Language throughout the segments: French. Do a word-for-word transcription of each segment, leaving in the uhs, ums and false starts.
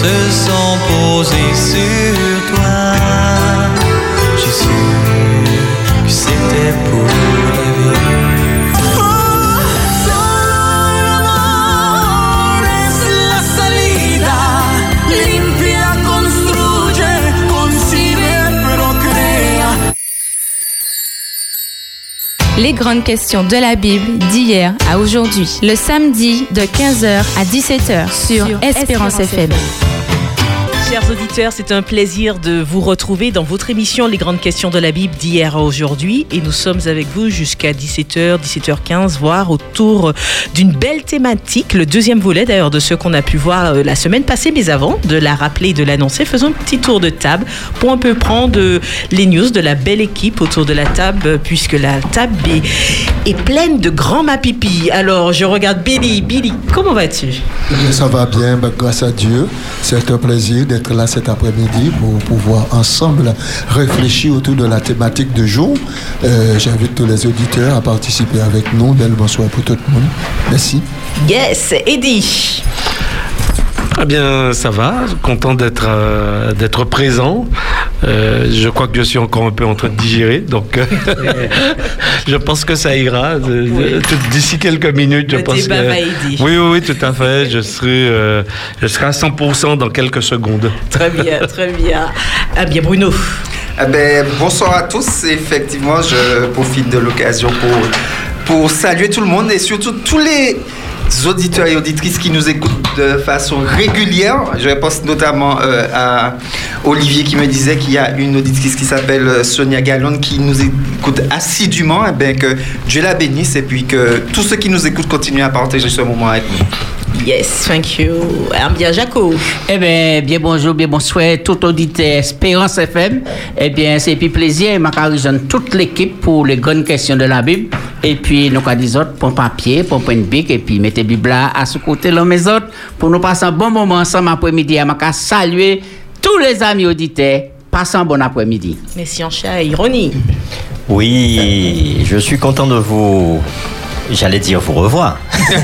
se sont posés sur toi. Je suis sûr que c'était pour la vie. Les grandes questions de la Bible d'hier à aujourd'hui. Le samedi de quinze heures à dix-sept heures sur, sur Espérance, Espérance F M. Chers auditeurs, c'est un plaisir de vous retrouver dans votre émission Les grandes questions de la Bible d'hier à aujourd'hui. Et nous sommes avec vous jusqu'à dix-sept heures, dix-sept heures quinze, voire autour d'une belle thématique. Le deuxième volet d'ailleurs de ce qu'on a pu voir la semaine passée, mais avant de la rappeler et de l'annoncer, faisons un petit tour de table pour un peu prendre les news de la belle équipe autour de la table, puisque la table est, est pleine de grands mapipi. Alors, je regarde Billy. Billy, comment vas-tu? Ça va bien, bah, grâce à Dieu. C'est un plaisir d'être là cet après-midi pour pouvoir ensemble réfléchir autour de la thématique du jour. Euh, j'invite tous les auditeurs à participer avec nous. Bel bonsoir pour tout le monde. Merci. Yes, Eddie. Eh bien, ça va. Content d'être, euh, d'être présent. Euh, je crois que je suis encore un peu en train de digérer, donc euh, je pense que ça ira. Oui. D'ici quelques minutes, je Le pense débat que... va aider. Oui, oui, oui, tout à fait. Je serai, euh, je serai à cent pour cent dans quelques secondes. Très bien, très bien. Ah bien, Bruno. Eh ben, bonsoir à tous. Effectivement, je profite de l'occasion pour, pour saluer tout le monde et surtout tous les auditeurs et auditrices qui nous écoutent de façon régulière. Je pense notamment euh, à Olivier qui me disait qu'il y a une auditrice qui s'appelle Sonia Gallon qui nous écoute assidûment. Et bien que Dieu la bénisse et puis que tous ceux qui nous écoutent continuent à partager ce moment avec nous. Yes, thank you. Bien, Jaco. Eh bien, bien bonjour, bien bonsoir, tout auditeur Espérance F M. Eh bien, c'est puis plaisir, ma rejoindre toute l'équipe pour les grandes questions de la Bible. Et puis, nous avons des autres pour papier, pour une bic, et puis mettez la Bible là à ce côté là, mes autres, pour nous passer un bon moment ensemble après-midi. Je vais saluer tous les amis auditeurs. Passez un bon après-midi. Merci, en chat, ironie. Oui, je suis content de vous. J'allais dire vous revoir.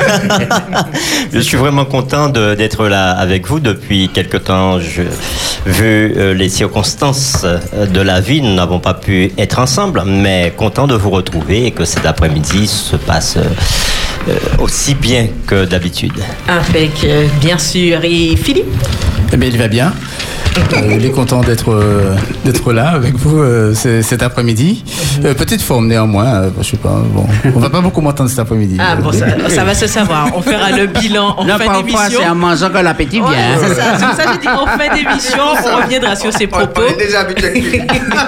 Je suis vraiment content de, d'être là avec vous depuis quelque temps. Je, vu euh, les circonstances de la vie, nous n'avons pas pu être ensemble, mais content de vous retrouver et que cet après-midi se passe euh, aussi bien que d'habitude. Avec, euh, bien sûr. Et Philippe? Eh bien, il va bien. Euh, il est content d'être, euh, d'être là avec vous euh, cet après-midi. Euh, petite forme néanmoins, euh, je sais pas. Bon, on va pas beaucoup m'entendre cet après-midi. Ah bon, ça, ça va se savoir. On fera le bilan en non, fin d'émission. C'est en mangeant que l'appétit vient. Ouais, c'est ça. C'est pour ça que j'ai dit en fin d'émission, on reviendra sur ces propos. On est déjà habitué.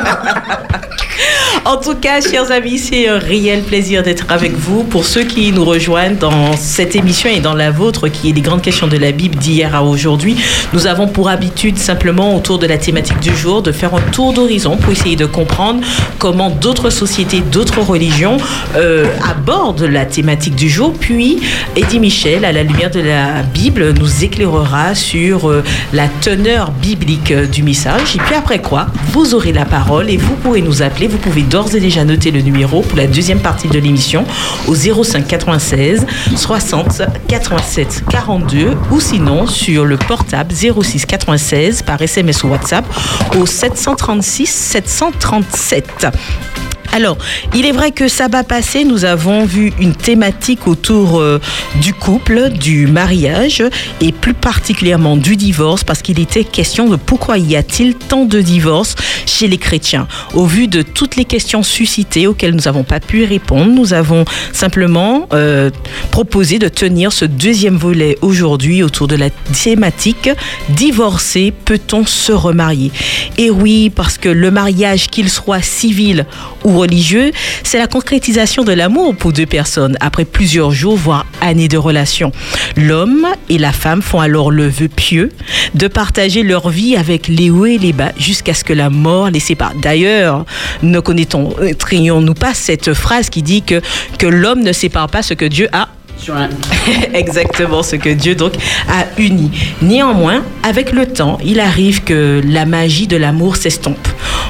En tout cas, chers amis, c'est un réel plaisir d'être avec vous. Pour ceux qui nous rejoignent dans cette émission et dans la vôtre, qui est les grandes questions de la Bible d'hier à aujourd'hui, nous avons pour habitude simplement autour de la thématique du jour de faire un tour d'horizon pour essayer de comprendre comment d'autres sociétés, d'autres religions euh, abordent la thématique du jour. Puis, Eddie Michel, à la lumière de la Bible, nous éclairera sur euh, la teneur biblique euh, du message. Et puis après quoi, vous aurez la parole et vous pourrez nous appeler. Vous pouvez d'ores et déjà noter le numéro pour la deuxième partie de l'émission au zéro cinq quatre-vingt-seize soixante quatre-vingt-sept quarante-deux ou sinon sur le portable zéro six quatre-vingt-seize par S M S ou WhatsApp au sept cent trente-six sept cent trente-sept. Alors, il est vrai que sabbat passé, nous avons vu une thématique autour euh, du couple, du mariage et plus particulièrement du divorce parce qu'il était question de pourquoi y a-t-il tant de divorces chez les chrétiens. Au vu de toutes les questions suscitées auxquelles nous n'avons pas pu répondre, nous avons simplement euh, proposé de tenir ce deuxième volet aujourd'hui autour de la thématique « Divorcer, peut-on se remarier ?» Et oui, parce que le mariage, qu'il soit civil ou religieux, c'est la concrétisation de l'amour pour deux personnes après plusieurs jours, voire années de relation. L'homme et la femme font alors le vœu pieux de partager leur vie avec les hauts et les bas jusqu'à ce que la mort les sépare. D'ailleurs, ne connaîtrions-nous pas cette phrase qui dit que, que l'homme ne sépare pas ce que Dieu a exactement ce que Dieu donc a uni. Néanmoins, avec le temps, il arrive que la magie de l'amour s'estompe.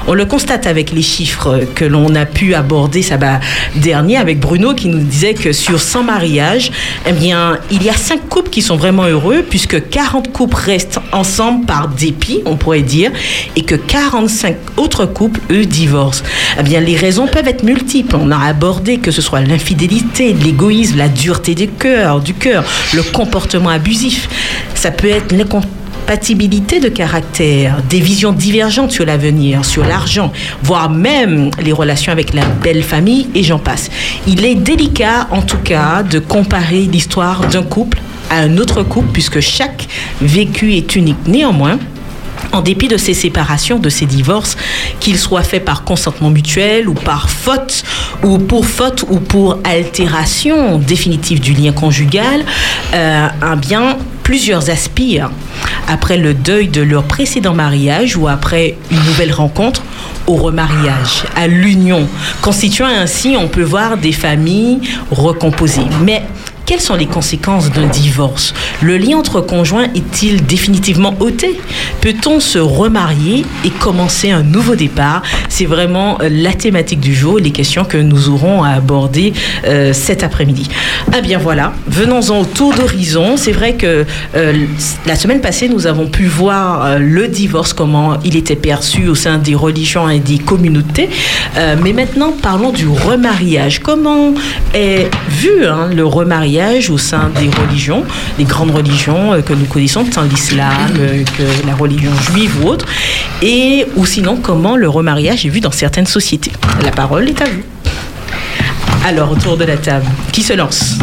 On le constate avec les chiffres que l'on a pu aborder sabbat dernier avec Bruno qui nous disait que sur cent mariages, eh bien, il y a cinq couples qui sont vraiment heureux puisque quarante couples restent ensemble par dépit, on pourrait dire, et que quarante-cinq autres couples, eux, divorcent. Eh bien, les raisons peuvent être multiples. On a abordé que ce soit l'infidélité, l'égoïsme, la dureté du cœur, du cœur, le comportement abusif. Ça peut être l'incompatibilité de caractère, des visions divergentes sur l'avenir, sur l'argent, voire même les relations avec la belle famille, et j'en passe. Il est délicat, en tout cas, de comparer l'histoire d'un couple à un autre couple, puisque chaque vécu est unique. Néanmoins, en dépit de ces séparations, de ces divorces, qu'ils soient faits par consentement mutuel ou par faute, ou pour faute ou pour altération définitive du lien conjugal, euh, eh bien, plusieurs aspirent, après le deuil de leur précédent mariage ou après une nouvelle rencontre, au remariage, à l'union, constituant ainsi, on peut voir des familles recomposées. Mais quelles sont les conséquences d'un divorce? Le lien entre conjoints est-il définitivement ôté? Peut-on se remarier et commencer un nouveau départ? C'est vraiment la thématique du jour, les questions que nous aurons à aborder euh, cet après-midi. Ah bien voilà, venons-en au tour d'horizon. C'est vrai que euh, la semaine passée, nous avons pu voir euh, le divorce, comment il était perçu au sein des religions et des communautés. Euh, mais maintenant, parlons du remariage. Comment est vu hein, le remariage au sein des religions, les grandes religions euh, que nous connaissons, tant l'islam euh, que la religion juive ou autre, et ou sinon comment le remariage est vu dans certaines sociétés. La parole est à vous. Alors, autour de la table, qui se lance?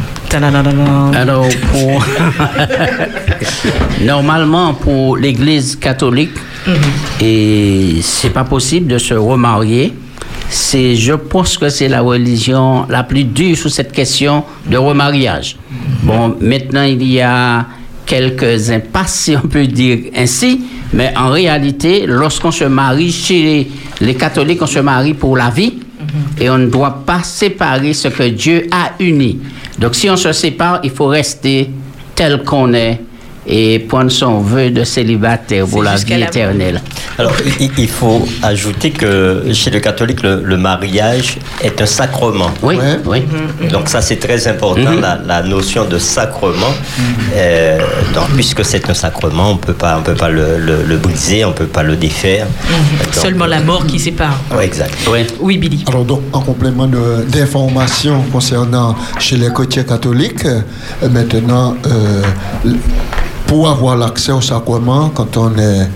Alors, pour... normalement, pour l'Église catholique, mm-hmm. et c'est pas possible de se remarier. C'est, je pense que c'est la religion la plus dure sur cette question de remariage. Bon, maintenant, il y a quelques impasses, si on peut dire ainsi, mais en réalité, lorsqu'on se marie chez les catholiques, on se marie pour la vie, mm-hmm. et on ne doit pas séparer ce que Dieu a uni. Donc, si on se sépare, il faut rester tel qu'on est et prendre son vœu de célibataire pour la vie éternelle. Alors, il, il faut ajouter que chez le catholique, le, le mariage est un sacrement. Oui, ouais. oui. Donc ça, c'est très important, mm-hmm. la, la notion de sacrement. Mm-hmm. Euh, donc, puisque c'est un sacrement, on ne peut pas, on peut pas le, le, le briser, on ne peut pas le défaire. Mm-hmm. Donc, seulement la mort qui sépare. Oui, exact. Oui, oui Billy. Alors, donc, en complément de, d'informations concernant chez les chrétiens catholiques, euh, maintenant, euh, pour avoir l'accès au sacrement, quand on est,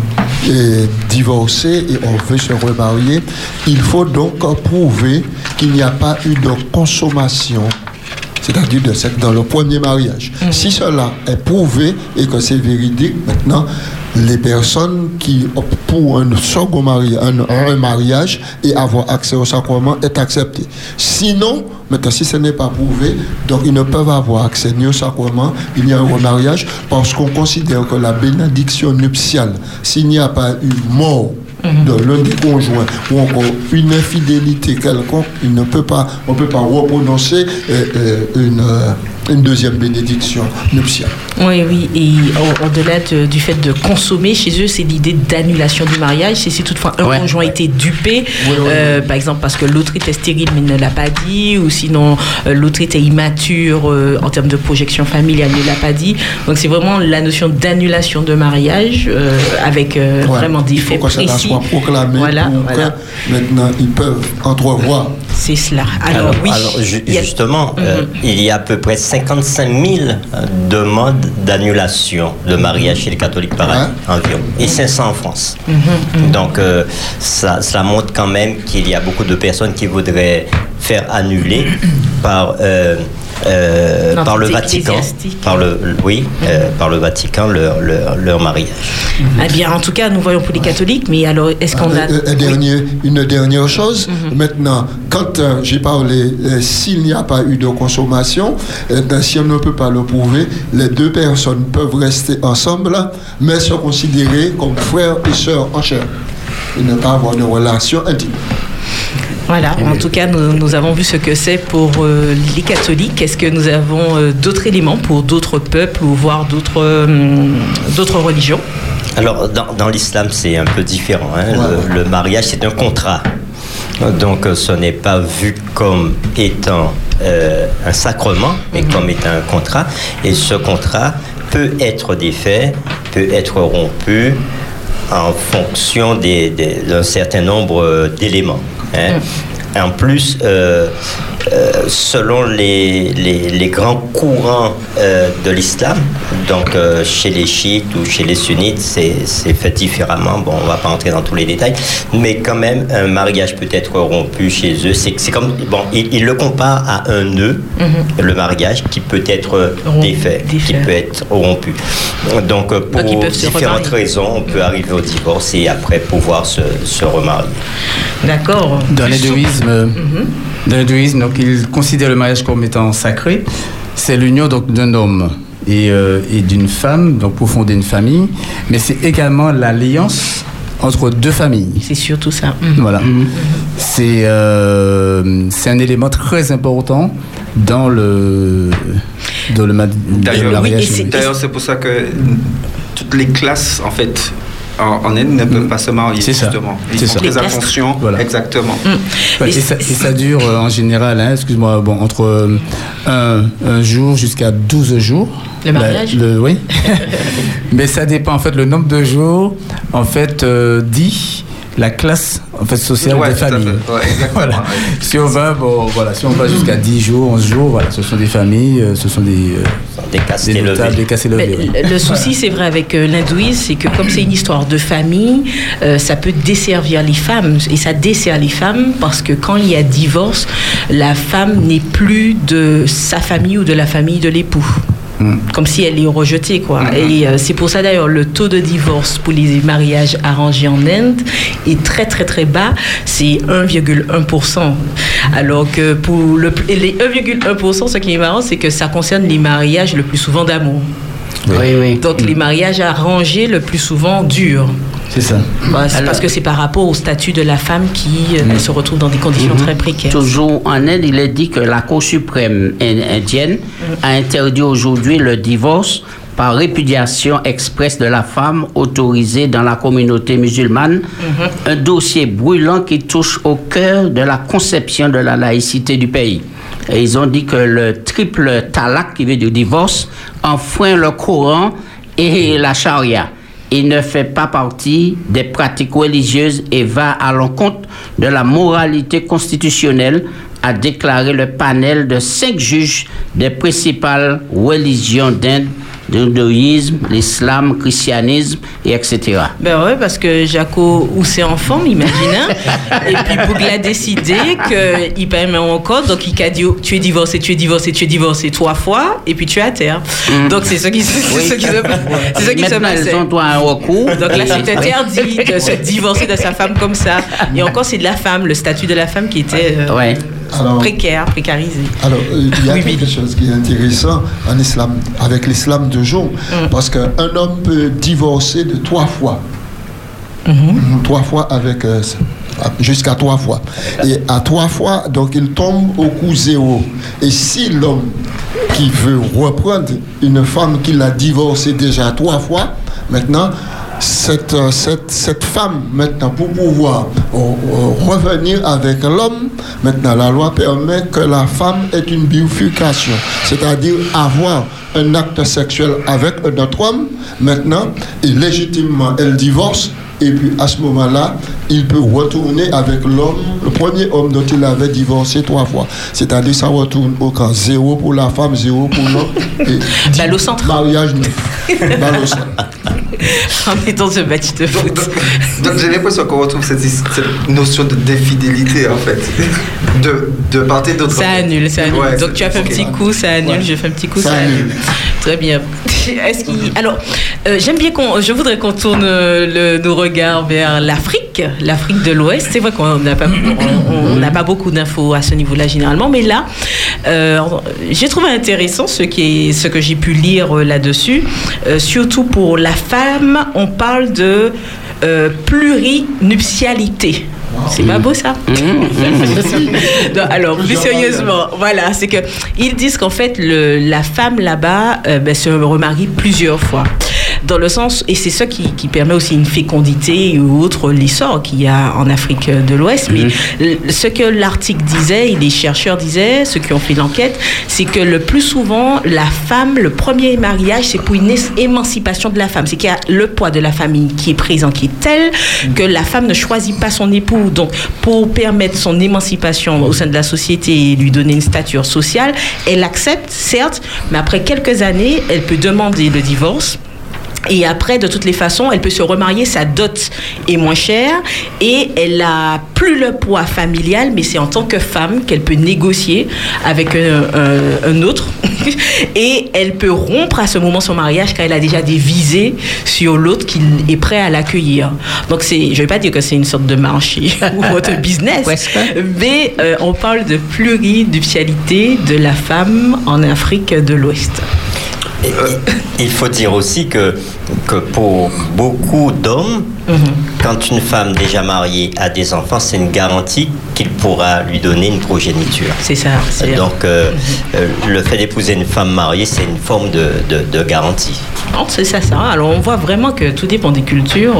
est divorcé et on veut se remarier, il faut donc prouver qu'il n'y a pas eu de consommation, c'est-à-dire de sexe dans le premier mariage. Mmh. Si cela est prouvé et que c'est véridique, maintenant, les personnes qui optent pour un second mariage, un, un mariage et avoir accès au sacrement est accepté. Sinon, maintenant, si ce n'est pas prouvé, donc ils ne peuvent avoir accès ni au sacrement, ni au remariage, parce qu'on considère que la bénédiction nuptiale, s'il n'y a pas eu mort de l'un des conjoints ou encore une infidélité quelconque, il ne peut pas, on ne peut pas reprononcer euh, euh, une, euh, une deuxième bénédiction nuptiale. Oui, oui, et au, au-delà de, du fait de consommer, chez eux, c'est l'idée d'annulation du mariage. C'est si toutefois un ouais. conjoint a été dupé, oui, oui, euh, oui. par exemple parce que l'autre était stérile mais ne l'a pas dit, ou sinon euh, l'autre était immature euh, en termes de projection familiale, ne l'a pas dit. Donc c'est vraiment la notion d'annulation de mariage euh, avec euh, ouais. vraiment des faits précis. Proclamé voilà, voilà. Maintenant ils peuvent entrevoir. C'est cela. Alors, alors oui. Alors, ju- justement, mm-hmm. euh, il y a à peu près cinquante-cinq mille demandes d'annulation de mariage chez les catholiques par an, hein? environ, et cinq cents en France. Mm-hmm. Donc euh, ça, ça montre quand même qu'il y a beaucoup de personnes qui voudraient faire annuler par euh, Euh, par le Vatican, par le, oui, mmh. euh, par le Vatican leur, leur, leur mariage. Mmh. Eh bien, en tout cas, nous voyons pour les catholiques, mais alors, est-ce qu'on a... Un, un dernier, une dernière chose, mmh. maintenant, quand euh, j'ai parlé, euh, s'il n'y a pas eu de consommation, euh, si on ne peut pas le prouver, les deux personnes peuvent rester ensemble, mais se considérer comme frères et sœurs en chair, et ne pas avoir de relation intime. Voilà, en tout cas, nous, nous avons vu ce que c'est pour euh, les catholiques. Est-ce que nous avons euh, d'autres éléments pour d'autres peuples ou voire d'autres, euh, d'autres religions? Alors, dans, dans l'islam, c'est un peu différent. Hein. Ouais. Le, le mariage, c'est un contrat. Donc, ce n'est pas vu comme étant euh, un sacrement, mais mm-hmm. comme étant un contrat. Et ce contrat peut être défait, peut être rompu en fonction des, des, d'un certain nombre d'éléments. Hein. Mm. En plus, euh, euh, selon les, les, les grands courants euh, de l'islam, donc euh, chez les chiites ou chez les sunnites, c'est, c'est fait différemment. Bon, on ne va pas entrer dans tous les détails, mais quand même, un mariage peut être rompu chez eux. C'est, c'est comme, bon, ils il le comparent à un nœud, mm-hmm. le mariage, qui peut être défait, défait, qui peut être rompu. Donc, pour donc, différentes raisons, on peut arriver au divorce et après pouvoir se, se remarier. D'accord. Dans l'hindouisme, mm-hmm. dans l'hindouisme, donc ils considèrent le mariage comme étant sacré. C'est l'union donc d'un homme et, euh, et d'une femme, donc pour fonder une famille, mais c'est également l'alliance entre deux familles. C'est surtout ça. Mm-hmm. Voilà. Mm-hmm. C'est euh, c'est un élément très important dans le dans le, ma- d'ailleurs, le mariage. Oui, c'est, d'ailleurs, c'est pour ça que toutes les classes, en fait, En, en Inde, ne peuvent pas se marier, c'est justement. Ça. Ils c'est font ça. très attention. Voilà. Exactement. Mm. Ouais, et, ça, et ça dure euh, en général, hein, excuse-moi, bon, entre euh, un, un jour jusqu'à douze jours. Le mariage bah, le, Oui. Mais ça dépend, en fait, le nombre de jours, en fait, euh, dit la classe en fait, sociale ouais, des familles. Ouais, voilà. Ouais. Si on va, bon, voilà, si on va jusqu'à dix jours, onze jours, voilà, ce sont des familles, euh, ce sont des, euh, des casses des notables, des casses élevées. Oui. Le souci, c'est vrai, avec euh, l'hindouisme, c'est que comme c'est une histoire de famille, euh, ça peut desservir les femmes. Et ça dessert les femmes parce que quand il y a divorce, la femme n'est plus de sa famille ou de la famille de l'époux. Mmh. Comme si elle est rejetée, quoi. Mmh. Et euh, c'est pour ça, d'ailleurs, le taux de divorce pour les mariages arrangés en Inde est très, très, très bas. C'est un virgule un pour cent. Alors que pour le, les un virgule un pour cent, ce qui est marrant, c'est que ça concerne les mariages le plus souvent d'amour. Oui, oui. Donc, mmh. les mariages arrangés, le plus souvent, durent. C'est ça. Bah, c'est Alors, parce que c'est par rapport au statut de la femme qui mmh. se retrouve dans des conditions mmh. très précaires. Toujours en Inde, il est dit que la Cour suprême indienne mmh. a interdit aujourd'hui le divorce par répudiation expresse de la femme autorisée dans la communauté musulmane, mmh. un dossier brûlant qui touche au cœur de la conception de la laïcité du pays. Et ils ont dit que le triple talaq, qui veut dire divorce, enfreint le Coran et la charia. Il ne fait pas partie des pratiques religieuses et va à l'encontre de la moralité constitutionnelle, a déclaré le panel de cinq juges des principales religions d'Inde, l'hindouisme, l'islam, le christianisme, et et cetera. Ben ouais, parce que Jaco, où c'est enfant, imagine, hein? Et puis Bougla a décidé qu'il permet encore, donc il a dit tu es divorcé, tu es divorcé, tu es divorcé trois fois, et puis tu es à terre. Mm. Donc c'est ce qui, c'est oui. ce qui se passe. C'est ce qui se passe. Ils ont droit à un recours. Donc là, c'est interdit de se divorcer de sa femme comme ça. Et encore, c'est de la femme, le statut de la femme qui était euh, ouais. alors, précaire, précarisé. Alors, il y a oui, quelque oui. chose qui est intéressant en islam, avec l'islam de jour, mm. parce qu'un homme peut divorcer de trois fois. Mm-hmm. Trois fois avec... Euh, jusqu'à trois fois. Et à trois fois, donc il tombe au coup zéro. Et si l'homme qui veut reprendre une femme qu'il a divorcée déjà trois fois, maintenant, cette, cette, cette femme, maintenant, pour pouvoir euh, euh, revenir avec l'homme, maintenant, la loi permet que la femme ait une bifurcation, c'est-à-dire avoir un acte sexuel avec un autre homme, maintenant, et légitimement, elle divorce. Et puis à ce moment-là, il peut retourner avec l'homme, le premier homme dont il avait divorcé trois fois. C'est-à-dire ça retourne au camp. Zéro pour la femme, zéro pour l'homme. Et balle au centre. Mariage neuf. Balle au centre. En étant ce match de foot. Donc, donc, donc j'ai l'impression qu'on retrouve cette, cette notion de défidélité en fait. De, de part et d'autre. Ça annule, ça annule. Ouais, donc tu as fait un petit coup, ça annule. Ouais. Je fais un petit coup, ça, ça annule. annule. Très bien. Est-ce qu'il... Alors, euh, j'aime bien qu'on... Je voudrais qu'on tourne le, nos regards vers l'Afrique, l'Afrique de l'Ouest. C'est vrai qu'on n'a pas, on, on n'a pas beaucoup d'infos à ce niveau-là généralement, mais là, euh, j'ai trouvé intéressant ce, qui est, ce que j'ai pu lire là-dessus. Euh, surtout pour la femme, on parle de euh, plurinuptialité. C'est pas beau ça? Non, alors, plus sérieusement, voilà, c'est que ils disent qu'en fait, le, la femme là-bas euh, ben, se remarie plusieurs fois. dans le sens, et c'est ça qui, qui permet aussi une fécondité ou autre l'essor qu'il y a en Afrique de l'Ouest. Mm-hmm. Mais ce que l'article disait, et les chercheurs disaient, ceux qui ont fait l'enquête, c'est que le plus souvent, la femme, le premier mariage, c'est pour une émancipation de la femme. C'est qu'il y a le poids de la famille qui est présent, qui est tel que la femme ne choisit pas son époux. Donc, pour permettre son émancipation au sein de la société et lui donner une stature sociale, elle accepte, certes, mais après quelques années, elle peut demander le divorce. Et après, de toutes les façons, elle peut se remarier, sa dot est moins chère et elle n'a plus le poids familial, mais c'est en tant que femme qu'elle peut négocier avec un, un, un autre. Et elle peut rompre à ce moment son mariage quand elle a déjà des visées sur l'autre qui est prêt à l'accueillir. Donc, c'est, je ne vais pas dire que c'est une sorte de marché ou votre business, mais euh, on parle de plurinuptialité de la femme en Afrique de l'Ouest. Il faut dire aussi que, que pour beaucoup d'hommes, mm-hmm. quand une femme déjà mariée a des enfants, c'est une garantie qu'il pourra lui donner une progéniture. C'est ça. C'est Donc, euh, mm-hmm. euh, le fait d'épouser une femme mariée, c'est une forme de, de, de garantie. Non, c'est ça, ça. Alors, on voit vraiment que tout dépend des cultures.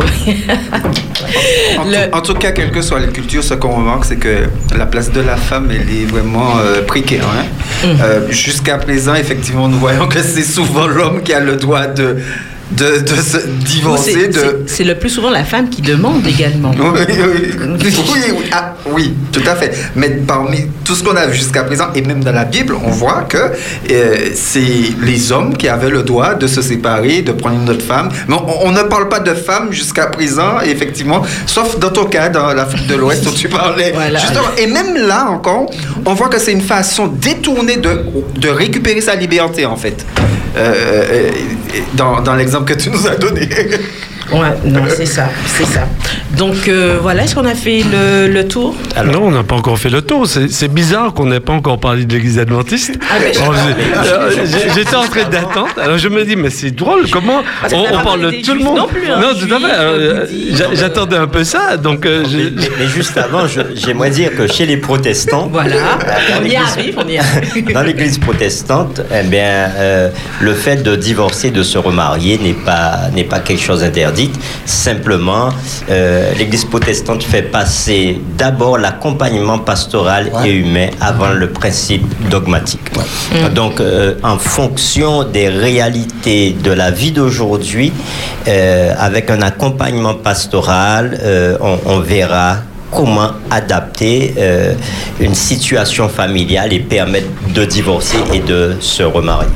en, le... tout, en tout cas, quelle que soit les cultures, ce qu'on remarque, c'est que la place de la femme, elle est vraiment euh, précaire. Hein? Mm-hmm. Euh, jusqu'à présent, effectivement, nous voyons que c'est souvent l'homme qui a le droit de, de, de se divorcer. C'est, de... c'est, c'est le plus souvent la femme qui demande également. Oui, oui, oui. oui, oui. Ah, oui, tout à fait. Mais parmi tout ce qu'on a vu jusqu'à présent, et même dans la Bible, on voit que euh, c'est les hommes qui avaient le droit de se séparer, de prendre une autre femme. Mais on, on ne parle pas de femmes jusqu'à présent, effectivement, sauf dans ton cas, dans l'Afrique de l'Ouest, dont tu parlais. Voilà. Justement. Et même là encore, on voit que c'est une façon détournée de, de récupérer sa liberté, en fait. Euh, dans, dans l'exemple que tu nous as donné. Ouais, non, c'est ça, c'est ça. Donc euh, voilà, est-ce qu'on a fait le, le tour? Alors, non, on n'a pas encore fait le tour. C'est, c'est bizarre qu'on n'ait pas encore parlé de l'Église adventiste. Ah, mais alors, j'ai, j'étais en train d'attendre. Alors je me dis, mais c'est drôle, comment on, on parle de tout le monde. Non, plus, hein, non tout à fait. Euh, j'attendais un peu ça. Donc, euh, mais, mais, mais juste avant, je, j'aimerais dire que chez les protestants, voilà, on y arrive, on y arrive. Dans l'Église protestante, eh bien, euh, le fait de divorcer, de se remarier n'est pas n'est pas quelque chose d'interdit. Simplement, euh, l'Église protestante fait passer d'abord l'accompagnement pastoral ouais. et humain avant le principe dogmatique. Ouais. Mmh. Donc, euh, en fonction des réalités de la vie d'aujourd'hui, euh, avec un accompagnement pastoral, euh, on, on verra comment adapter euh, une situation familiale et permettre de divorcer et de se remarier.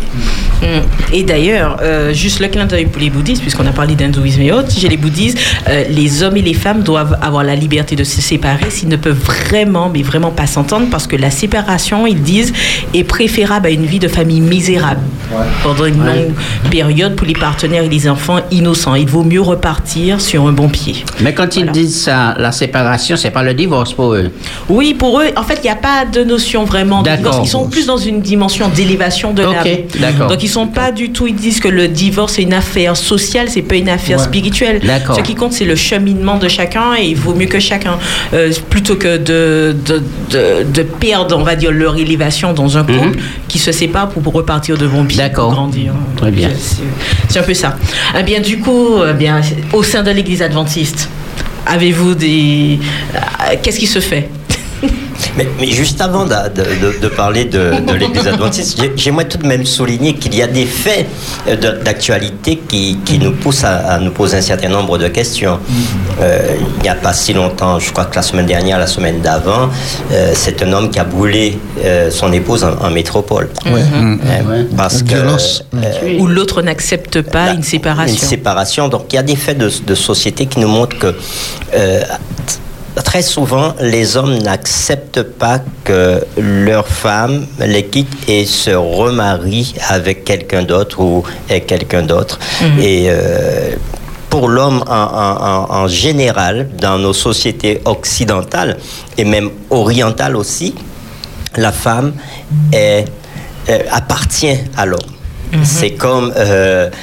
Et d'ailleurs, euh, juste le clin d'œil pour les bouddhistes, puisqu'on a parlé d'hindouisme et autres, chez les bouddhistes, euh, les hommes et les femmes doivent avoir la liberté de se séparer s'ils ne peuvent vraiment, mais vraiment pas s'entendre, parce que la séparation, ils disent, est préférable à une vie de famille misérable ouais. pendant une ouais. longue période pour les partenaires et les enfants innocents. Il vaut mieux repartir sur un bon pied. Mais quand ils voilà. disent ça, la séparation, c'est pas le divorce pour eux? Oui, pour eux, en fait, il n'y a pas de notion vraiment de divorce. Ils sont plus dans une dimension d'élévation de okay. l'âme. D'accord. Donc, ils sont pas du tout, ils disent que le divorce est une affaire sociale, c'est pas une affaire ouais. spirituelle. D'accord. Ce qui compte, c'est le cheminement de chacun et il vaut mieux que chacun, euh, plutôt que de, de, de, de perdre, on va dire, leur élévation dans un couple, mm-hmm. qui se sépare pour, pour repartir de bon pied, D'accord. pour grandir. Très bien. C'est, c'est un peu ça. Eh bien, du coup, eh bien, au sein de l'Église adventiste, avez-vous des... Euh, qu'est-ce qui se fait? Mais, mais juste avant de, de, de parler de, de l'Église adventiste, j'aimerais tout de même souligner qu'il y a des faits de, d'actualité qui, qui nous poussent à, à nous poser un certain nombre de questions. Euh, il n'y a pas si longtemps, je crois que la semaine dernière, la semaine d'avant, euh, c'est un homme qui a brûlé euh, son épouse en, en métropole. Ouais. Mmh. Euh, parce que, euh, Ou l'autre n'accepte pas la, une séparation. Une séparation. Donc il y a des faits de, de société qui nous montrent que... Euh, très souvent, les hommes n'acceptent pas que leur femme les quitte et se remarie avec quelqu'un d'autre ou avec quelqu'un d'autre. Mmh. Et euh, pour l'homme en, en, en général, dans nos sociétés occidentales et même orientales aussi, la femme est, euh, appartient à l'homme. Mmh. C'est comme... Euh,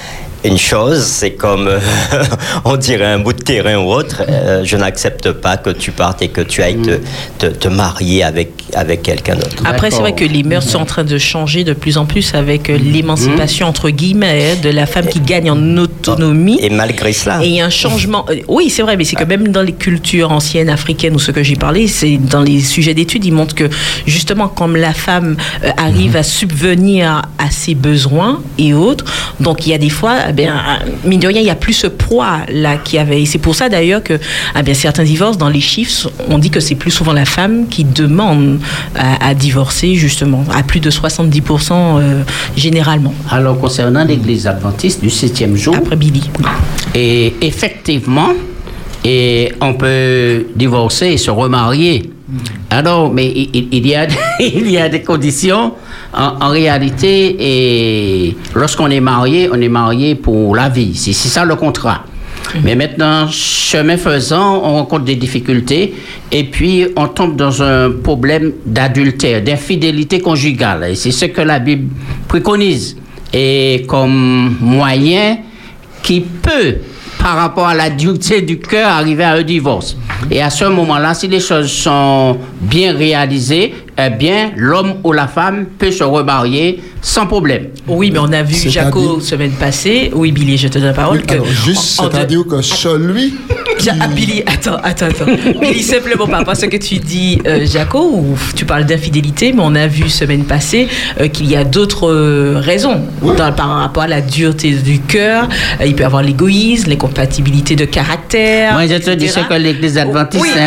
une chose, c'est comme, euh, on dirait un bout de terrain ou autre, euh, je n'accepte pas que tu partes et que tu ailles te, te, te marier avec, avec quelqu'un d'autre. Après, c'est vrai que les mœurs sont en train de changer de plus en plus avec l'émancipation, entre guillemets, de la femme qui gagne en autonomie. Et malgré cela. Et il y a un changement. Oui, c'est vrai, mais c'est que même dans les cultures anciennes africaines ou ce que j'ai parlé, c'est dans les sujets d'études, ils montrent que justement, comme la femme euh, arrive à subvenir à ses besoins et autres, donc il y a des fois, eh bien, mine de rien, il n'y a plus ce poids-là qu'il y avait. Et c'est pour ça d'ailleurs que eh bien, certains divorces, dans les chiffres, on dit que c'est plus souvent la femme qui demande à, à divorcer, justement, à plus de soixante-dix pour cent euh, généralement. Alors, concernant l'Église adventiste du septième jour, après Billy. Et effectivement, et on peut divorcer et se remarier. Alors, mais il, il, y, a, il y a des conditions. En, en réalité, et lorsqu'on est marié, on est marié pour la vie. C'est, c'est ça le contrat. Mm-hmm. Mais maintenant, chemin faisant, on rencontre des difficultés et puis on tombe dans un problème d'adultère, d'infidélité conjugale. Et c'est ce que la Bible préconise. Et comme moyen qui peut, par rapport à la dureté du cœur, arriver à un divorce. Et à ce moment-là, si les choses sont bien réalisées, eh bien, l'homme ou la femme peut se remarier sans problème. Oui, mais on a vu Jaco semaine passée. Oui, Billy, je te donne la parole. Oui, que alors, juste, en, c'est-à-dire de... que celui qui... Ah, Billy, attends, attends, attends. Billy, simplement par rapport à ce que tu dis, euh, Jaco, où tu parles d'infidélité, mais on a vu semaine passée euh, qu'il y a d'autres euh, raisons. Oui. Dans, par rapport à la dureté du cœur, euh, il peut y avoir l'égoïsme, les compatibilités de caractère. Moi, je te dis ce que l'Église adventiste... Oui.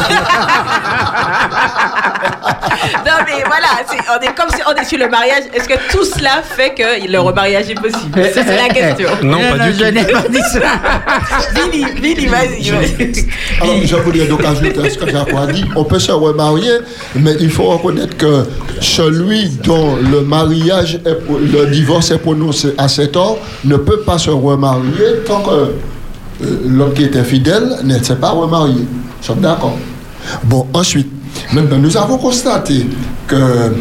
Non, mais voilà, c'est, on est comme si on est sur le mariage. Est-ce que tout cela fait que le remariage est possible? C'est, c'est la question. Non, non pas non, du je tout. N'ai pas dit ça. Billy, Billy, vas-y, vas-y. Alors, je voulais donc ajouter ce que Jacques a dit. On peut se remarier, mais il faut reconnaître que celui dont le mariage, est, le divorce est prononcé à cet ordre, ne peut pas se remarier tant que euh, l'homme qui était fidèle ne s'est pas remarié. Nous sommes d'accord. Bon, ensuite, maintenant, nous avons constaté que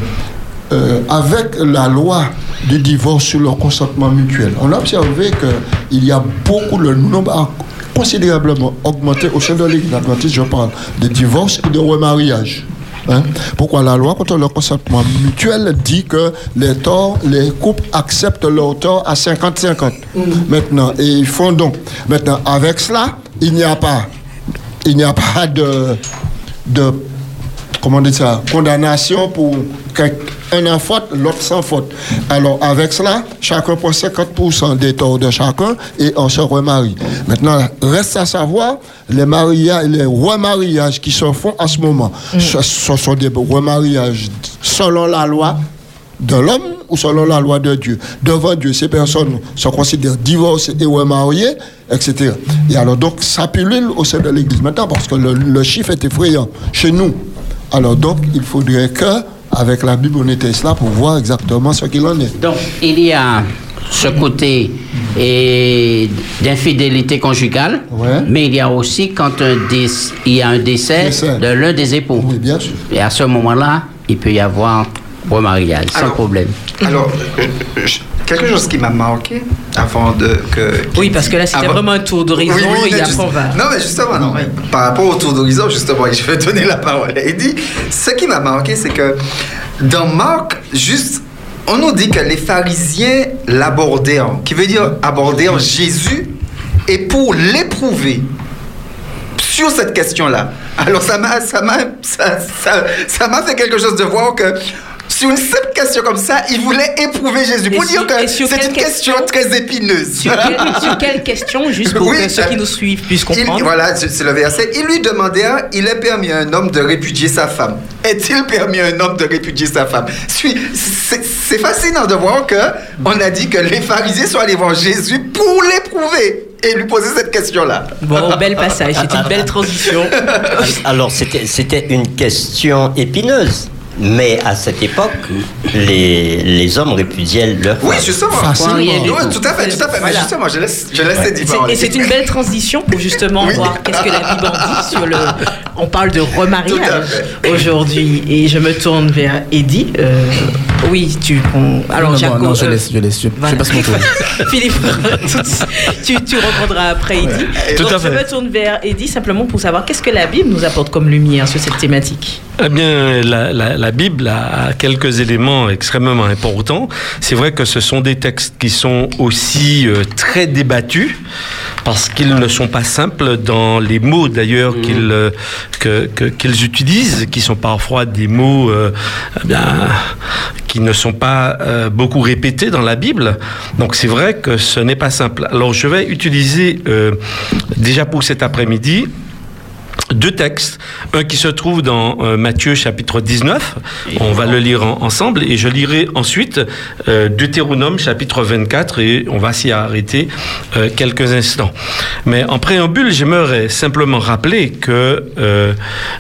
euh, avec la loi du divorce sur le consentement mutuel, on a observé qu'il y a beaucoup, le nombre a considérablement augmenté au sein de l'Église adventiste, je parle de divorce et de remariage. Hein? Pourquoi la loi contre le consentement mutuel dit que les torts, les couples acceptent leur tort à cinquante cinquante. Mmh. Maintenant, et ils font donc. Maintenant, avec cela, il n'y a pas, il n'y a pas de, de comment dire ça, condamnation pour un en faute, l'autre sans faute. Alors, avec cela, chacun prend cinquante pour cent des torts de chacun et on se remarie. Maintenant, reste à savoir, les mariages, les remariages qui se font à ce moment, mm. ce, ce sont des remariages selon la loi de l'homme ou selon la loi de Dieu. Devant Dieu, ces personnes se considèrent divorcées et remariées, et cetera. Et alors, donc, ça pullule au sein de l'Église maintenant parce que le, le chiffre est effrayant chez nous. Alors donc, il faudrait que, avec la Bible, on était là pour voir exactement ce qu'il en est. Donc, il y a ce côté et, d'infidélité conjugale, ouais. Mais il y a aussi quand un dé- il y a un décès, décès de l'un des époux. Oui, bien sûr. Et à ce moment-là, il peut y avoir remariage, sans problème. Alors, je, quelque chose qui m'a marqué avant de que. Oui, parce que là, c'était avant... vraiment un tour d'horizon oui, oui, et après on va. Non, mais justement, non. Oui. Par rapport au tour d'horizon, justement, je vais donner la parole à Eddie. Ce qui m'a marqué, c'est que dans Marc, juste, on nous dit que les pharisiens l'abordèrent, qui veut dire abordèrent Jésus, et pour l'éprouver sur cette question-là. Alors, ça m'a, ça m'a, ça, ça, ça m'a fait quelque chose de voir que. Sur une simple question comme ça, il voulait éprouver Jésus. Pour dire que c'est une question, question très épineuse. Sur, quelle, sur quelle question, juste pour oui, que ceux qui nous suivent puissent comprendre. Il, voilà, c'est le verset. Il lui demandait, il est permis à un homme de répudier sa femme. Est-il permis à un homme de répudier sa femme? C'est, c'est fascinant de voir qu'on a dit que les pharisiens sont allés voir Jésus pour l'éprouver. Et lui poser cette question-là. Bon, bel passage, c'est une belle transition. Alors, c'était, c'était une question épineuse. Mais à cette époque, les, les hommes répudiaient leur femme. Oui, justement. Facilement. Oui, tout à fait, tout à fait. Mais justement, je laisse, je laisse Eddie parler. Et c'est une belle transition pour justement oui. voir qu'est-ce que la Bible en dit sur le... On parle de remariage aujourd'hui. Et je me tourne vers Eddie. Euh, Oui, tu. On... Alors, non, Jaco, non, je euh, laisse, je laisse. Je, voilà. je passe mon tour. Philippe, tu, tu reprendras après Eddy. Ouais. Tout Donc, à fait. je me tourne vers Eddy simplement pour savoir qu'est-ce que la Bible nous apporte comme lumière sur cette thématique. Eh bien, la, la, la Bible a quelques éléments extrêmement importants. C'est vrai que ce sont des textes qui sont aussi euh, très débattus parce qu'ils ne sont pas simples dans les mots d'ailleurs mmh. qu'ils, euh, que, que, qu'ils utilisent, qui sont parfois des mots euh, eh bien, qui ne sont pas euh, beaucoup répétés dans la Bible. Donc c'est vrai que ce n'est pas simple. Alors je vais utiliser euh, déjà pour cet après-midi deux textes, un qui se trouve dans euh, Matthieu chapitre dix-neuf, on va le lire en, ensemble, et je lirai ensuite euh, Deutéronome chapitre vingt-quatre, et on va s'y arrêter euh, quelques instants. Mais en préambule, j'aimerais simplement rappeler que euh,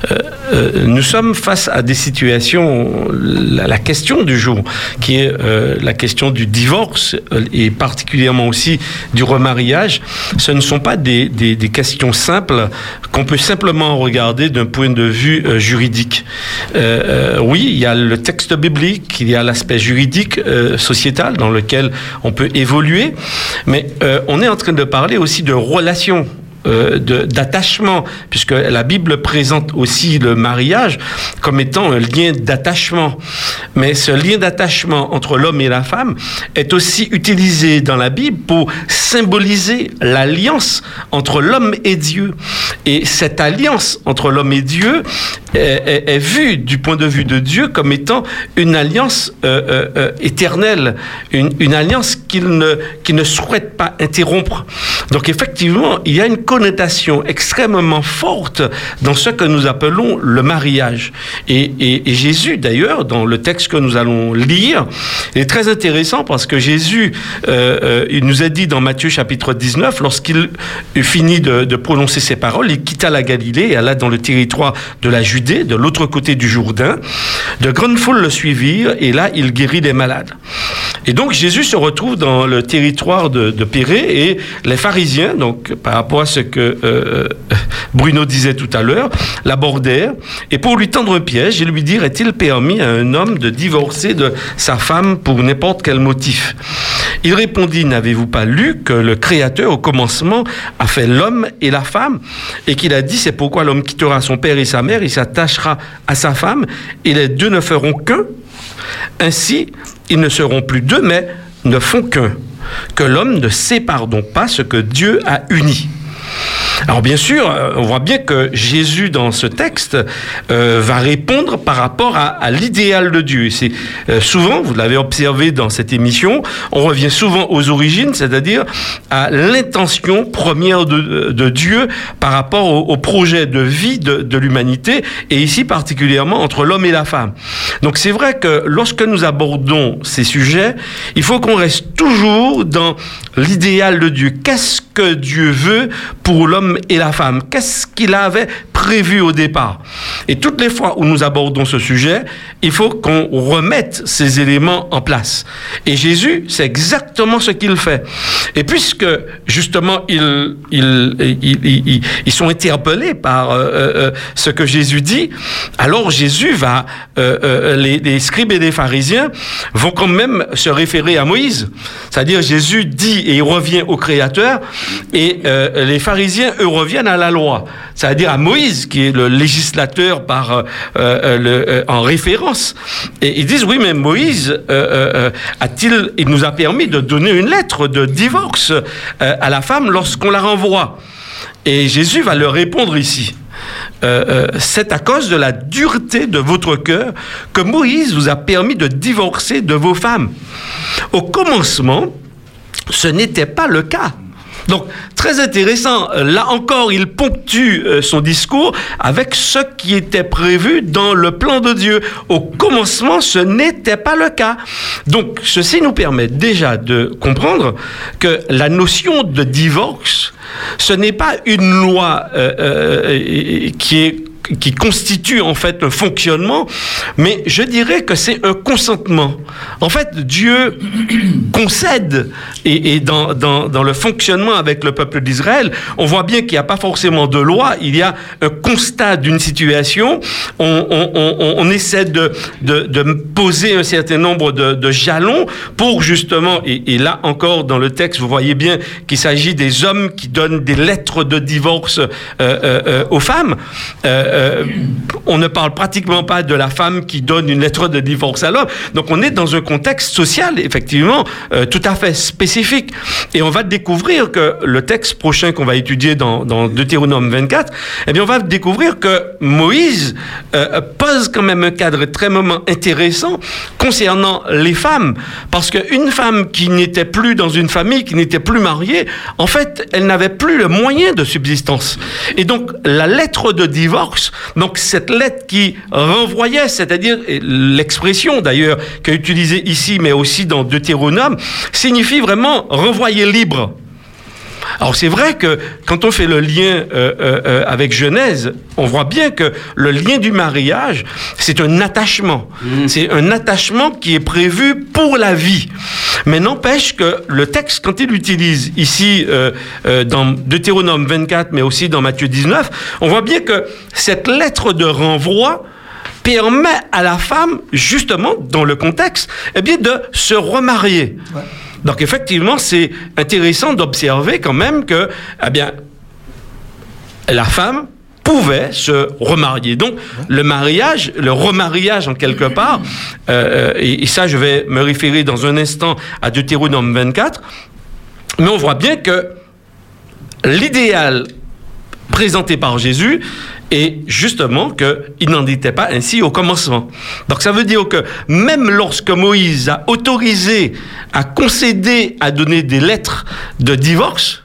euh, nous sommes face à des situations, la, la question du jour, qui est euh, la question du divorce, et particulièrement aussi du remariage, ce ne sont pas des, des, des questions simples qu'on peut simplement regarder d'un point de vue euh, juridique. Euh, euh, oui, il y a le texte biblique, il y a l'aspect juridique, euh, sociétal, dans lequel on peut évoluer, mais euh, on est en train de parler aussi de relations. Euh, de, d'attachement, puisque la Bible présente aussi le mariage comme étant un lien d'attachement. Mais ce lien d'attachement entre l'homme et la femme est aussi utilisé dans la Bible pour symboliser l'alliance entre l'homme et Dieu. Et cette alliance entre l'homme et Dieu est, est, est vue du point de vue de Dieu comme étant une alliance euh, euh, éternelle, une, une alliance qu'il ne, qu'il ne souhaite pas interrompre. Donc effectivement, il y a une connotation extrêmement forte dans ce que nous appelons le mariage. Et, et, et Jésus, d'ailleurs, dans le texte que nous allons lire, est très intéressant parce que Jésus, euh, euh, il nous a dit dans Matthieu chapitre dix-neuf, lorsqu'il finit de, de prononcer ces paroles, il quitta la Galilée et alla dans le territoire de la Judée, de l'autre côté du Jourdain. De grandes foules le suivirent et là, il guérit les malades. Et donc, Jésus se retrouve dans le territoire de, de Pérée et les pharisiens, donc par rapport à ce que euh, Bruno disait tout à l'heure, l'abordèrent et pour lui tendre un piège, ils lui dirent: est-il permis à un homme de divorcer de sa femme pour n'importe quel motif? Il répondit: n'avez-vous pas lu que le Créateur au commencement a fait l'homme et la femme et qu'il a dit: c'est pourquoi l'homme quittera son père et sa mère, il s'attachera à sa femme et les deux ne feront qu'un. Ainsi, ils ne seront plus deux, mais ne font qu'un. Que l'homme ne sépare donc pas ce que Dieu a uni. Alors bien sûr, on voit bien que Jésus, dans ce texte, euh, va répondre par rapport à, à l'idéal de Dieu. Et c'est euh, souvent, vous l'avez observé dans cette émission, on revient souvent aux origines, c'est-à-dire à l'intention première de, de Dieu par rapport au, au projet de vie de, de l'humanité, et ici particulièrement entre l'homme et la femme. Donc c'est vrai que lorsque nous abordons ces sujets, il faut qu'on reste toujours dans l'idéal de Dieu. Qu'est-ce que Dieu veut pour l'homme et la femme? Qu'est-ce qu'il avait prévu au départ? Et toutes les fois où nous abordons ce sujet, il faut qu'on remette ces éléments en place. Et Jésus, c'est exactement ce qu'il fait. Et puisque, justement, ils, ils, ils, ils, ils sont interpellés par euh, euh, ce que Jésus dit, alors Jésus va, euh, euh, les, les scribes et les pharisiens vont quand même se référer à Moïse. C'est-à-dire, Jésus dit et il revient au Créateur, et euh, les pharisiens, eux, reviennent à la loi, c'est-à-dire à Moïse, qui est le législateur par, euh, euh, le, euh, en référence. Et ils disent: oui, mais Moïse euh, euh, a-t-il, il nous a permis de donner une lettre de divorce euh, à la femme lorsqu'on la renvoie. Et Jésus va leur répondre ici: Euh, euh, c'est à cause de la dureté de votre cœur que Moïse vous a permis de divorcer de vos femmes. Au commencement, ce n'était pas le cas. Donc, très intéressant. Là encore, il ponctue son discours avec ce qui était prévu dans le plan de Dieu. Au commencement, ce n'était pas le cas. Donc, ceci nous permet déjà de comprendre que la notion de divorce, ce n'est pas une loi euh, euh, qui est qui constitue en fait un fonctionnement, mais je dirais que c'est un consentement. En fait, Dieu concède, et, et dans, dans, dans le fonctionnement avec le peuple d'Israël, on voit bien qu'il n'y a pas forcément de loi, il y a un constat d'une situation, on, on, on, on essaie de, de, de poser un certain nombre de, de jalons pour justement, et, et là encore dans le texte, vous voyez bien qu'il s'agit des hommes qui donnent des lettres de divorce euh, euh, euh, aux femmes. Euh, Euh, on ne parle pratiquement pas de la femme qui donne une lettre de divorce à l'homme. Donc on est dans un contexte social, effectivement, euh, tout à fait spécifique. Et on va découvrir que le texte prochain qu'on va étudier dans, dans Deutéronome vingt-quatre, eh bien on va découvrir que Moïse euh, pose quand même un cadre extrêmement intéressant concernant les femmes. Parce qu'une femme qui n'était plus dans une famille, qui n'était plus mariée, en fait, elle n'avait plus le moyen de subsistance. Et donc la lettre de divorce, donc cette lettre qui renvoyait, c'est-à-dire l'expression d'ailleurs qui est utilisée ici, mais aussi dans Deutéronome, signifie vraiment renvoyer libre. Alors c'est vrai que quand on fait le lien euh, euh, avec Genèse, on voit bien que le lien du mariage, c'est un attachement. Mmh. C'est un attachement qui est prévu pour la vie. Mais n'empêche que le texte, quand il l'utilise ici euh, euh, dans Deutéronome vingt-quatre, mais aussi dans Matthieu dix-neuf, on voit bien que cette lettre de renvoi permet à la femme, justement, dans le contexte, eh bien, de se remarier. Ouais. Donc, effectivement, c'est intéressant d'observer quand même que, eh bien, la femme pouvait se remarier. Donc, le mariage, le remariage en quelque part, euh, et, et ça, je vais me référer dans un instant à Deutéronome vingt-quatre, mais on voit bien que l'idéal présenté par Jésus est justement qu'il n'en était pas ainsi au commencement. Donc ça veut dire que même lorsque Moïse a autorisé, a concédé à donner des lettres de divorce,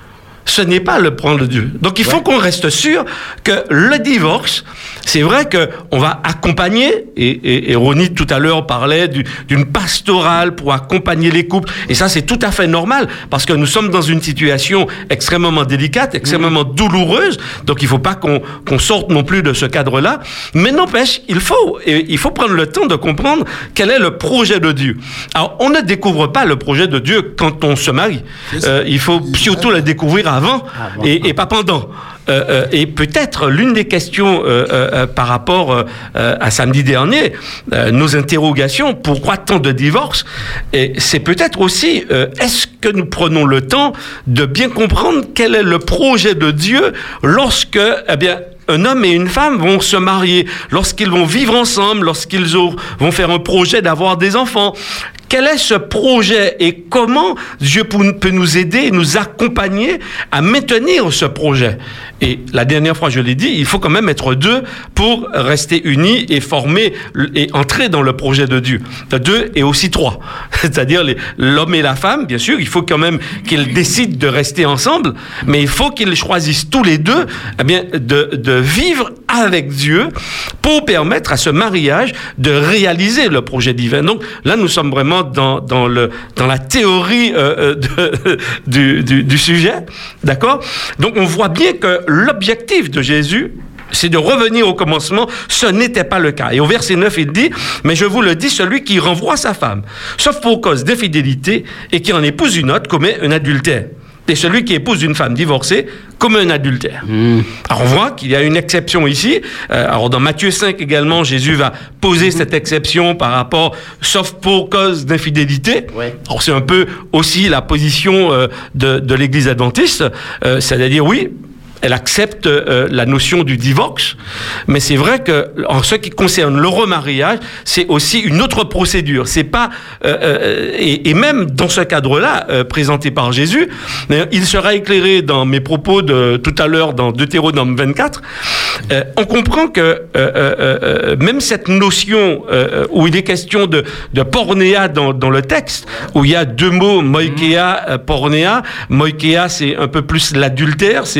ce n'est pas le plan de Dieu. Donc il faut ouais. qu'on reste sûr que le divorce, c'est vrai qu'on va accompagner, et, et, et Ronnie tout à l'heure parlait du, d'une pastorale pour accompagner les couples, et ça c'est tout à fait normal, parce que nous sommes dans une situation extrêmement délicate, extrêmement mmh. douloureuse, donc il ne faut pas qu'on, qu'on sorte non plus de ce cadre-là, mais n'empêche, il faut, et il faut prendre le temps de comprendre quel est le projet de Dieu. Alors on ne découvre pas le projet de Dieu quand on se marie, euh, il faut surtout le découvrir à avant ah, bon. et, et pas pendant. Euh, euh, et peut-être l'une des questions euh, euh, par rapport euh, à samedi dernier, euh, nos interrogations, pourquoi tant de divorces, et c'est peut-être aussi, euh, est-ce que nous prenons le temps de bien comprendre quel est le projet de Dieu lorsque, eh bien, un homme et une femme vont se marier, lorsqu'ils vont vivre ensemble, lorsqu'ils vont faire un projet d'avoir des enfants. Quel est ce projet et comment Dieu peut nous aider et nous accompagner à maintenir ce projet? Et la dernière fois, je l'ai dit, il faut quand même être deux pour rester unis et former et entrer dans le projet de Dieu. Deux et aussi trois. C'est-à-dire les, l'homme et la femme, bien sûr, il faut quand même qu'ils décident de rester ensemble, mais il faut qu'ils choisissent tous les deux eh bien, de, de vivre avec Dieu pour permettre à ce mariage de réaliser le projet divin. Donc là, nous sommes vraiment dans, dans, le, dans la théorie euh, de, du, du, du sujet, d'accord? Donc on voit bien que l'objectif de Jésus, c'est de revenir au commencement. Ce n'était pas le cas. Et au verset neuf, il dit, « Mais je vous le dis, celui qui renvoie sa femme, sauf pour cause d'infidélité, et qui en épouse une autre, commet un adultère. Et celui qui épouse une femme divorcée commet un adultère. Mmh. » Alors on voit qu'il y a une exception ici. Euh, alors dans Matthieu cinq également, Jésus va poser mmh. cette exception par rapport, sauf pour cause d'infidélité. Ouais. Alors c'est un peu aussi la position euh, de, de l'Église adventiste. Euh, c'est-à-dire, oui, elle accepte euh, la notion du divorce, mais c'est vrai que en ce qui concerne le remariage, c'est aussi une autre procédure. C'est pas euh, euh, et, et même dans ce cadre-là euh, présenté par Jésus, il sera éclairé dans mes propos de tout à l'heure dans Deutéronome vingt-quatre. Euh, on comprend que euh, euh, euh, même cette notion euh, où il est question de, de pornéa dans, dans le texte, où il y a deux mots moikéa, euh, pornéa. Moikéa, c'est un peu plus l'adultère, c'est un peu plus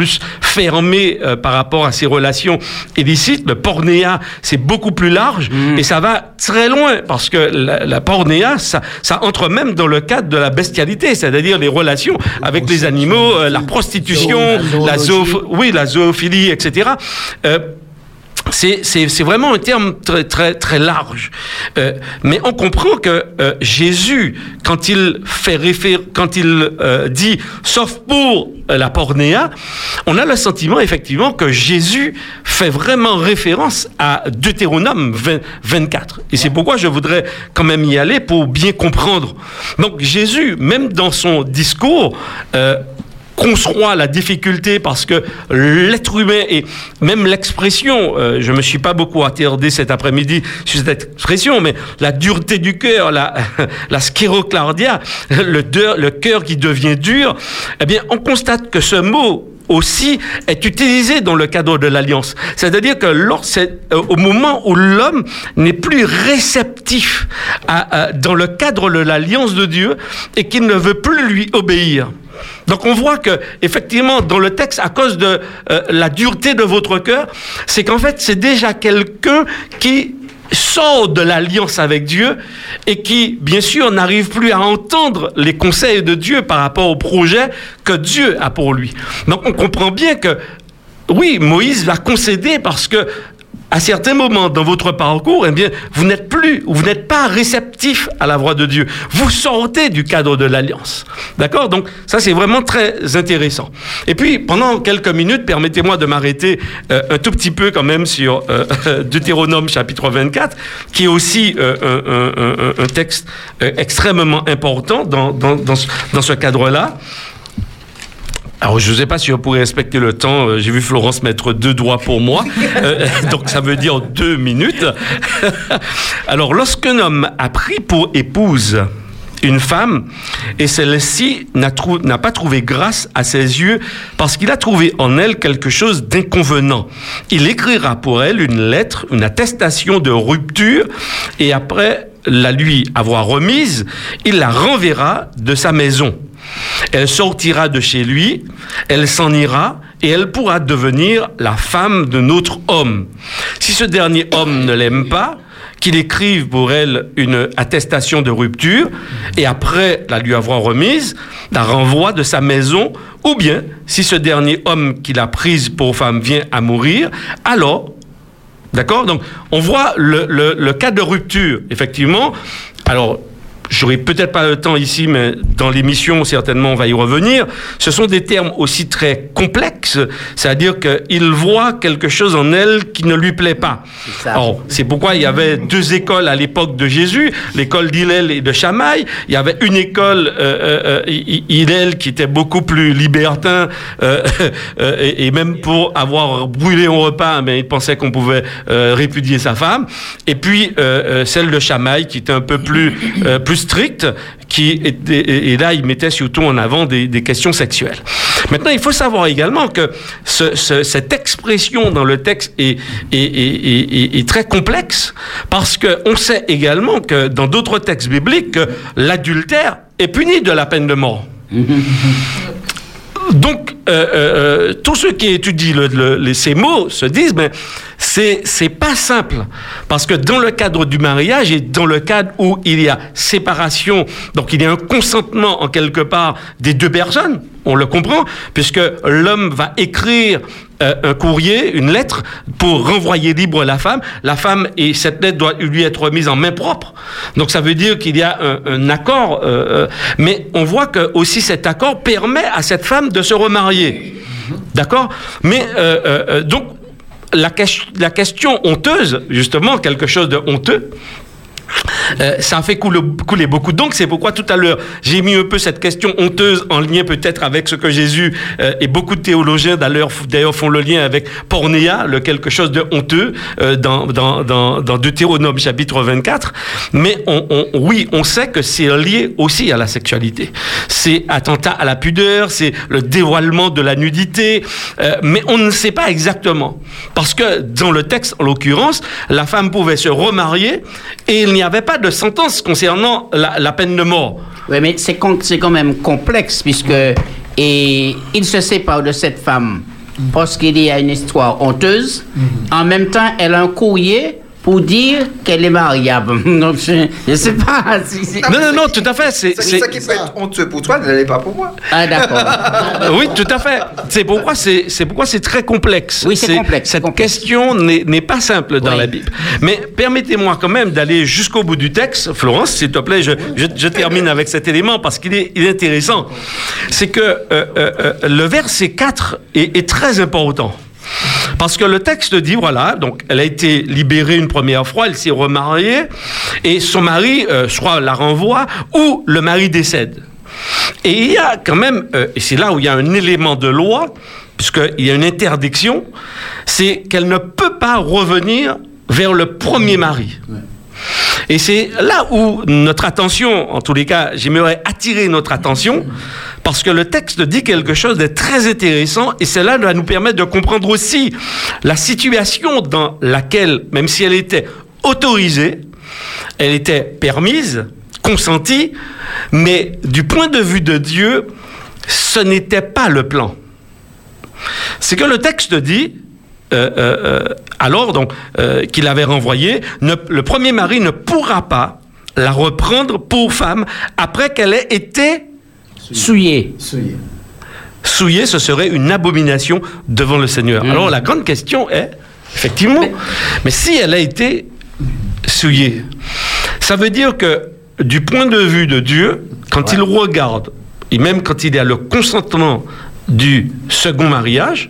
plus fermé euh, par rapport à ces relations illicites. Le pornéa, c'est beaucoup plus large mmh. et ça va très loin parce que la, la pornéa, ça, ça entre même dans le cadre de la bestialité, c'est-à-dire les relations avec les animaux, euh, la prostitution, la, zooph- oui, la zoophilie, et cetera. Euh, C'est, c'est, c'est vraiment un terme très, très, très large. Euh, mais on comprend que euh, Jésus, quand il fait référ- quand il euh, dit « sauf pour euh, la pornéa », on a le sentiment effectivement que Jésus fait vraiment référence à Deutéronome vingt, vingt-quatre. Et c'est pourquoi je voudrais quand même y aller pour bien comprendre. Donc Jésus, même dans son discours, euh, conçoit la difficulté parce que l'être humain et même l'expression, euh, je me suis pas beaucoup attardé cet après-midi sur cette expression, mais la dureté du cœur, la, la sclérocardia, le, de, le cœur qui devient dur, eh bien, on constate que ce mot aussi est utilisé dans le cadre de l'alliance. C'est-à-dire que lors, c'est, euh, au moment où l'homme n'est plus réceptif à, à, dans le cadre de l'alliance de Dieu et qu'il ne veut plus lui obéir. Donc on voit que effectivement dans le texte, à cause de euh, la dureté de votre cœur, c'est qu'en fait c'est déjà quelqu'un qui sort de l'alliance avec Dieu et qui, bien sûr, n'arrive plus à entendre les conseils de Dieu par rapport au projet que Dieu a pour lui. Donc on comprend bien que oui, Moïse va concéder parce que à certains moments dans votre parcours, eh bien, vous n'êtes plus, ou vous n'êtes pas réceptif à la voix de Dieu. Vous sortez du cadre de l'alliance. D'accord? Donc, ça, c'est vraiment très intéressant. Et puis, pendant quelques minutes, permettez-moi de m'arrêter euh, un tout petit peu quand même sur euh, Deutéronome chapitre vingt-quatre, qui est aussi euh, un, un, un, un texte euh, extrêmement important dans, dans, dans, ce, dans ce cadre-là. Alors, je ne sais pas si on pourrait respecter le temps. J'ai vu Florence mettre deux doigts pour moi. Euh, donc, ça veut dire deux minutes. Alors, lorsqu'un homme a pris pour épouse une femme et celle-ci n'a, trou- n'a pas trouvé grâce à ses yeux parce qu'il a trouvé en elle quelque chose d'inconvenant, il écrira pour elle une lettre, une attestation de rupture et après la lui avoir remise, il la renverra de sa maison. Elle sortira de chez lui, elle s'en ira et elle pourra devenir la femme d'un autre homme. Si ce dernier homme ne l'aime pas, qu'il écrive pour elle une attestation de rupture et après la lui avoir remise, la renvoie de sa maison, ou bien, si ce dernier homme qui l'a prise pour femme vient à mourir, alors, d'accord? Donc, on voit le, le, le cas de rupture, effectivement. Alors, j'aurai peut-être pas le temps ici, mais dans l'émission, certainement, on va y revenir. Ce sont des termes aussi très complexes, c'est-à-dire qu'il voit quelque chose en elle qui ne lui plaît pas. C'est ça. Alors, c'est pourquoi il y avait deux écoles à l'époque de Jésus, l'école d'Hillel et de Shammai. Il y avait une école, euh, euh, Hillel, qui était beaucoup plus libertin, euh, euh, et, et même pour avoir brûlé un repas, mais il pensait qu'on pouvait euh, répudier sa femme. Et puis, euh, celle de Shammai, qui était un peu plus, euh, plus strict, qui était, et là il mettait surtout en avant des, des questions sexuelles. Maintenant, il faut savoir également que ce, ce, cette expression dans le texte est, est, est, est, est très complexe parce qu'on sait également que dans d'autres textes bibliques que l'adultère est puni de la peine de mort. Donc, euh, euh, tous ceux qui étudient le, le, les, ces mots se disent, mais c'est, c'est pas simple. Parce que dans le cadre du mariage et dans le cadre où il y a séparation, donc il y a un consentement en quelque part des deux personnes, on le comprend, puisque l'homme va écrire euh, un courrier, une lettre, pour renvoyer libre la femme. La femme, et cette lettre doit lui être remise en main propre. Donc ça veut dire qu'il y a un, un accord, euh, mais on voit que aussi cet accord permet à cette femme de se remarier. D'accord? Mais euh, euh, donc, la, que- la question honteuse, justement, quelque chose de honteux, Euh, ça a fait couler, couler beaucoup. Donc, c'est pourquoi tout à l'heure, j'ai mis un peu cette question honteuse en lien peut-être avec ce que Jésus euh, et beaucoup de théologiens d'ailleurs, d'ailleurs font le lien avec pornéa, le quelque chose de honteux euh, dans, dans, dans, dans Deutéronome chapitre vingt-quatre. Mais on, on, oui, on sait que c'est lié aussi à la sexualité. C'est attentat à la pudeur, c'est le dévoilement de la nudité, euh, mais on ne sait pas exactement. Parce que dans le texte, en l'occurrence, la femme pouvait se remarier et il n'y avait pas de sentence concernant la, la peine de mort. Oui, mais c'est, con, c'est quand même complexe, puisque et il se sépare de cette femme parce qu'il y a une histoire honteuse. Mm-hmm. En même temps, elle a un courrier pour dire qu'elle est mariable. Donc, je ne sais pas si c'est... Non, non, non, tout à fait. C'est, c'est, c'est... ça qui peut être honteux pour toi, ne l'est pas pour moi. Ah, d'accord. Oui, tout à fait. C'est pourquoi c'est, c'est, pourquoi c'est très complexe. Oui, c'est, c'est complexe. Cette complexe. question n'est, n'est pas simple dans oui. la Bible. Mais permettez-moi quand même d'aller jusqu'au bout du texte. Florence, s'il te plaît, je, je, je termine avec cet élément parce qu'il est, il est intéressant. C'est que euh, euh, le verset quatre est, est très important. Parce que le texte dit, voilà, donc elle a été libérée une première fois, elle s'est remariée, et son mari euh, soit la renvoie, ou le mari décède. Et il y a quand même, euh, et c'est là où il y a un élément de loi, puisqu'il y a une interdiction, c'est qu'elle ne peut pas revenir vers le premier mari. Et c'est là où notre attention, en tous les cas, j'aimerais attirer notre attention, parce que le texte dit quelque chose de très intéressant, et cela va nous permettre de comprendre aussi la situation dans laquelle, même si elle était autorisée, elle était permise, consentie, mais du point de vue de Dieu, ce n'était pas le plan. C'est que le texte dit... Euh, euh, alors donc euh, qu'il avait renvoyé, ne, le premier mari ne pourra pas la reprendre pour femme après qu'elle ait été souillée. Souillée. Souillée, ce serait une abomination devant le Seigneur. Mmh. Alors la grande question est, effectivement, mais, mais si elle a été souillée, ça veut dire que du point de vue de Dieu, quand ouais. il regarde, et même quand il y a le consentement du second mariage,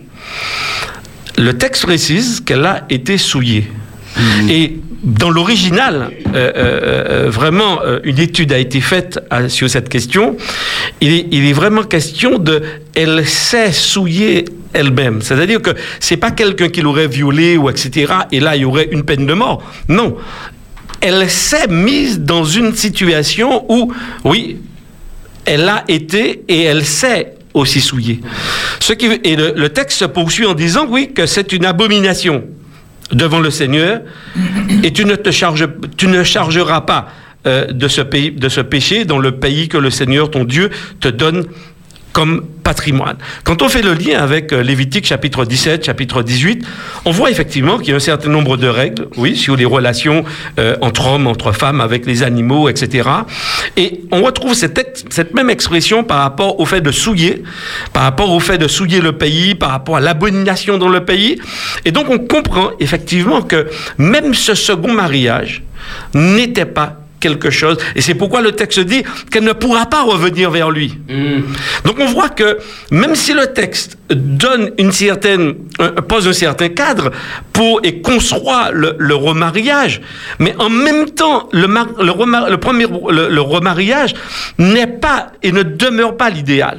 le texte précise qu'elle a été souillée. Mmh. Et dans l'original, euh, euh, vraiment, euh, une étude a été faite à, sur cette question. Il est, il est vraiment question de... Elle s'est souillée elle-même. C'est-à-dire que c'est pas quelqu'un qui l'aurait violée ou et cetera. Et là, il y aurait une peine de mort. Non. Elle s'est mise dans une situation où, oui, elle a été et elle s'est aussi souillée. Ce qui, et le, le texte se poursuit en disant, oui, que c'est une abomination devant le Seigneur, et tu ne te charges, tu ne chargeras pas euh, de, ce pays, de ce péché dans le pays que le Seigneur, ton Dieu, te donne comme patrimoine. Quand on fait le lien avec Lévitique chapitre dix-sept, chapitre dix-huit, on voit effectivement qu'il y a un certain nombre de règles, oui, sur les relations euh, entre hommes, entre femmes, avec les animaux, et cetera. Et on retrouve cette, ex- cette même expression par rapport au fait de souiller, par rapport au fait de souiller le pays, par rapport à l'abomination dans le pays. Et donc on comprend effectivement que même ce second mariage n'était pas quelque chose, et c'est pourquoi le texte dit qu'elle ne pourra pas revenir vers lui. Mmh. Donc on voit que même si le texte donne une certaine, euh, pose un certain cadre pour et conçoit le, le remariage, mais en même temps le, mar, le, remar, le premier le, le remariage n'est pas et ne demeure pas l'idéal.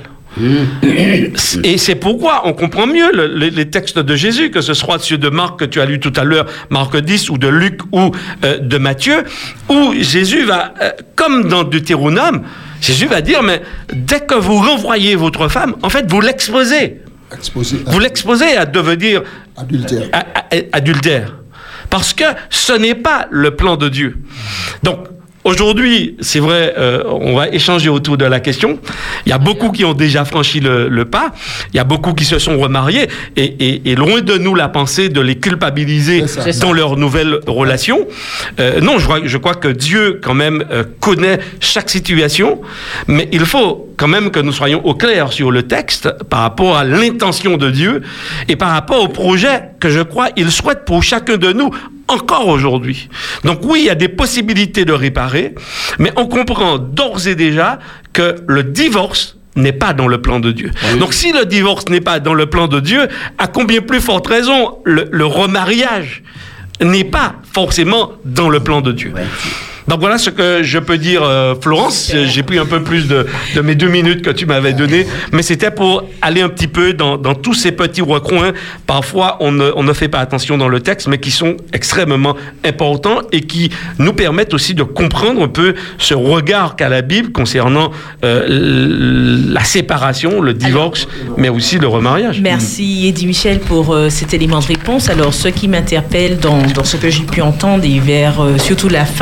Et c'est pourquoi on comprend mieux le, le, les textes de Jésus, que ce soit ceux de Marc que tu as lu tout à l'heure, Marc dix, ou de Luc, ou euh, de Matthieu, où Jésus va, euh, comme dans Deutéronome, Jésus va dire, mais dès que vous renvoyez votre femme, en fait, vous l'exposez. Exposé, vous l'exposez à devenir adultère. À, à, à, adultère. Parce que ce n'est pas le plan de Dieu. Donc, aujourd'hui, c'est vrai, euh, on va échanger autour de la question. Il y a beaucoup qui ont déjà franchi le, le pas. Il y a beaucoup qui se sont remariés. Et, et, et loin de nous la pensée de les culpabiliser dans leur nouvelle relation. Euh, non, je crois, je crois que Dieu, quand même, euh, connaît chaque situation. Mais il faut quand même que nous soyons au clair sur le texte par rapport à l'intention de Dieu et par rapport au projet que je crois il souhaite pour chacun de nous encore aujourd'hui. Donc oui, il y a des possibilités de réparer, mais on comprend d'ores et déjà que le divorce n'est pas dans le plan de Dieu. Oui. Donc si le divorce n'est pas dans le plan de Dieu, à combien plus forte raison le, le remariage n'est pas forcément dans le plan de Dieu. Oui. Donc voilà ce que je peux dire, euh, Florence. Super. J'ai pris un peu plus de, de mes deux minutes que tu m'avais données, mais c'était pour aller un petit peu dans, dans tous ces petits recoins. Parfois, on ne, on ne fait pas attention dans le texte, mais qui sont extrêmement importants et qui nous permettent aussi de comprendre un peu ce regard qu'a la Bible concernant euh, la séparation, le divorce, alors, mais aussi le remariage. Merci, Eddie Michel, pour euh, cet élément de réponse. Alors, ce qui m'interpelle dans, dans ce que j'ai pu entendre et vers euh, surtout la fin de tes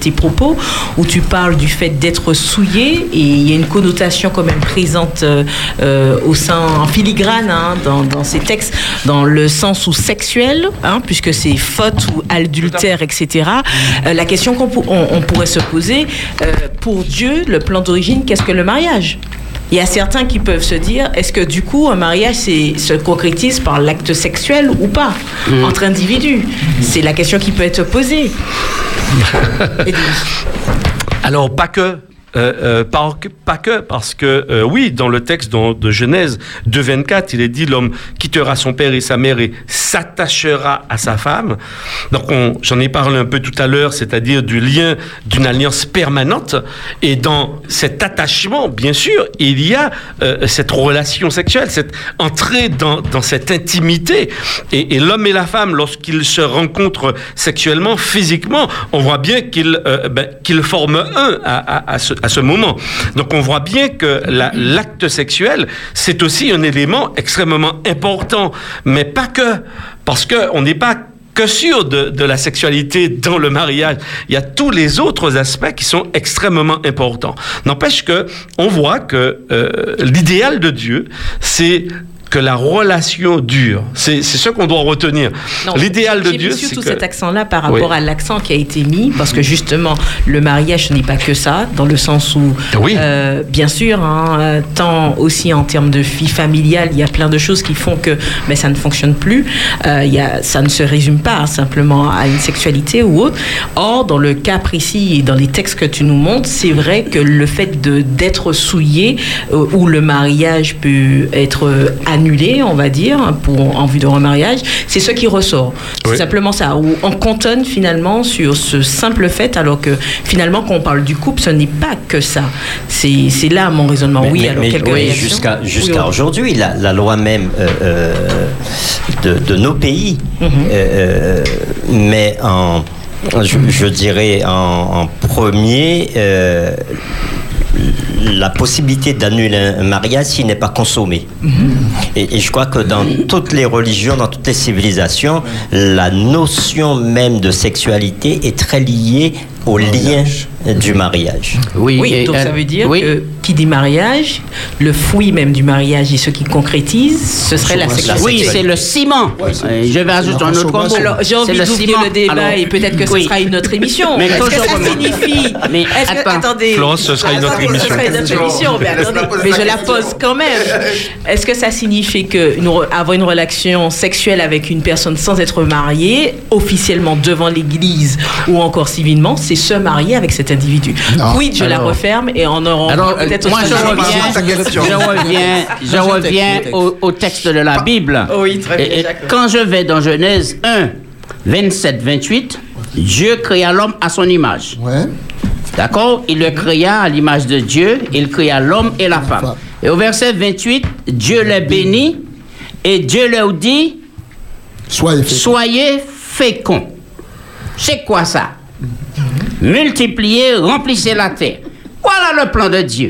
tes propos, où tu parles du fait d'être souillé, et il y a une connotation quand même présente euh, euh, au sein, en filigrane, hein, dans, dans ces textes, dans le sens où sexuel, hein, puisque c'est faute ou adultère, et cetera. Euh, la question qu'on on, on pourrait se poser, euh, pour Dieu, le plan d'origine, qu'est-ce que le mariage ? Il y a certains qui peuvent se dire, est-ce que du coup, un mariage c'est, se concrétise par l'acte sexuel ou pas, mmh. entre individus ? C'est la question qui peut être posée. Alors, pas que. Euh, euh, pas, pas que, parce que, euh, oui, dans le texte dans, de Genèse deux vingt-quatre, il est dit, l'homme quittera son père et sa mère et s'attachera à sa femme. Donc, on, j'en ai parlé un peu tout à l'heure, c'est-à-dire du lien d'une alliance permanente. Et dans cet attachement, bien sûr, il y a euh, cette relation sexuelle, cette entrée dans, dans cette intimité. Et, et l'homme et la femme, lorsqu'ils se rencontrent sexuellement, physiquement, on voit bien qu'ils, euh, ben, qu'ils forment un à, à, à ce à ce moment. Donc on voit bien que la, l'acte sexuel, c'est aussi un élément extrêmement important, mais pas que, parce qu'on n'est pas que sûr de, de la sexualité dans le mariage. Il y a tous les autres aspects qui sont extrêmement importants. N'empêche que on voit que euh, l'idéal de Dieu, c'est que la relation dure. C'est, c'est ce qu'on doit retenir. Non, l'idéal de Dieu, c'est que... J'ai surtout cet accent-là par rapport oui. à l'accent qui a été mis, parce que justement, le mariage, ce n'est pas que ça, dans le sens où, oui. euh, bien sûr, hein, tant aussi en termes de vie familiale, il y a plein de choses qui font que ben, ça ne fonctionne plus. Euh, il y a, ça ne se résume pas hein, simplement à une sexualité ou autre. Or, dans le cas précis et dans les textes que tu nous montres, c'est vrai que le fait de, d'être souillé, euh, où le mariage peut être euh, annulé, on va dire, pour, en vue de remariage, c'est ce qui ressort. C'est oui. simplement ça, où on cantonne finalement sur ce simple fait, alors que finalement, quand on parle du couple, ce n'est pas que ça. C'est, c'est là mon raisonnement. Mais, oui, mais, alors mais, quelques oui, jusqu'à, jusqu'à oui, aujourd'hui, la, la loi même euh, euh, de, de nos pays, mm-hmm. euh, mais en, je, je dirais en, en premier, euh, la possibilité d'annuler un mariage s'il n'est pas consommé. Mm-hmm. Et, et je crois que dans toutes les religions, dans toutes les civilisations, la notion même de sexualité est très liée au lien du mariage. Oui, oui donc euh, ça veut dire oui. que qui dit mariage, le fruit même du mariage et ce qui concrétise, ce serait la sexualité. Oui, c'est le ciment. Oui, c'est, je vais ajouter un autre mot. Alors, j'ai envie d'ouvrir le débat alors, et peut-être que oui. ce sera une autre émission. Mais est-ce que ça signifie... Mais est-ce que, attendez, Florence, ce sera une autre émission. Ce sera une autre émission, mais attendez, mais je la pose quand même. Est-ce que ça signifie que une, avoir une relation sexuelle avec une personne sans être mariée, officiellement devant l'Église ou encore civilement, c'est se marier avec cet individu? Oui, je alors, la referme et on aura alors, peut-être... Moi, je reviens, je reviens, je reviens au, au texte de la Bible. Oui, très bien. Et, et quand je vais dans Genèse un, vingt-sept vingt-huit, Dieu créa l'homme à son image. Ouais. D'accord? Il le créa à l'image de Dieu, il créa l'homme et la femme. Et au verset vingt-huit, Dieu les bénit et Dieu leur dit, soyez féconds. Soyez féconds. C'est quoi ça? Multipliez, remplissez la terre. Voilà le plan de Dieu.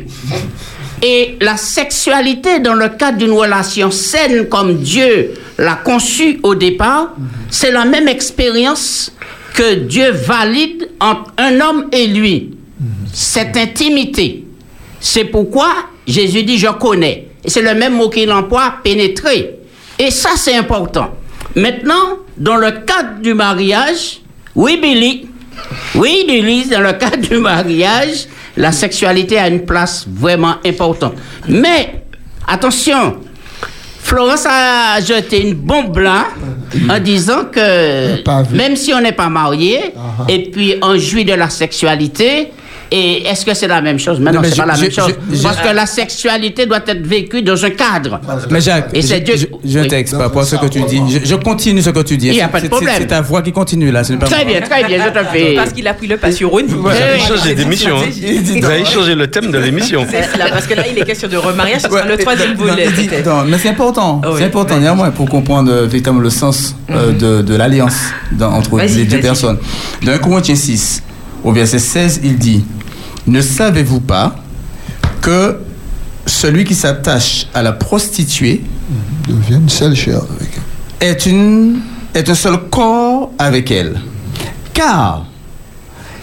Et la sexualité dans le cadre d'une relation saine comme Dieu l'a conçue au départ, c'est la même expérience que Dieu valide entre un homme et lui. Cette intimité. C'est pourquoi Jésus dit « je connais ». Et c'est le même mot qu'il emploie, « pénétrer ». Et ça, c'est important. Maintenant, dans le cadre du mariage, oui, Billy, oui, Billy, dans le cadre du mariage, la sexualité a une place vraiment importante. Mais, attention, Florence a jeté une bombe là en disant que même si on n'est pas marié, uh-huh. et puis on jouit de la sexualité, et est-ce que c'est la même chose? Mais non, non c'est je, pas la je, même je, chose. Je, Parce je, que la sexualité doit être vécue dans un cadre. Mais Jacques, et c'est je, Dieu... je, je oui. texte par rapport à ce que tu dis. Je, je continue ce que tu dis. Il n'y a pas de problème. C'est, c'est ta voix qui continue là. Ce n'est pas très moi. bien, très bien, je te fais. Parce qu'il a pris le pas sur une. Vous avez changé d'émission. Vous avez changé le thème de l'émission. C'est cela, parce que là, il est question de remariage. Ce sera le troisième volet. Non, mais c'est important. C'est important, néanmoins, pour comprendre véritablement le sens de l'alliance entre les deux personnes. Dans un Corinthiens six, au verset seize, il dit: ne savez-vous pas que celui qui s'attache à la prostituée devient une seule chair avec elle. Est, une, est un seul corps avec elle. Car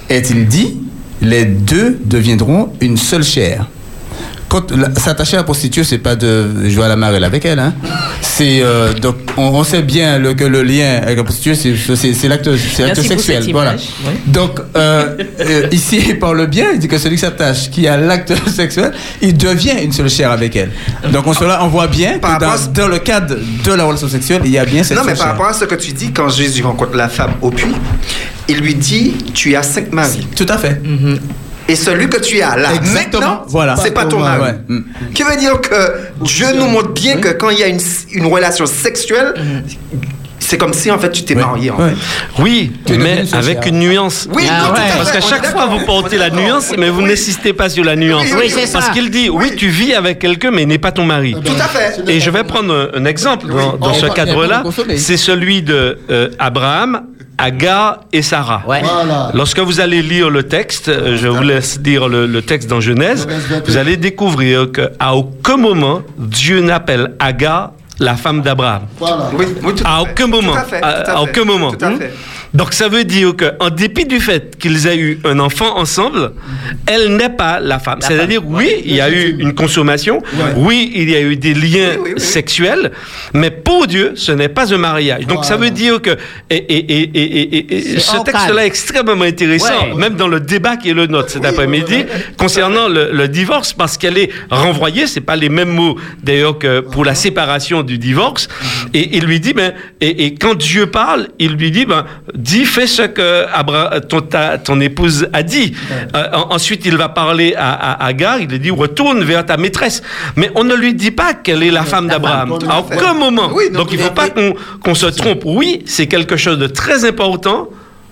est-il dit, les deux deviendront une seule chair. Quand la, s'attacher à la prostituée, c'est pas de jouer à la marelle avec elle. Hein. C'est euh, donc on, on sait bien le, que le lien avec la prostituée, c'est, c'est, c'est l'acte, c'est l'acte sexuel. Voilà. Oui. Donc euh, euh, ici, il parle bien. Il dit que celui qui s'attache, qui a l'acte sexuel, il devient une seule chair avec elle. Donc on, cela, on voit bien que dans, dans le cadre de la relation sexuelle, il y a bien cette. Non, mais par chair. rapport à ce que tu dis, quand Jésus rencontre la femme au puits, il lui dit, tu as cinq maris. Tout à fait. Mm-hmm. Et celui que tu as là, exactement, maintenant, voilà. c'est pas ton mari. Ouais. Mm. Qui veut dire que Dieu nous montre bien oui. que quand il y a une, une relation sexuelle, mm. c'est comme si en fait tu t'es oui. marié. En oui, fait. oui mais avec une nuance. Oui, ah, ouais. Parce qu'à chaque fois vous portez la nuance, mais vous oui. n'insistez pas sur la nuance. Oui, oui, c'est parce ça. qu'il dit, oui, tu vis avec quelqu'un, mais il n'est pas ton mari. Tout à fait. Et je vais prendre un, un exemple oui. dans, dans oh, ce cadre-là. C'est celui de euh, Abraham, Agar et Sarah. Ouais. Voilà. Lorsque vous allez lire le texte, je vous laisse lire le, le texte dans Genèse, vous allez découvrir qu'à aucun moment Dieu n'appelle Agar la femme d'Abraham. Voilà. Oui, oui, tout à, à aucun moment. Tout à, fait, tout à, à, à aucun moment. Tout à fait. Donc ça veut dire qu'en dépit du fait qu'ils aient eu un enfant ensemble, elle n'est pas la femme. La C'est-à-dire, femme. oui, il y a eu une consommation, ouais. oui, il y a eu des liens oui, oui, oui. sexuels, mais pour Dieu, ce n'est pas un mariage. Donc voilà. ça veut dire que et, et, et, et, et, et ce texte-là est extrêmement intéressant, ouais. même dans le débat qui est le nôtre cet oui, après-midi, oui, oui. concernant le, le divorce, parce qu'elle est renvoyée, c'est pas les mêmes mots d'ailleurs que pour la séparation du divorce, et il lui dit, ben, et, et quand Dieu parle, il lui dit, ben, dis, fais ce que Abra, ton, ta, ton épouse a dit. Ouais. Euh, ensuite, il va parler à, à Agar, il lui dit, retourne vers ta maîtresse. Mais on ne lui dit pas qu'elle est la ouais, femme d'Abraham. À aucun moment. Oui, donc, donc il ne faut pas qu'on, qu'on se trompe. Oui, c'est quelque chose de très important.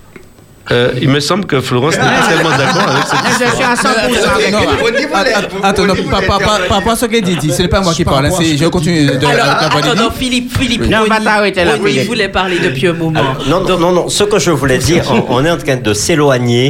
Euh, il me semble que Florence n'est pas tellement d'accord avec cette histoire. Je suis à cent pour cent. Attends, non, par rapport à ce qu'elle dit, ce n'est pas moi qui parle. Je continue de Alors, non, Philippe, Philippe, non, il voulait parler depuis un moment. Non, non, non, non, ce que je voulais dire, on est en train de s'éloigner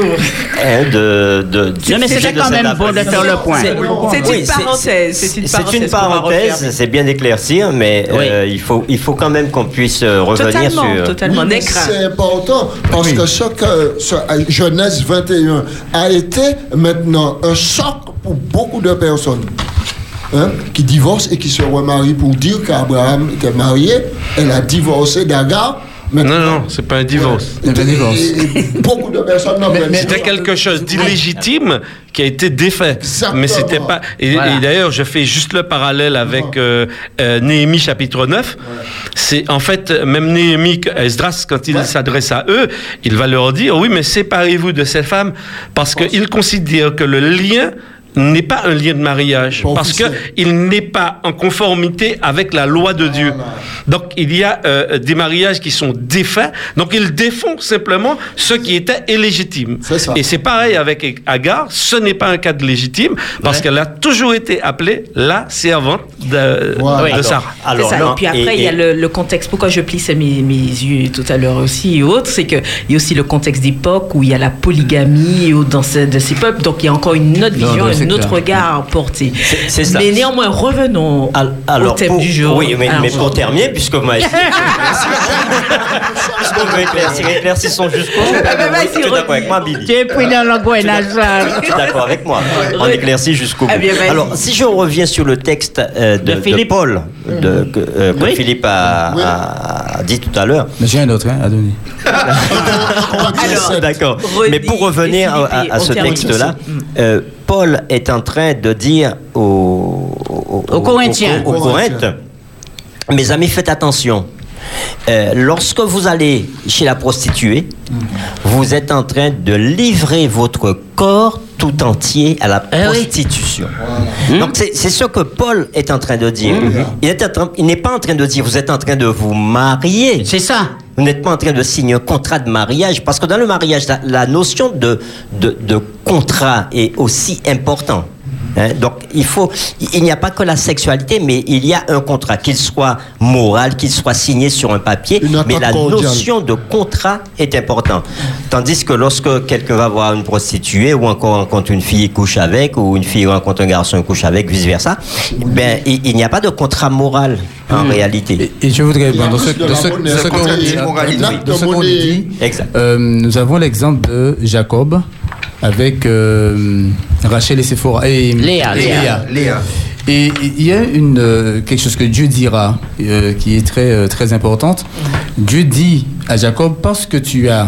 de... de non, mais c'était quand même bon de faire le point. C'est une parenthèse. C'est une parenthèse, c'est bien d'éclaircir, mais il faut quand même qu'on puisse revenir sur... Totalement, totalement. C'est important, parce que ce que ce, Genèse vingt et un a été maintenant un choc pour beaucoup de personnes hein, qui divorcent et qui se remarient pour dire qu'Abraham était marié, elle a divorcé d'Agar. Maintenant, non, non, c'est pas un divorce. Ouais. C'est un divorce. Et, et beaucoup de personnes n'ont pas. C'était quelque chose d'illégitime qui a été défait. Exactement. Mais c'était pas. Et, voilà. et d'ailleurs, je fais juste le parallèle avec euh, euh, Néhémie chapitre neuf. Ouais. C'est en fait même Néhémie, Esdras, quand il ouais. s'adresse à eux, il va leur dire oui, mais séparez-vous de ces femmes parce qu'il considère que le lien n'est pas un lien de mariage, pas parce qu'il n'est pas en conformité avec la loi de Dieu. Voilà. Donc, il y a euh, des mariages qui sont défaits, donc ils défont simplement ce qui était illégitime. C'est et c'est pareil avec Agar, ce n'est pas un cas de légitime, parce ouais. qu'elle a toujours été appelée la servante de, voilà. de Sarah. Alors, c'est ça. Non, et puis après, et, il y a le, le contexte, pourquoi je plissais mes, mes yeux tout à l'heure aussi et autres, c'est qu'il y a aussi le contexte d'époque où il y a la polygamie dans ce, de ces peuples, donc il y a encore une autre vision, non, non, un autre regard porté. C'est, c'est ça. Mais néanmoins, revenons Alors, au thème pour, du jour. Oui, mais, mais pour terminer, puisque vous m'avez dit... Puisqu'on veut éclaircir, éclaircissons jusqu'au bout. Tu es d'accord avec moi, Billy? Tu es pris dans l'angoisse. Tu es d'accord avec moi? On éclaircit jusqu'au bout. Alors, si je reviens sur le texte euh, de, de, de Paul, de, que, euh, que oui. Philippe a, oui. a, a dit tout à l'heure... Mais j'ai un autre, hein, à donner. Alors, d'accord. Mais pour revenir à, à, à ce texte-là... Euh, Paul est en train de dire aux, aux, aux Corinthiens, aux, aux Corinthes, mes amis, faites attention. Euh, lorsque vous allez chez la prostituée, mmh. vous êtes en train de livrer votre corps tout entier à la prostitution. Voilà. Donc c'est, c'est ce que Paul est en train de dire. Mmh. Il, est en train, il n'est pas en train de dire vous êtes en train de vous marier. C'est ça. Vous n'êtes pas en train de signer un contrat de mariage, parce que dans le mariage, la, la notion de, de, de contrat est aussi importante. Hein? Donc, il faut, il n'y a pas que la sexualité, mais il y a un contrat, qu'il soit moral, qu'il soit signé sur un papier, mais la cordiale. notion de contrat est importante. Tandis que lorsque quelqu'un va voir une prostituée, ou encore rencontre une fille et couche avec, ou une fille rencontre un garçon et couche avec, vice versa, ben, il, il n'y a pas de contrat moral. en mmh. réalité. Et, et je voudrais, bon, dans ce, de ce, de ce qu'on dit, dit euh, nous avons l'exemple de Jacob avec euh, Rachel et Séphora. Et Léa. Léa. Léa. Léa. Et il y a une, euh, quelque chose que Dieu dira, euh, qui est très, euh, très importante. Dieu dit à Jacob, parce que tu as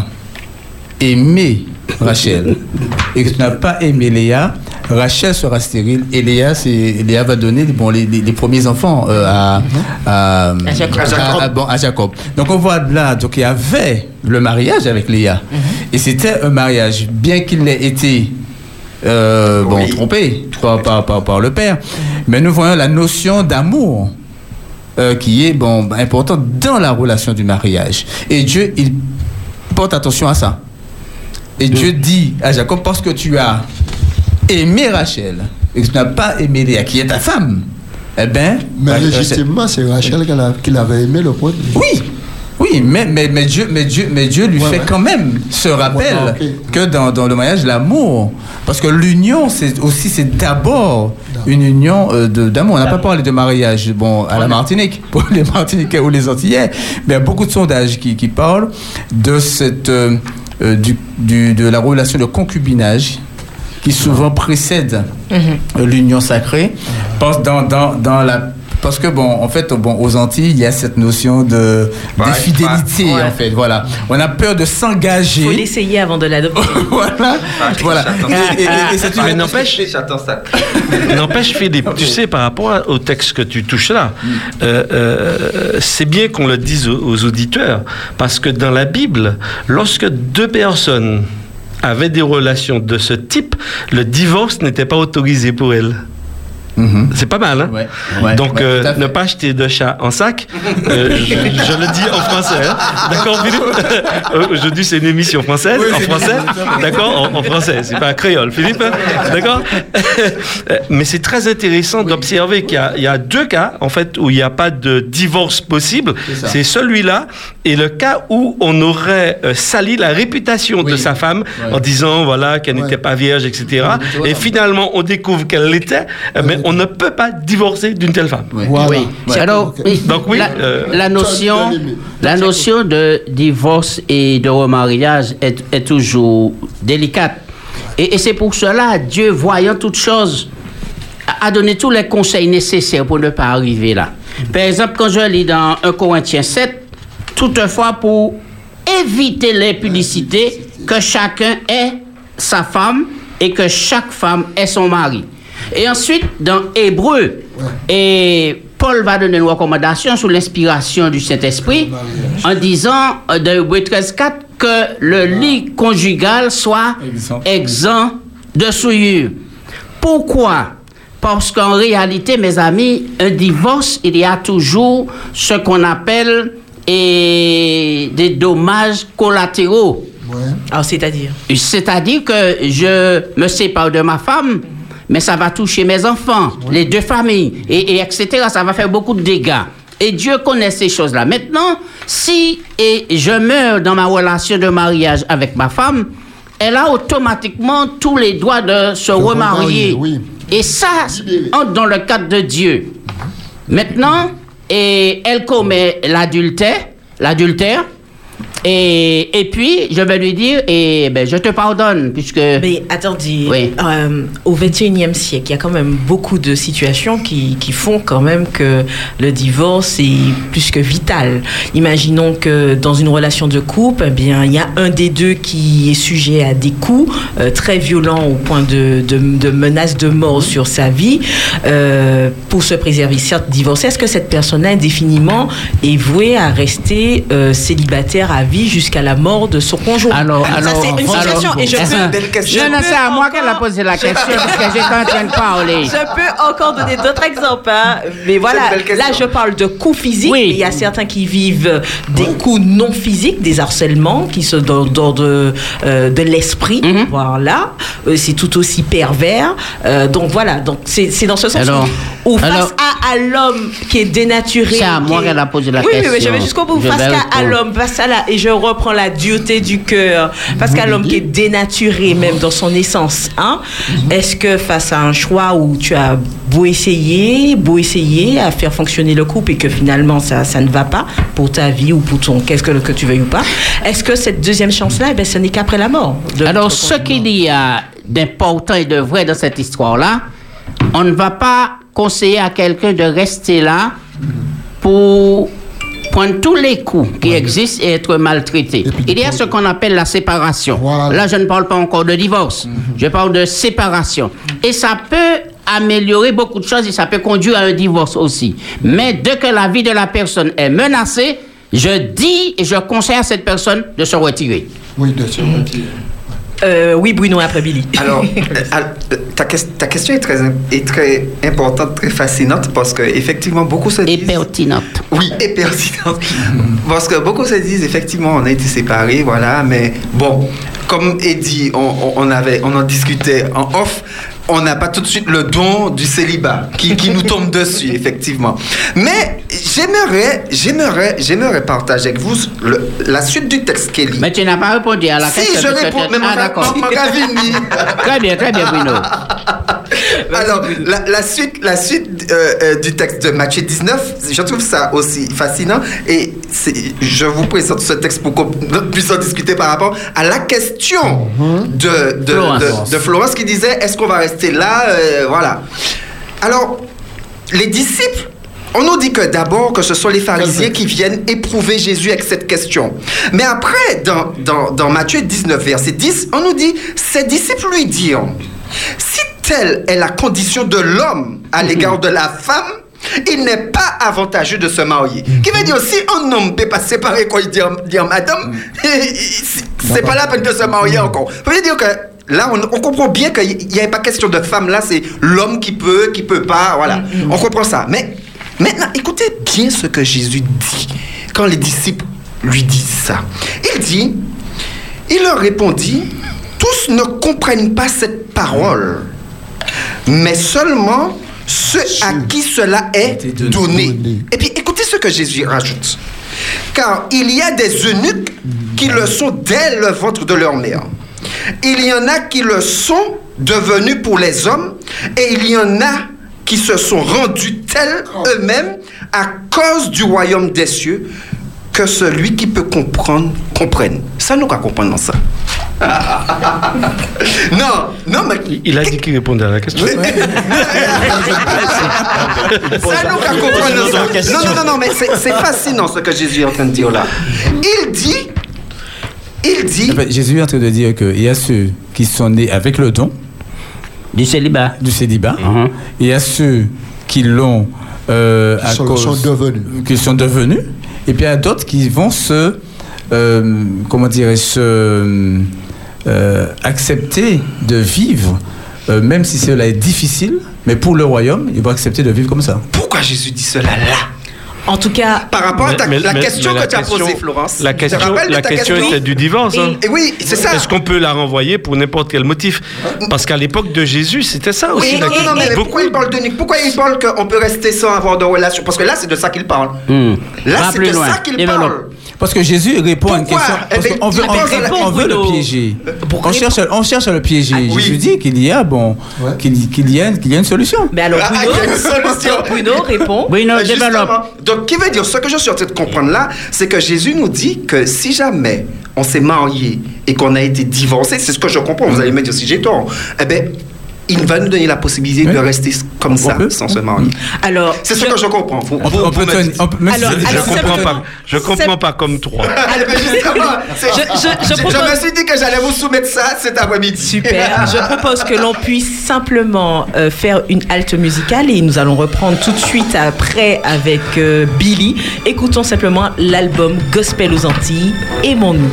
aimé Rachel et que tu n'as pas aimé Léa, Rachel sera stérile et Léa, c'est, Léa va donner bon, les, les, les premiers enfants euh, à, à, à, Jacob. À, à, à, bon, à Jacob. Donc on voit là, donc il y avait le mariage avec Léa. Mm-hmm. Et c'était un mariage, bien qu'il ait été euh, bon, oui. trompé par, par, par, par le père, mais nous voyons la notion d'amour euh, qui est bon, importante dans la relation du mariage. Et Dieu, il porte attention à ça. Et Dieu dit à Jacob, parce que tu as aimé Rachel et que tu n'as pas aimé Léa, qui est ta femme, eh bien... Mais légitimement, c'est Rachel qu'il avait aimé le premier. Oui, oui, mais, mais, mais, Dieu, mais, Dieu, mais Dieu lui ouais, fait ouais. quand même ce rappel ouais, okay. que dans, dans le mariage, l'amour, parce que l'union, c'est aussi, c'est d'abord une union euh, de, d'amour. On n'a pas parlé de mariage bon, à la Martinique, pour les Martiniquais ou les Antillais, mais il y a beaucoup de sondages qui, qui parlent de cette... Euh, Euh, du, du, de la relation de concubinage qui souvent précède mm-hmm. l'union sacrée parce, dans, dans, dans la, parce que bon en fait bon, aux Antilles il y a cette notion de, de fidélité ouais. en fait voilà on a peur de s'engager, il faut l'essayer avant de l'adopter. voilà ah, voilà et, et, et, et c'est une... mais n'empêche n'empêche Philippe tu sais par rapport au texte que tu touches là mm. euh, euh, c'est bien qu'on le dise aux, aux auditeurs parce que dans la Bible lorsque deux personnes avaient des relations de ce type le divorce n'était pas autorisé pour elles. Mmh. C'est pas mal, hein? Ouais, ouais, donc, ouais, euh, ne pas acheter de chat en sac, euh, je, je le dis en français, hein? D'accord, Philippe? Aujourd'hui, c'est une émission française, oui, en français, d'accord? En, en français, c'est pas un créole, Philippe, hein? D'accord? Mais c'est très intéressant oui. d'observer qu'il y a, il y a deux cas, en fait, où il n'y a pas de divorce possible. C'est, c'est celui-là et le cas où on aurait euh, sali la réputation oui. de sa femme ouais. en disant, voilà, qu'elle ouais. n'était pas vierge, et cetera. Oui, et finalement, on découvre qu'elle l'était, mais on ne peut pas divorcer d'une telle femme. Oui. Voilà. oui. Ouais. Alors, okay. Donc, oui, la, euh, la notion, la notion de divorce et de remariage est, est toujours délicate. Et, et c'est pour cela, Dieu, voyant toutes choses, a donné tous les conseils nécessaires pour ne pas arriver là. Par exemple, quand je lis dans un Corinthiens sept, toutefois pour éviter l'impudicité, que chacun ait sa femme et que chaque femme ait son mari. Et ensuite, dans Hébreu, ouais. et Paul va donner une recommandation sous l'inspiration du Saint-Esprit en disant, dans Hébreu treize quatre, que le lit conjugal soit exempt de souillure. Pourquoi? Parce qu'en réalité, mes amis, un divorce, il y a toujours ce qu'on appelle et, des dommages collatéraux. Ouais. Alors, c'est-à-dire? C'est-à-dire que je me sépare de ma femme, mais ça va toucher mes enfants, oui. les deux familles, et, et et cetera. Ça va faire beaucoup de dégâts. Et Dieu connaît ces choses-là. Maintenant, si et je meurs dans ma relation de mariage avec ma femme, elle a automatiquement tous les droits de se le remarier. Oui. Et ça entre dans le cadre de Dieu. Maintenant, et elle commet l'adultère, l'adultère. Et, et puis, je vais lui dire, et ben, je te pardonne, puisque... Mais attendez, oui. euh, au vingt et unième siècle, il y a quand même beaucoup de situations qui, qui font quand même que le divorce est plus que vital. Imaginons que dans une relation de couple, eh bien, il y a un des deux qui est sujet à des coups euh, très violents au point de, de, de menaces de mort sur sa vie. Euh, pour se préserver, certes, divorcer, est-ce que cette personne-là, indéfiniment, est vouée à rester euh, célibataire à vie jusqu'à la mort de son conjoint? Alors, ça, alors, c'est une situation alors, et je peux... Je non, non, c'est à moi qu'elle a posé la question parce que j'étais en train de parler. Je peux encore donner d'autres exemples, hein, mais voilà, là je parle de coups physiques, oui. mais il y a certains qui vivent des oui. coups non physiques, des harcèlements qui sont dans, dans de, euh, de l'esprit, mm-hmm. voilà, euh, c'est tout aussi pervers, euh, donc voilà, donc c'est, c'est dans ce sens alors, où, où alors, face à, à l'homme qui est dénaturé... C'est à moi est... qu'elle a posé la oui, question. Oui, mais je vais jusqu'au bout, je face à, à l'homme, face à la... Et et je reprends la dureté du cœur. Parce qu'à l'homme qui est dénaturé même dans son essence, hein, est-ce que face à un choix où tu as beau essayer, beau essayer à faire fonctionner le couple et que finalement ça, ça ne va pas pour ta vie ou pour ton qu'est-ce que, que tu veuilles ou pas, est-ce que cette deuxième chance-là, eh ben, ce n'est qu'après la mort? Alors, ce qu'il y a d'important et de vrai dans cette histoire-là, on ne va pas conseiller à quelqu'un de rester là pour prendre tous les coups qui existent et être maltraité. Et il y a ce qu'on appelle la séparation. Voilà. Là, je ne parle pas encore de divorce. Mm-hmm. Je parle de séparation. Et ça peut améliorer beaucoup de choses et ça peut conduire à un divorce aussi. Mais dès que la vie de la personne est menacée, je dis et je conseille à cette personne de se retirer. Oui, de se retirer. Euh, oui, Bruno, après Billy. Alors, euh, ta, ta question est très, est très importante, très fascinante, parce qu'effectivement, beaucoup se disent... Et pertinente. Oui, et pertinente. Parce que beaucoup se disent, effectivement, on a été séparés, voilà, mais bon, comme Eddie, on, on, on, avait, on en discutait en off, on n'a pas tout de suite le don du célibat qui, qui nous tombe dessus, effectivement. Mais j'aimerais, j'aimerais, j'aimerais partager avec vous le, la suite du texte, Kelly. Mais tu n'as pas répondu à la si, question. Si, je réponds, mais mon ah, d'accord. Très bien, très bien, Bruno. Alors, la, la suite, la suite euh, euh, du texte de Matthieu dix-neuf, je trouve ça aussi fascinant. Et je vous présente ce texte pour qu'on puisse en discuter par rapport à la question de, de, Florence. de, de Florence qui disait, est-ce qu'on va rester là euh, Voilà. Alors, les disciples, on nous dit que d'abord que ce sont les pharisiens qui viennent éprouver Jésus avec cette question. Mais après, dans, dans, dans Matthieu dix-neuf, verset dix, on nous dit, ses disciples lui dirent, si telle est la condition de l'homme à l'égard de la femme, il n'est pas avantageux de se marier. Qui veut dire, si un homme ne peut pas se séparer quand il dit, dit madame, c'est pas la peine de se marier encore. Ça veut dire que là, on, on comprend bien qu'il n'y avait pas question de femme, là, c'est l'homme qui peut, qui peut pas, voilà. Mm-hmm. On comprend ça. Mais maintenant, écoutez bien ce que Jésus dit quand les disciples lui disent ça. Il dit, il leur répondit, tous ne comprennent pas cette parole, mais seulement ceux à qui cela est donné. Et puis, écoutez ce que Jésus rajoute. Car il y a des eunuques qui le sont dès le ventre de leur mère. Il y en a qui le sont devenus pour les hommes, et il y en a qui se sont rendus tels eux-mêmes à cause du royaume des cieux, que celui qui peut comprendre, comprenne. Ça, nous qu'à comprendre dans ça. non, non, mais... Il a dit qu'il répondait à la question. ça, nous qu'à comprendre ça. Non, non, non, non, mais c'est, c'est fascinant ce que Jésus est en train de dire là. Il dit... Il dit... En fait, Jésus est en train de dire qu'il y a ceux qui sont nés avec le don. Du célibat. Du célibat. Uh-huh. Il y a ceux qui l'ont... Euh, à sont, cause... sont devenus. Qui sont devenus. Et puis il y a d'autres qui vont se, euh, comment dirais-je, se, euh, accepter de vivre, euh, même si cela est difficile, mais pour le royaume, ils vont accepter de vivre comme ça. Pourquoi Jésus dit cela là ? En tout cas, par rapport à ta, mais, la mais, question mais que la tu as question, posée, Florence. La question, la question, question était du divorce. Et, hein. et oui, c'est ça. Est-ce qu'on peut la renvoyer pour n'importe quel motif ? Parce qu'à l'époque de Jésus, c'était ça aussi. Oui, non, non, non, mais beaucoup... pourquoi il parle d'unique ? Pourquoi il parle qu'on peut rester sans avoir de relation ? Parce que là, c'est de ça qu'il parle. Mmh. Là, Va c'est de loin. ça qu'il Et parle. Parce que Jésus répond à une question. Parce eh ben, qu'on veut, on veut, on veut le piéger. On cherche, on cherche à le piéger. Ah, oui. Jésus dit qu'il y a, bon, ouais. qu'il, qu'il, y a, qu'il y a une solution. Mais alors, Bruno, ah, il y a une solution. Bruno répond. Bruno, développe. Donc, qui veut dire, ce que je suis en train de comprendre là, c'est que Jésus nous dit que si jamais on s'est marié et qu'on a été divorcé, c'est ce que je comprends, vous allez me dire si j'ai tort, eh bien, il va nous donner la possibilité oui. de rester comme on ça, peut. sans se marier. Alors, c'est ce je... que je comprends. Vous, on, vous, on peut tenir, on peut, alors, je, alors, je comprends pas. Je comprends pas comme toi. Alors, justement, je, je, je, propose... je me suis dit que j'allais vous soumettre ça cet après-midi. Super. Je propose que l'on puisse simplement euh, faire une halte musicale et nous allons reprendre tout de suite après avec euh, Billy. Écoutons simplement l'album Gospel aux Antilles, Aimons-nous.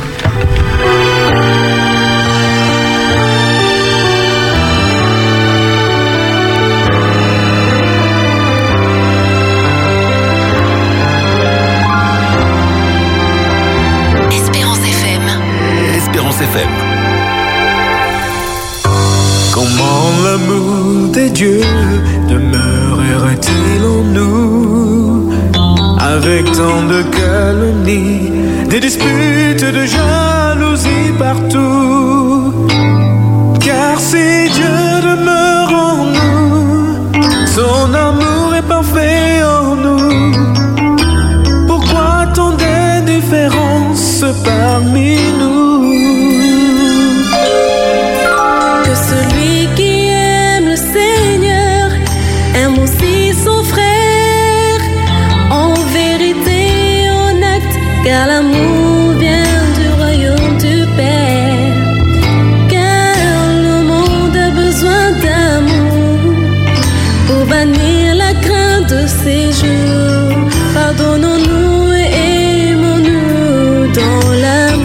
Comment l'amour des dieux demeurerait-il en nous, avec tant de calomnies, des disputes de jalousie partout. Car si Dieu demeure en nous, son amour est parfait en nous. Pourquoi tant d'indifférence parmi nous? Que celui qui aime le Seigneur aime aussi son frère, en vérité, en acte, car l'amour vient du royaume du Père. Car le monde a besoin d'amour pour bannir la crainte de ces jours. Pardonnons-nous et aimons-nous dans l'amour.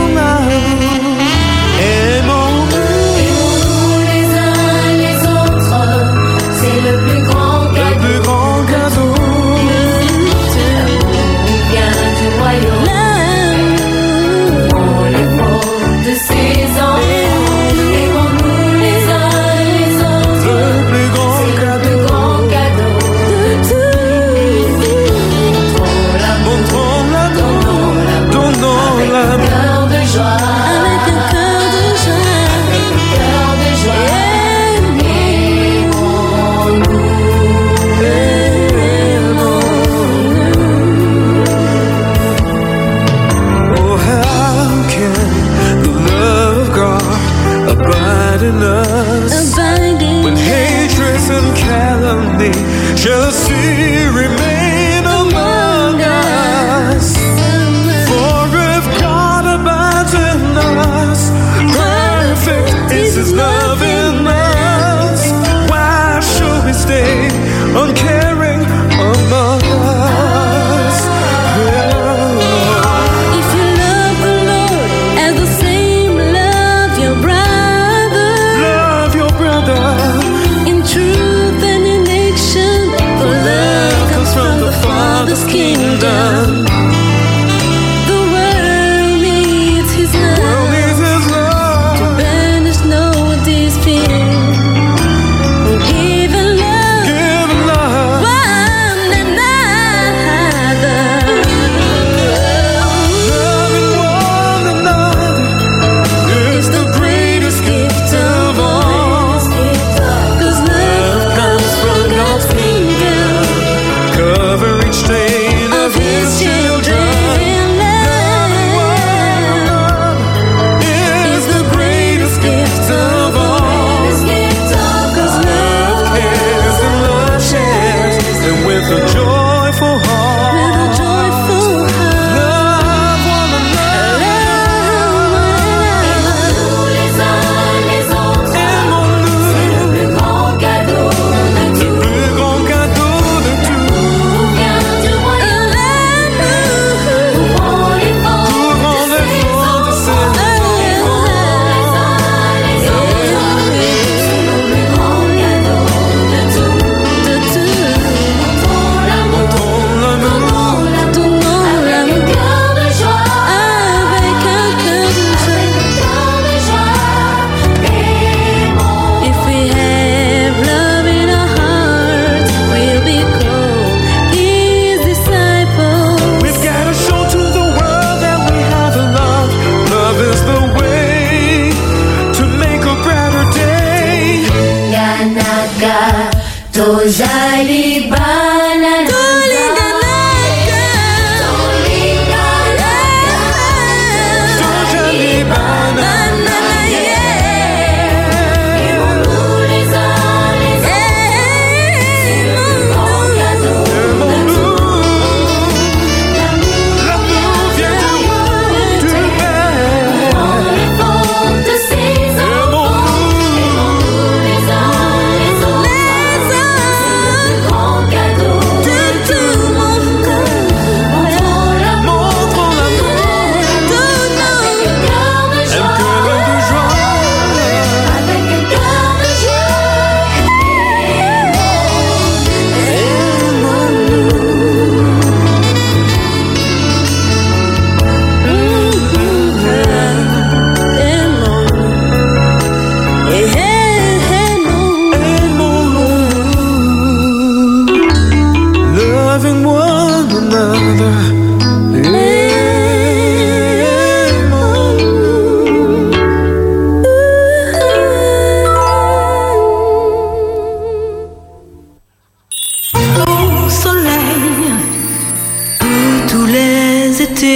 When hatred and calumny jealousy remain among us. For if God abandoned us, perfect is His love in us. Why should we stay uncaring among us? If you love the Lord as the same love your brother, love your brother in truth and in action, for love comes from the Father's kingdom. The world needs His love, world needs His love to banish no despair. Give love, give love one another. Loving one another is the greatest gift of all. 'Cause love comes from God's kingdom. Cover each stain of His children. Loving one another is the greatest gift of all. 'Cause love cares and love shares, and with a joyful heart, With a joyful heart, love one another. aimons-nous les uns les autres. Aimons-nous, Le plus grand cadeau de le tout plus grand cadeau de tout. vient du royaume. Ouvrons les portes de ces enfants. Les uns les autres. C'est le plus grand cadeau de tout. De tout. Montrons l'amour. Montrons l'amour. Donnons l'amour. Avec un cœur de joie. Avec un cœur de joie. If we have love in our hearts, we'll be called His disciples. We've got to show to the world that we have a love. Love is the way to make a brighter day. Yanaka, Tojali Banana. Tojali Banana. Aimons-nous les uns les autres. C'est le plus grand cadeau de tout. L'amour vient du Père. Dans les portes de ces enfants. Aimons-nous les uns les autres.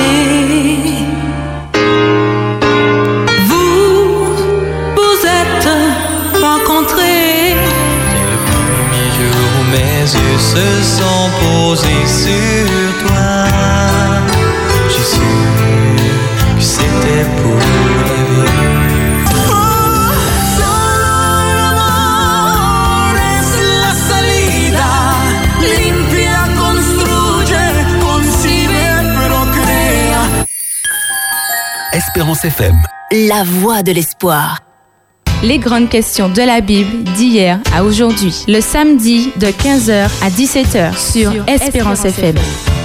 Vous, vous êtes rencontrés. Dès le premier jour où mes yeux se sont posés sur toi, j'ai su que c'était pour la vie. Oh, solo el amor es la salida. Limpia, construye, concibe, procrea. Espérance F M. La voix de l'espoir. Les grandes questions de la Bible d'hier à aujourd'hui. Le samedi de quinze heures à dix-sept heures sur, sur Espérance, Espérance F M. F M.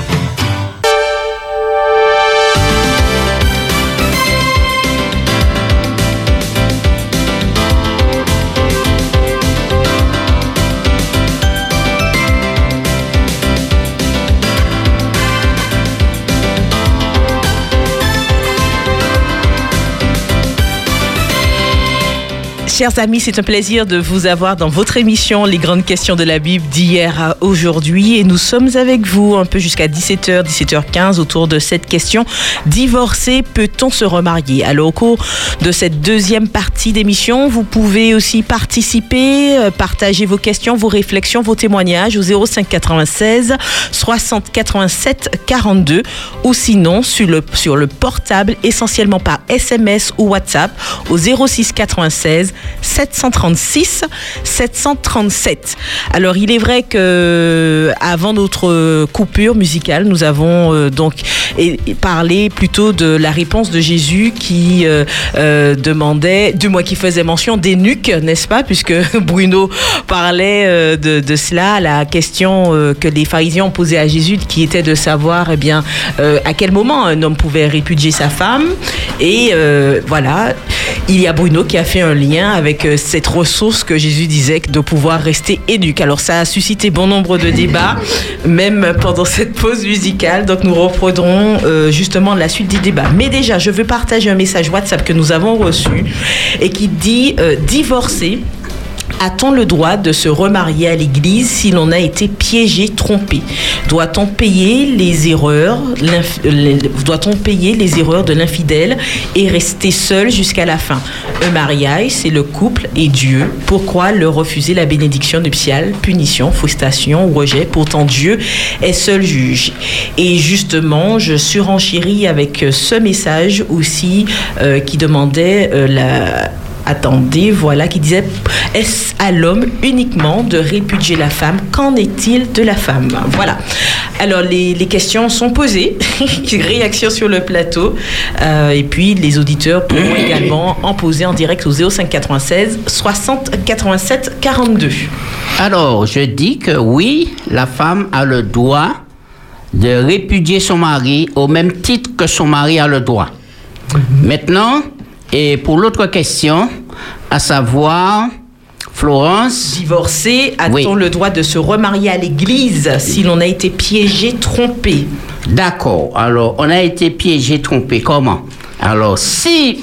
Chers amis, c'est un plaisir de vous avoir dans votre émission Les grandes questions de la Bible d'hier à aujourd'hui. Et nous sommes avec vous un peu jusqu'à dix-sept heures, dix-sept heures quinze autour de cette question. Divorcer, peut-on se remarier? Alors au cours de cette deuxième partie d'émission, vous pouvez aussi participer, partager vos questions, vos réflexions, vos témoignages au zéro cinq quatre-vingt-seize soixante quatre-vingt-sept quarante-deux ou sinon sur le, sur le portable essentiellement par S M S ou WhatsApp au zéro six quatre-vingt-seize sept cent trente-six sept cent trente-sept. Alors il est vrai que avant notre coupure musicale, nous avons euh, donc et, et parlé plutôt de la réponse de Jésus qui euh, euh, demandait, du moins qui faisait mention d'eunuques, n'est-ce pas, puisque Bruno parlait euh, de, de cela, la question euh, que les pharisiens ont posée à Jésus, qui était de savoir eh bien euh, à quel moment un homme pouvait répudier sa femme. Et euh, voilà, il y a Bruno qui a fait un lien avec euh, cette ressource que Jésus disait de pouvoir rester eunuque. Alors ça a suscité bon nombre de débats, même pendant cette pause musicale. Donc nous reprendrons euh, justement la suite des débats. Mais déjà, je veux partager un message WhatsApp que nous avons reçu et qui dit euh, « Divorcer ». A-t-on le droit de se remarier à l'église si l'on a été piégé, trompé? Doit-on payer les erreurs, les, doit-on payer les erreurs de l'infidèle et rester seul jusqu'à la fin? Un mariage, c'est le couple et Dieu. Pourquoi leur refuser la bénédiction nuptiale? Punition, frustration ou rejet? Pourtant, Dieu est seul juge. Et justement, je surenchéris avec ce message aussi euh, qui demandait euh, la... Attendez, voilà, qui disait « Est-ce à l'homme uniquement de répudier la femme? Qu'en est-il de la femme ?» Voilà. Alors, les, les questions sont posées. Réaction sur le plateau. Euh, et puis, les auditeurs pourront également en poser en direct au zéro cinq quatre-vingt-seize soixante quatre-vingt-sept quarante-deux. Alors, je dis que oui, la femme a le droit de répudier son mari au même titre que son mari a le droit. Mm-hmm. Maintenant... Et pour l'autre question, à savoir, Florence... Divorcer, a-t-on oui. le droit de se remarier à l'église si l'on a été piégé, trompé? D'accord. Alors, on a été piégé, trompé. Comment? Alors, si...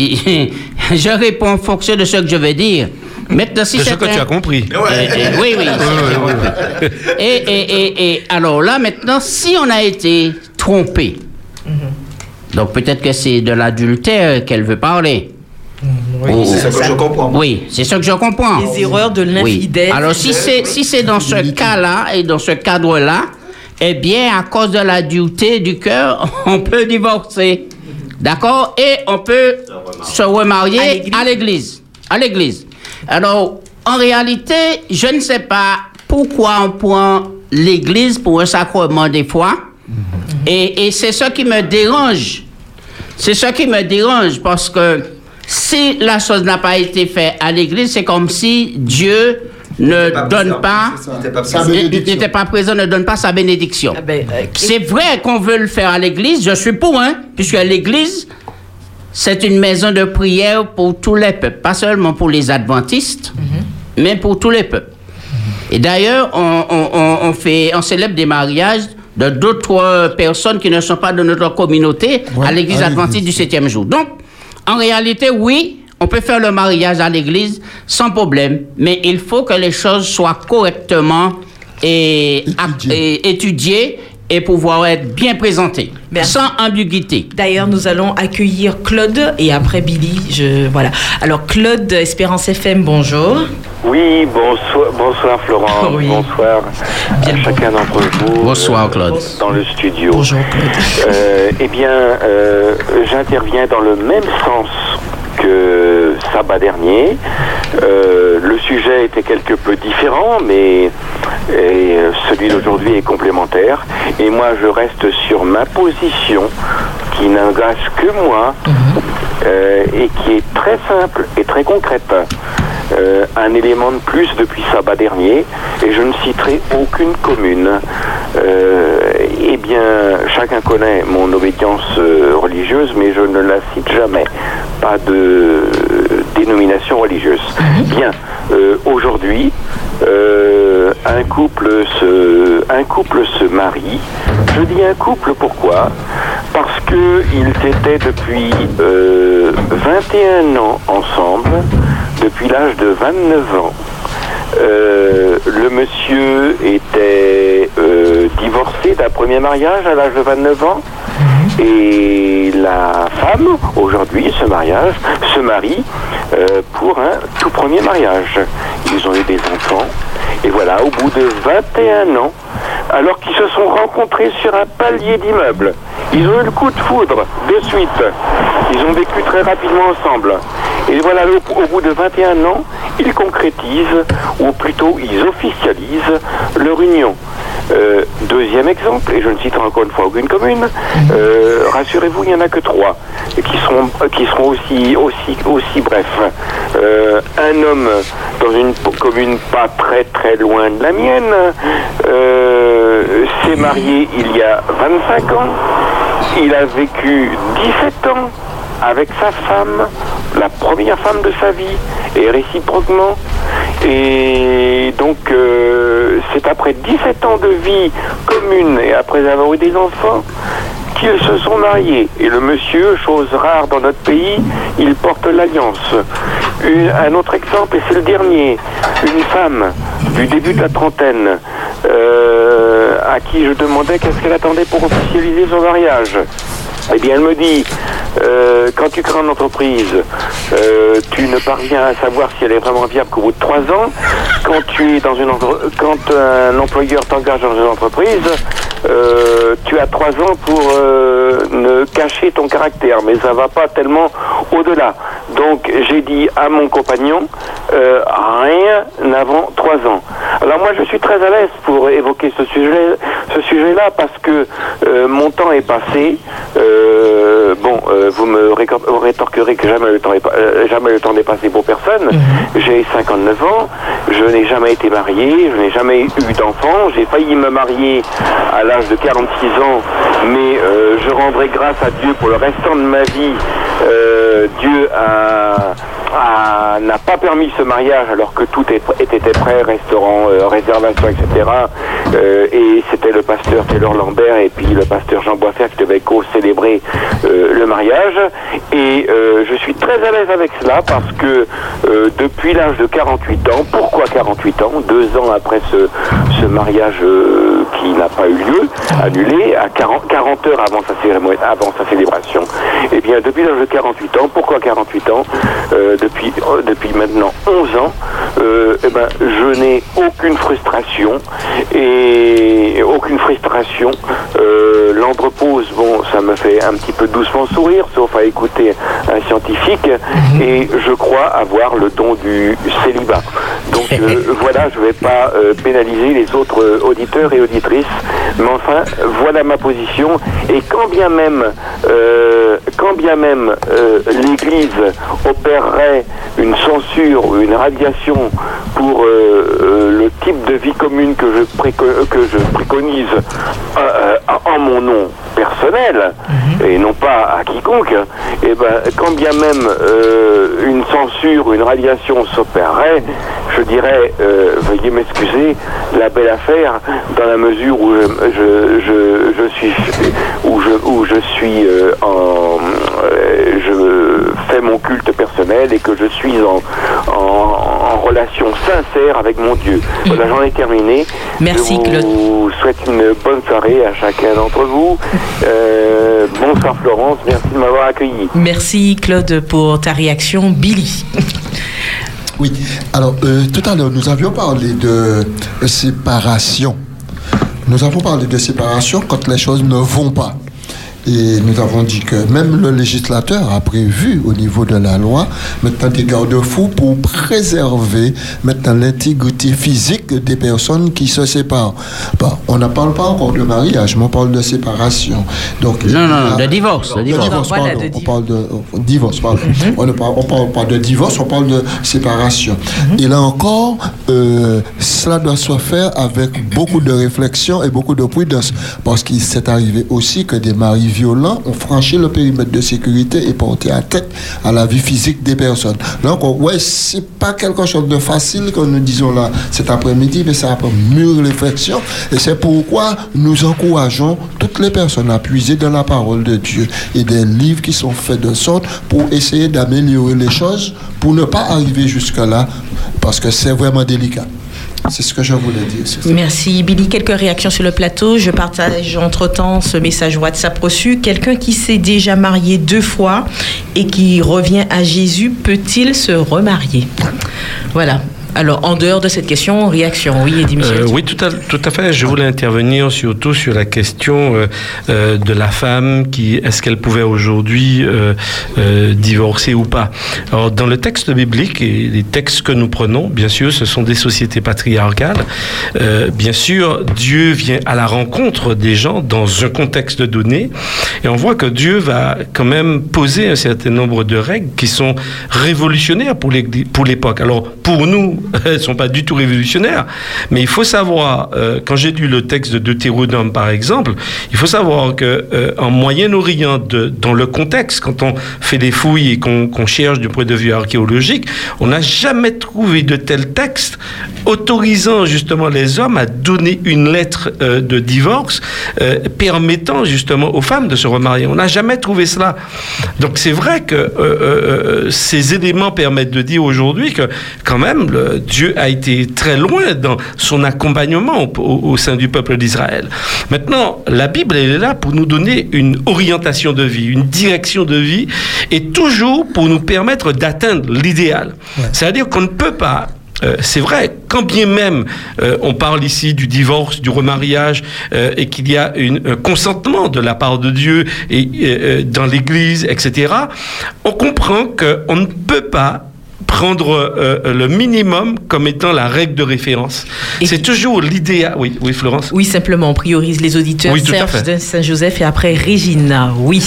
je réponds en fonction de ce que je vais dire. Maintenant, si c'est ce que un... tu as compris. Ouais. Et, et, oui, oui. oui, oui. Et, et, et, et alors là, maintenant, si on a été trompé... Mm-hmm. Donc peut-être que c'est de l'adultère qu'elle veut parler. Oui, oh, c'est ça que je comprends. Oui, c'est ça que je comprends. Les erreurs de l'infidèle. Oui. Alors si c'est si c'est dans ce cas-là et dans ce cadre-là, eh bien à cause de l'adultère du cœur, on peut divorcer, d'accord, et on peut se remarier à l'église, à l'église. Alors en réalité, je ne sais pas pourquoi on prend l'église pour un sacrement des fois. Et, et c'est ça qui me dérange. C'est ça qui me dérange parce que si la chose n'a pas été faite à l'église, c'est comme si Dieu ne pas donne présent, pas, n'était pas, pas présent, ne donne pas sa bénédiction. Ah ben, euh, c'est vrai qu'on veut le faire à l'église, je suis pour, hein, puisque l'église, c'est une maison de prière pour tous les peuples, pas seulement pour les adventistes, mm-hmm. mais pour tous les peuples. Mm-hmm. Et d'ailleurs, on, on, on, fait, on célèbre des mariages de d'autres personnes qui ne sont pas de notre communauté ouais, à l'église adventiste du septième jour. Donc, en réalité, oui, on peut faire le mariage à l'église sans problème, mais il faut que les choses soient correctement et, étudiées. et, étudiées et pouvoir être bien présenté, Merci. sans ambiguïté. D'ailleurs, nous allons accueillir Claude et après Billy. Je, voilà. Alors, Claude, Espérance F M, bonjour. Oui, bonsoir, bonsoir Florent, Oui. bonsoir Bien à chacun d'entre vous. Bonsoir, Claude. euh, Dans le studio. Bonjour, Claude. Euh, eh bien, euh, j'interviens dans le même sens que sabbat dernier. Euh, le sujet était quelque peu différent, mais et, euh, celui d'aujourd'hui est complémentaire. Et moi, je reste sur ma position, qui n'engage que moi, euh, et qui est très simple et très concrète. Euh, un élément de plus depuis sabbat dernier, et je ne citerai aucune commune. Euh, eh bien, chacun connaît mon obédience euh, religieuse, mais je ne la cite jamais. Pas de euh, dénomination religieuse. Bien, euh, aujourd'hui, euh, un couple se, un couple se marie. Je dis un couple, pourquoi ? Parce que ils étaient depuis euh, vingt et un ans ensemble, depuis l'âge de vingt-neuf ans. Euh, le monsieur était euh, divorcé d'un premier mariage à l'âge de vingt-neuf ans, et la femme, aujourd'hui, ce mariage, se marie euh, pour un tout premier mariage. Ils ont eu des enfants, et voilà, au bout de vingt et un ans, alors qu'ils se sont rencontrés sur un palier d'immeuble, ils ont eu le coup de foudre, de suite. Ils ont vécu très rapidement ensemble. Et voilà, au, au bout de vingt et un ans, ils concrétisent, ou plutôt ils officialisent leur union. Euh, deuxième exemple, et je ne citerai encore une fois aucune commune, euh, rassurez-vous, il n'y en a que trois, qui seront, qui seront aussi, aussi, aussi brefs. Euh, un homme dans une commune pas très très loin de la mienne, euh, s'est marié il y a vingt-cinq ans, il a vécu dix-sept ans avec sa femme, la première femme de sa vie, et réciproquement. Et donc, euh, c'est après dix-sept ans de vie commune et après avoir eu des enfants qu'ils se sont mariés. Et le monsieur, chose rare dans notre pays, il porte l'alliance. Une, un autre exemple, et c'est le dernier, une femme du début de la trentaine, euh, à qui je demandais qu'est-ce qu'elle attendait pour officialiser son mariage. Eh bien, elle me dit, euh, quand tu crées une entreprise, euh, tu ne parviens à savoir si elle est vraiment viable qu'au bout de trois ans. Quand tu es dans une entre... quand un employeur t'engage dans une entreprise, euh, tu as trois ans pour euh, ne cacher ton caractère, mais ça va pas tellement au-delà. Donc, j'ai dit à mon compagnon, euh, rien avant trois ans. Alors moi, je suis très à l'aise pour évoquer ce sujet, ce sujet-là, parce que euh, mon temps est passé. Euh, bon, euh, vous me rétorquerez que jamais le temps est pas, euh, jamais le temps n'est passé pour personne. Mmh. J'ai cinquante-neuf ans, je n'ai jamais été marié, je n'ai jamais eu d'enfant. J'ai failli me marier à l'âge de quarante-six ans, mais euh, je rendrai grâce à Dieu pour le restant de ma vie. Euh, Dieu a, a, n'a pas permis ce mariage alors que tout était prêt, restaurant, euh, réservation, et cetera. Euh, et c'était le pasteur Taylor Lambert et puis le pasteur Jean Boisfer qui devaient co-célébrer euh, le mariage. Et euh, je suis très à l'aise avec cela parce que euh, depuis l'âge de quarante-huit ans, pourquoi quarante-huit ans? Deux ans après ce, ce mariage euh, qui n'a pas eu lieu, annulé, à quarante, quarante heures avant sa, cérémonie, avant sa célébration. Et bien depuis l'âge de quarante-huit ans, pourquoi quarante-huit ans? euh, depuis, euh, depuis maintenant onze ans, euh, eh ben, je n'ai aucune frustration et aucune frustration. Euh, l'andropause, bon, ça me fait un petit peu doucement sourire, sauf à écouter un scientifique, et je crois avoir le don du célibat. Donc euh, voilà, je ne vais pas euh, pénaliser les autres euh, auditeurs et auditrices, mais enfin, voilà ma position. Et quand bien même, euh, quand bien même euh, l'Église opérerait une censure ou une radiation pour euh, euh, le type de vie commune que je, préco- que je préconise euh, en mon nom personnel, mm-hmm. et non pas à quiconque, et ben, quand bien même euh, une censure ou une radiation s'opérerait, je dirais, euh, veuillez m'excuser, la belle affaire, dans la mesure où je, je, je, je suis, où je, où je suis euh, en, euh, je fais mon culte personnel et que je suis en, en, en relation sincère avec mon Dieu. Mm. Voilà, j'en ai terminé. Merci, Je vous souhaite une bonne soirée à chacun d'entre vous. Euh, bonsoir Florence, merci de m'avoir accueilli. Merci Claude pour ta réaction. Billy. Oui, alors euh, tout à l'heure, nous avions parlé de euh, séparation. Nous avons parlé de séparation quand les choses ne vont pas. Et nous avons dit que même le législateur a prévu au niveau de la loi maintenant des garde-fous pour préserver maintenant l'intégrité physique des personnes qui se séparent. Bon, on ne parle pas encore de mariage, mais on parle de séparation. Donc, non, non, a, de divorce. De divorce, divorce voilà, pardon. de On parle de euh, divorce, pardon. Mm-hmm. On ne parle, on parle pas de divorce, on parle de séparation. Mm-hmm. Et là encore, euh, cela doit se faire avec beaucoup de réflexion et beaucoup de prudence, parce qu'il s'est arrivé aussi que des maris violents ont franchi le périmètre de sécurité et porté à tête à la vie physique des personnes. Donc, ouais, c'est pas quelque chose de facile que nous disons là cet après-midi, mais ça apprend mûre réflexion. Et c'est pourquoi nous encourageons toutes les personnes à puiser dans la parole de Dieu et des livres qui sont faits de sorte pour essayer d'améliorer les choses, pour ne pas arriver jusque-là, parce que c'est vraiment délicat. C'est ce que je voulais dire. Merci Billy. Quelques réactions sur le plateau. Je partage entre-temps ce message WhatsApp reçu. Quelqu'un qui s'est déjà marié deux fois et qui revient à Jésus, peut-il se remarier? Voilà. Alors, en dehors de cette question, réaction, oui, Eddy Michel. Euh, oui, tout à, tout à fait. Je voulais intervenir surtout sur la question euh, euh, de la femme qui, est-ce qu'elle pouvait aujourd'hui euh, euh, divorcer ou pas. Alors, dans le texte biblique et les textes que nous prenons, bien sûr, ce sont des sociétés patriarcales. Euh, bien sûr, Dieu vient à la rencontre des gens dans un contexte donné, et on voit que Dieu va quand même poser un certain nombre de règles qui sont révolutionnaires pour pour l'époque. Alors, pour nous, elles ne sont pas du tout révolutionnaires, mais il faut savoir, euh, quand j'ai lu le texte de Deutéronome par exemple, il faut savoir qu'en euh, Moyen-Orient, de, dans le contexte, quand on fait des fouilles et qu'on, qu'on cherche du point de vue archéologique, on n'a jamais trouvé de tel texte autorisant justement les hommes à donner une lettre euh, de divorce euh, permettant justement aux femmes de se remarier. On n'a jamais trouvé cela. Donc c'est vrai que euh, euh, ces éléments permettent de dire aujourd'hui que quand même le, Dieu a été très loin dans son accompagnement au, au, au sein du peuple d'Israël. Maintenant, la Bible, elle est là pour nous donner une orientation de vie, une direction de vie, et toujours pour nous permettre d'atteindre l'idéal. Ouais. C'est-à-dire qu'on ne peut pas... Euh, c'est vrai, quand bien même euh, on parle ici du divorce, du remariage, euh, et qu'il y a une, un consentement de la part de Dieu et, euh, dans l'Église, et cetera, on comprend qu'on ne peut pas prendre euh, le minimum comme étant la règle de référence. Et c'est toujours l'idéal. Oui, oui, Florence. Oui, simplement, on priorise les auditeurs. Oui, Serge de Saint-Joseph et après Régina. Oui.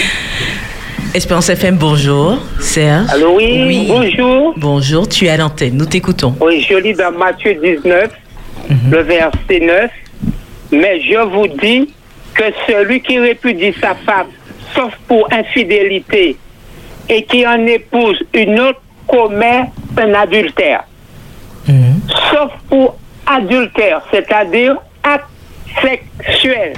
Espérance F M, bonjour. Serge. Allô, oui, oui. Bonjour. Bonjour, tu es à l'antenne, nous t'écoutons. Oui, je lis dans Matthieu dix-neuf, mm-hmm. le verset neuf. Mais je vous dis que celui qui répudie sa femme, sauf pour infidélité, et qui en épouse une autre, commet un adultère. Mmh. Sauf pour adultère, c'est-à-dire acte sexuel.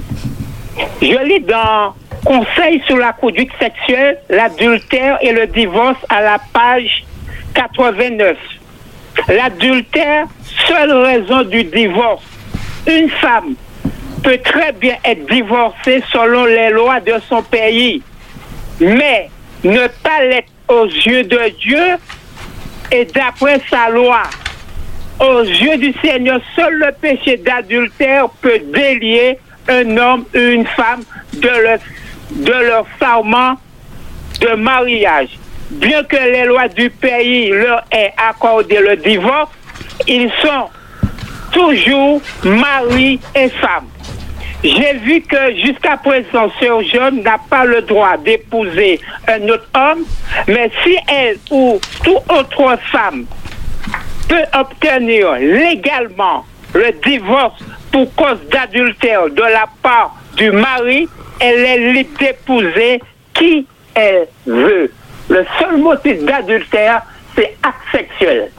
Je lis dans Conseil sur la conduite sexuelle, l'adultère et le divorce à la page quatre-vingt-neuf. L'adultère, seule raison du divorce. Une femme peut très bien être divorcée selon les lois de son pays, mais ne pas l'être aux yeux de Dieu et d'après sa loi. Aux yeux du Seigneur, seul le péché d'adultère peut délier un homme ou une femme de leur, de leur serment de mariage. Bien que les lois du pays leur aient accordé le divorce, ils sont toujours mari et femme. J'ai vu que jusqu'à présent, ce jeune n'a pas le droit d'épouser un autre homme, mais si elle ou toute autre femme peut obtenir légalement le divorce pour cause d'adultère de la part du mari, elle est libre d'épouser qui elle veut. Le seul motif d'adultère, c'est acte sexuel.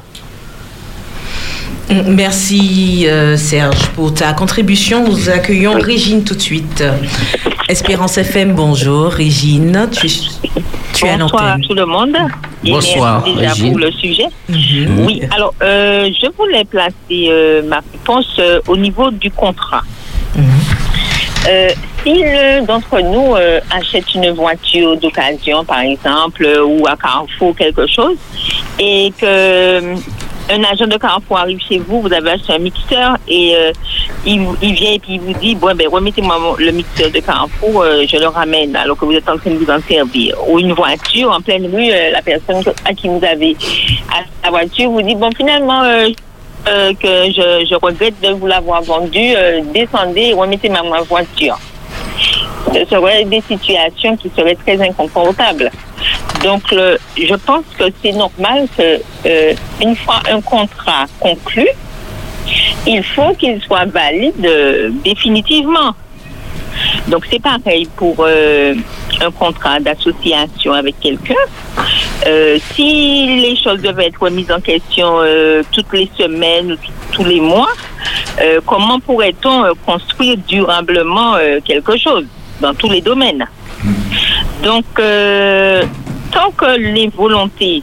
Merci euh, Serge pour ta contribution. Nous accueillons Régine tout de suite. Espérance F M, bonjour Régine. Tu, tu Bonsoir à tout le monde. Et Bonsoir, merci déjà Régine. pour le sujet. Mm-hmm. Oui, alors euh, je voulais placer euh, ma réponse euh, au niveau du contrat. Euh, si l'un d'entre nous euh, achète une voiture d'occasion, par exemple, euh, ou à Carrefour, quelque chose, et que euh, un agent de Carrefour arrive chez vous, vous avez acheté un mixeur, et euh, il, il vient et puis il vous dit, bon, ben, remettez-moi mon- le mixeur de Carrefour, euh, je le ramène, alors que vous êtes en train de vous en servir. Ou une voiture, en pleine rue, euh, la personne à qui vous avez acheté la voiture vous dit, bon, finalement, euh, euh, que je, je regrette de vous l'avoir vendue, euh, descendez et remettez-moi ma voiture. Ce seraient des situations qui seraient très inconfortables. Donc, le, je pense que c'est normal que euh, une fois un contrat conclu, il faut qu'il soit valide euh, définitivement. Donc, c'est pareil pour euh, un contrat d'association avec quelqu'un. Euh, si les choses devaient être remises en question euh, toutes les semaines ou t- tous les mois, euh, comment pourrait-on euh, construire durablement euh, quelque chose dans tous les domaines? Donc, euh, tant que les volontés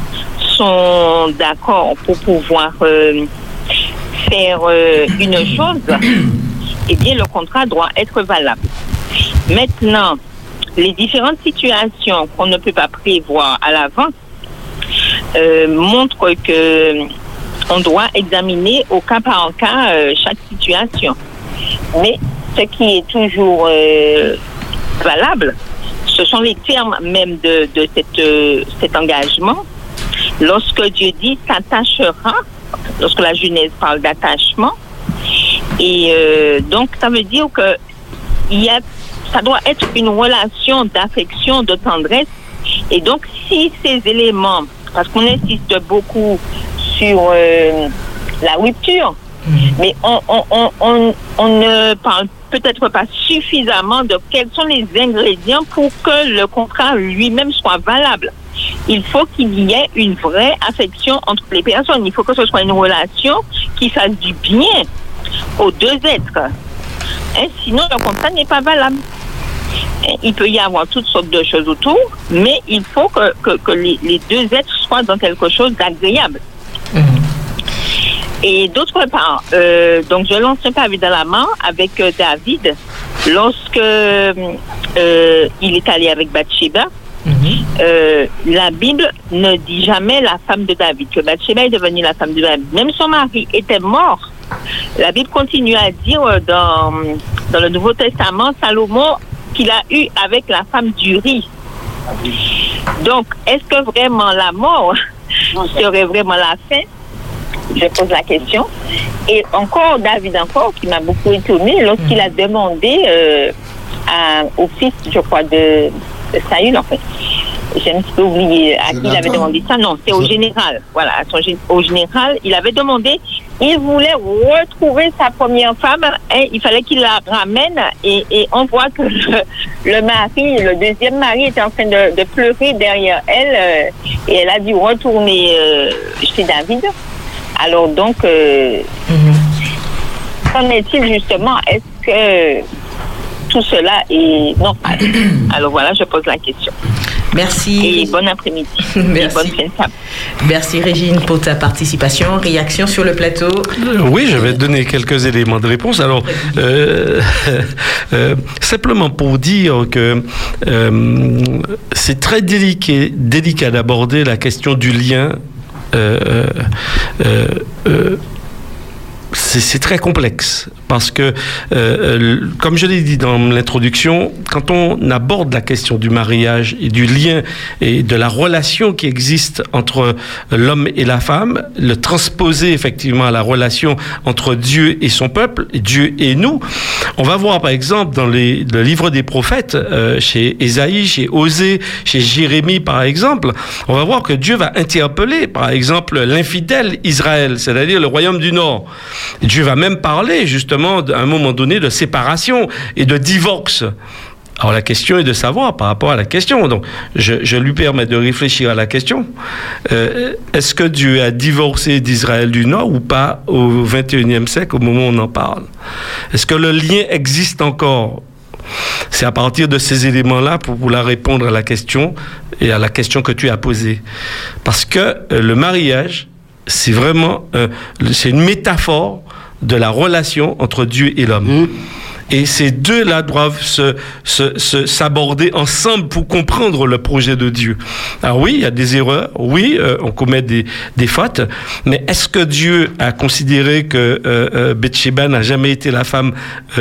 sont d'accord pour pouvoir euh, faire euh, une chose, eh bien, le contrat doit être valable. Maintenant, les différentes situations qu'on ne peut pas prévoir à l'avance euh, montrent que on doit examiner au cas par cas euh, chaque situation. Mais ce qui est toujours euh, valable, ce sont les termes même de, de cette, euh, cet engagement. Lorsque Dieu dit s'attachera, lorsque la Genèse parle d'attachement, et euh, donc ça veut dire que il y a, ça doit être une relation d'affection, de tendresse. Et donc si ces éléments, parce qu'on insiste beaucoup sur euh, la rupture, mais on, on, on, on, on ne parle peut-être pas suffisamment de quels sont les ingrédients pour que le contrat lui-même soit valable. Il faut qu'il y ait une vraie affection entre les personnes. Il faut que ce soit une relation qui fasse du bien aux deux êtres. Hein, sinon, le contrat n'est pas valable. Hein, il peut y avoir toutes sortes de choses autour, mais il faut que, que, que les, les deux êtres soient dans quelque chose d'agréable. Mmh. Et d'autre part, euh, donc je lance un pavé dans la main avec euh, David lorsque euh, il est allé avec Bathsheba. Mm-hmm. Euh, la Bible ne dit jamais la femme de David, que Bathsheba est devenue la femme de David. Même son mari était mort. La Bible continue à dire dans, dans le Nouveau Testament, Salomon, qu'il a eu avec la femme d'Uri. Donc, est-ce que vraiment la mort serait vraiment la fin? Je pose la question. Et encore, David encore, qui m'a beaucoup étonné, lorsqu'il a demandé euh, à, au fils, je crois, de, de Saül, en fait, j'ai un petit peu oublié à qui il avait demandé ça. Non, c'est au général. Voilà, à son, au général, il avait demandé, il voulait retrouver sa première femme, et il fallait qu'il la ramène, et, et on voit que le, le mari, le deuxième mari était en train de, de pleurer derrière elle, euh, et elle a dû retourner euh, chez David. Alors donc, euh, mm-hmm. qu'en est-il justement? Est-ce que tout cela est normal? Alors voilà, je pose la question. Merci. Et bon après-midi. Merci. Et bonne fin de semaine. Merci Régine pour ta participation. Réaction sur le plateau? Oui, je vais te donner quelques éléments de réponse. Alors, euh, euh, simplement pour dire que euh, c'est très délicat, délicat d'aborder la question du lien. Euh, euh, euh, c'est, c'est très complexe parce que, euh, comme je l'ai dit dans l'introduction, quand on aborde la question du mariage et du lien et de la relation qui existe entre l'homme et la femme, le transposer effectivement à la relation entre Dieu et son peuple, Dieu et nous, on va voir par exemple dans les, le livre des prophètes, euh, chez Ésaïe, chez Osée, chez Jérémie par exemple, on va voir que Dieu va interpeller par exemple l'infidèle Israël, c'est-à-dire le royaume du Nord. Dieu va même parler justement à un moment donné de séparation et de divorce. Alors la question est de savoir par rapport à la question. Donc je, je lui permets de réfléchir à la question. Euh, est-ce que Dieu a divorcé d'Israël du Nord ou pas au vingt et unième siècle, au moment où on en parle? Est-ce que le lien existe encore? C'est à partir de ces éléments-là pour vouloir répondre à la question et à la question que tu as posée. Parce que euh, le mariage, c'est vraiment euh, c'est une métaphore de la relation entre Dieu et l'homme. Mmh. Et ces deux-là doivent se, se, se, s'aborder ensemble pour comprendre le projet de Dieu. Alors oui, il y a des erreurs, oui, euh, on commet des, des fautes, mais est-ce que Dieu a considéré que euh, euh, Bathsheba n'a jamais été la femme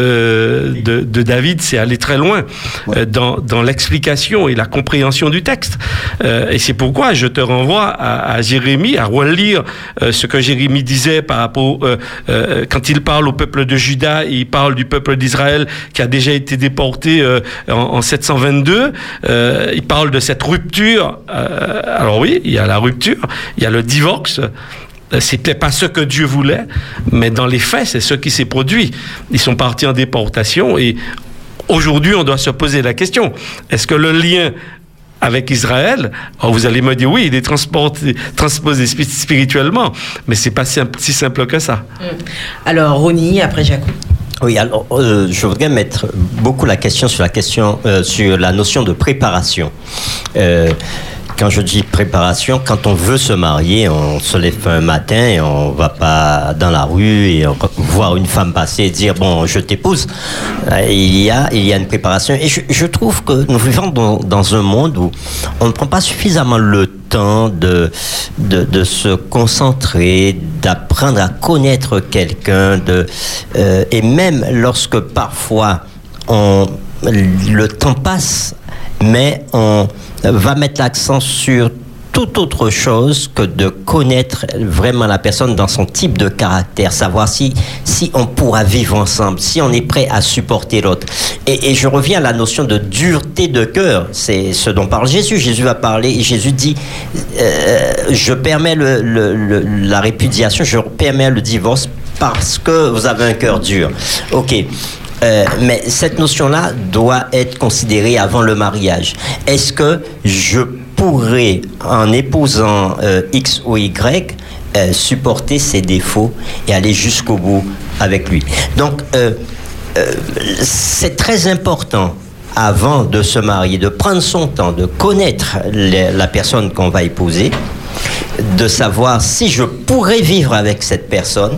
euh, de, de David? C'est aller très loin euh, dans, dans l'explication et la compréhension du texte. Euh, et c'est pourquoi je te renvoie à, à Jérémie, à relire euh, ce que Jérémie disait par rapport, euh, euh, quand il parle au peuple de Juda, il parle du peuple d'Israël qui a déjà été déporté euh, en, en sept cent vingt-deux. Euh, il parle de cette rupture. Euh, alors oui, il y a la rupture, il y a le divorce. C'était pas ce que Dieu voulait, mais dans les faits, c'est ce qui s'est produit. Ils sont partis en déportation et aujourd'hui, on doit se poser la question. Est-ce que le lien avec Israël, alors vous allez me dire oui, il est transporté, transposé spirituellement, mais c'est pas simple, si simple que ça. Alors, Ronnie, après Jacob. Oui, alors euh, je voudrais mettre beaucoup la question sur la question euh, sur la notion de préparation. Euh, quand je dis préparation, quand on veut se marier, on se lève un matin et on va pas dans la rue et on voir une femme passer et dire bon, je t'épouse. Il y a il y a une préparation et je, je trouve que nous vivons dans, dans un monde où on ne prend pas suffisamment le temps de de, de se concentrer, d'apprendre à connaître quelqu'un, de euh, et même lorsque parfois on le temps passe, mais on va mettre l'accent sur toute autre chose que de connaître vraiment la personne dans son type de caractère, savoir si, si on pourra vivre ensemble, si on est prêt à supporter l'autre. Et, et je reviens à la notion de dureté de cœur, c'est ce dont parle Jésus. Jésus va parler et Jésus dit euh, je permets le, le, le, la répudiation, je permets le divorce parce que vous avez un cœur dur. Ok. Euh, mais cette notion-là doit être considérée avant le mariage. Est-ce que je pourrais, en épousant euh, X ou Y, euh, supporter ses défauts et aller jusqu'au bout avec lui? Donc, euh, euh, c'est très important, avant de se marier, de prendre son temps, de connaître les, la personne qu'on va épouser, de savoir si je pourrais vivre avec cette personne,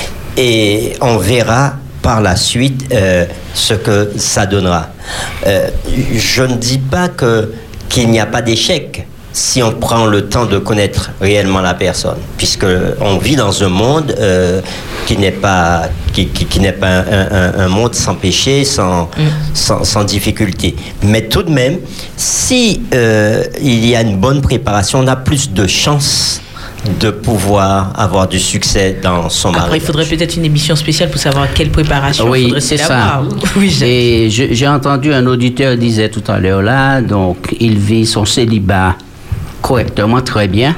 et on verra par la suite euh, ce que ça donnera. Euh, je ne dis pas que, qu'il n'y a pas d'échec si on prend le temps de connaître réellement la personne, puisque on vit dans un monde euh, qui n'est pas, qui, qui, qui n'est pas un, un, un monde sans péché, sans, mm. sans, sans difficulté. Mais tout de même, si euh, il y a une bonne préparation, on a plus de chances de pouvoir avoir du succès dans son mariage. Après, il faudrait peut-être une émission spéciale pour savoir quelle préparation oui, faudrait c'est ça. Oui, et je, j'ai entendu un auditeur disait tout à l'heure là, donc il vit son célibat correctement, très bien.